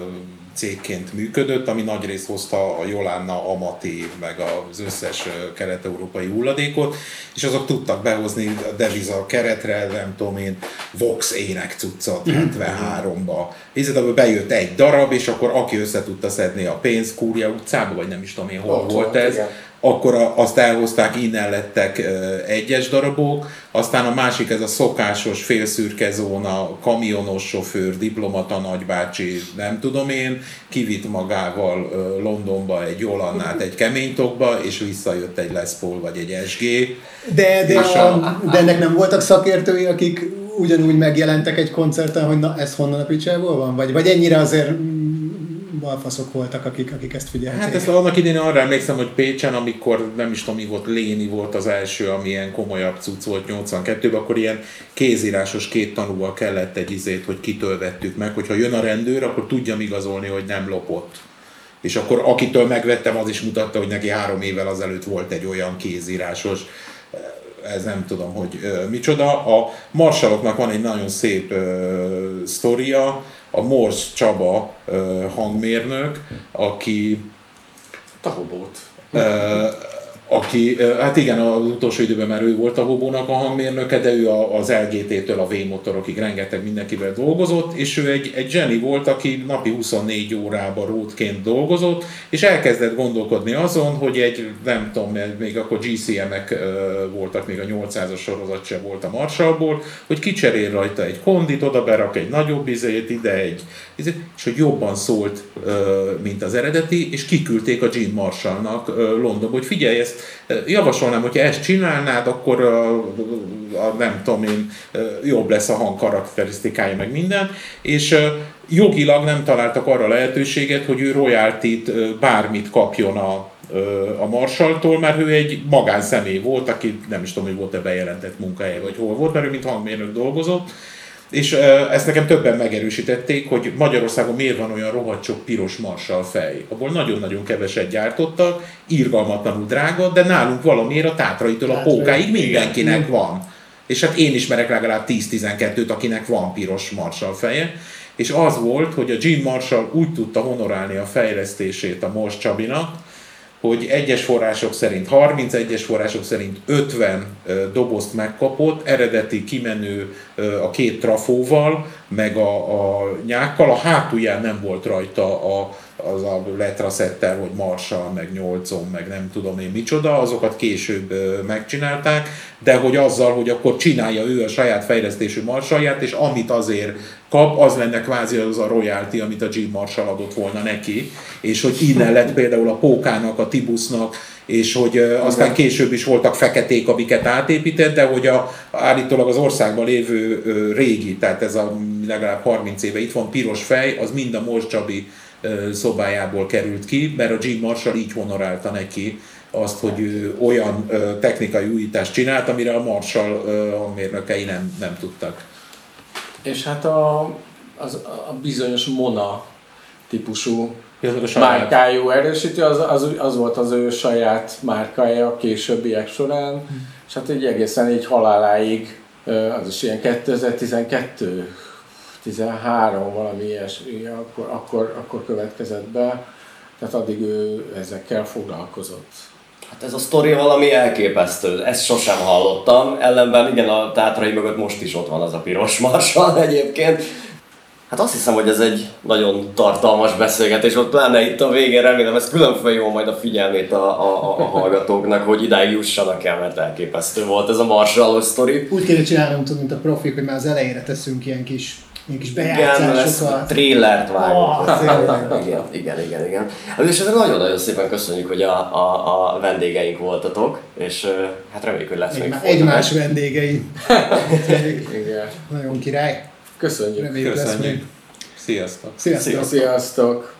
cégként működött, ami nagyrészt hozta a Jolanna, Amati, meg az összes uh, kelet-európai hulladékot, és azok tudtak behozni a deviza keretre, nem tudom én, Vox ének cuccot hetvenháromba. Hiszed, abban bejött egy darab, és akkor aki össze tudta szedni a pénzt, Kúria utcába, vagy nem is tudom én, hol ott volt ez. Igen. Akkor azt elhozták, innen lettek egyes darabok, aztán a másik ez a szokásos félszürke zóna, kamionos sofőr, diplomata nagybácsi, nem tudom én, kivitt magával Londonba egy Jolannát egy keménytokba, és visszajött egy Les Paul vagy egy es gé. De, de, a, de ennek nem voltak szakértői, akik ugyanúgy megjelentek egy koncerten, hogy na ez honnan a picsából van? Vagy, vagy ennyire azért balfaszok voltak, akik, akik ezt figyelték. Hát ezt annak idén arra emlékszem, hogy Pécsen, amikor nem is tudom, mi volt, Léni volt az első, ami ilyen komolyabb cucc volt nyolcvankettőben, akkor ilyen kézírásos két tanúval kellett egy izét, hogy kitől vettük meg, hogyha jön a rendőr, akkor tudjam igazolni, hogy nem lopott. És akkor akitől megvettem, az is mutatta, hogy neki három évvel azelőtt volt egy olyan kézírásos, ez nem tudom, hogy uh, micsoda. A Marshalloknak van egy nagyon szép uh, sztoria, a Morsz Csaba uh, hangmérnök, aki Tahobót. Uh, aki, uh, hát igen, az utolsó időben már ő volt a Hobónak a hangmérnöke, de ő az el gé té-től a V-motorokig rengeteg mindenkivel dolgozott, és ő egy, egy zseni volt, aki napi huszonnégy órában rótként dolgozott, és elkezdett gondolkodni azon, hogy egy, nem tudom, még akkor gé cé em-ek uh, voltak, még a nyolcszázas sorozat se volt a Marshallból, hogy kicserél rajta egy kondit, oda berak egy nagyobb izét, ide egy izét, és hogy jobban szólt, uh, mint az eredeti, és kiküldték a Jim Marshallnak uh, Londonba, hogy figyelj, ezt javasolnám, hogyha ezt csinálnád, akkor a, a, nem tudom én, jobb lesz a hang karakterisztikája, meg minden, és jogilag nem találtak arra lehetőséget, hogy ő royaltit, bármit kapjon a, a Marshalltól, mert ő egy magánszemély volt, aki nem is tudom, hogy volt-e bejelentett munkahelye, vagy hol volt, mert ő mint hangmérnök dolgozott, és ezt nekem többen megerősítették, hogy Magyarországon miért van olyan rohadt sok piros Marshall fej. Abból nagyon-nagyon keveset gyártottak, irgalmatlanul drága, de nálunk valamiért a Tátraitól a Pókáig mindenkinek van. És hát én ismerek legalább tíz-tizenkettőt, akinek van piros Marshall feje. És az volt, hogy a Jim Marshall úgy tudta honorálni a fejlesztését a Morsz Csabinak, hogy egyes források szerint harminc, egyes források szerint ötven dobozt megkapott, eredeti kimenő a két trafóval, meg a, a nyákkal, a hátulján nem volt rajta a, az a letraszettel, hogy Marshall, meg nyolcon, meg nem tudom én micsoda, azokat később megcsinálták, de hogy azzal, hogy akkor csinálja ő a saját fejlesztésű Marshallját, és amit azért kap, az lenne kvázi az a royalty, amit a Jim Marshall adott volna neki, és hogy innen lett például a Pókának, a Tibusznak, és hogy uh, aztán később is voltak feketék, amiket átépített, de hogy a, állítólag az országban lévő uh, régi, tehát ez a legalább harminc éve itt van piros fej, az mind a Morsz Csabi uh, szobájából került ki, mert a Jim Marshall így honorálta neki azt, hogy ő olyan uh, technikai újítást csinált, amire a Marshall uh, hangmérnökei nem, nem tudtak. És hát a, az, a bizonyos Mona típusú márkájú erősítő, az, az, az volt az ő saját márkája a későbbiek során, hmm. és hát így egészen így haláláig, az is ilyen kétezer-tizenkettő tizenhárom valami ilyesmi, akkor, akkor, akkor következett be, tehát addig ő ezekkel foglalkozott. Hát ez a sztori valami elképesztő, ezt sosem hallottam, ellenben igen, a tátrai mögött most is ott van az a piros marsal egyébként. Hát azt hiszem, hogy ez egy nagyon tartalmas beszélgetés volt, pláne itt a végén, remélem ez külön felhívom majd a figyelmét a, a, a hallgatóknak, hogy idáig jussanak el, mert elképesztő volt ez a marsallos sztori. Úgy kéne csinálnunk, tudod, mint a profik, hogy már az elejére teszünk ilyen kis, ilyen kis bejátszásokat. Trélert vágunk. Oh, igen, igen, igen, igen. Hát és ezzel nagyon-nagyon szépen köszönjük, hogy a, a, a vendégeink voltatok, és hát reméljük, hogy lesz Egy, még egymás vendégei. Igen. Nagyon király. Köszönjük. Reméljük, Köszönjük. lesz még. Sziasztok. Sziasztok. Sziasztok.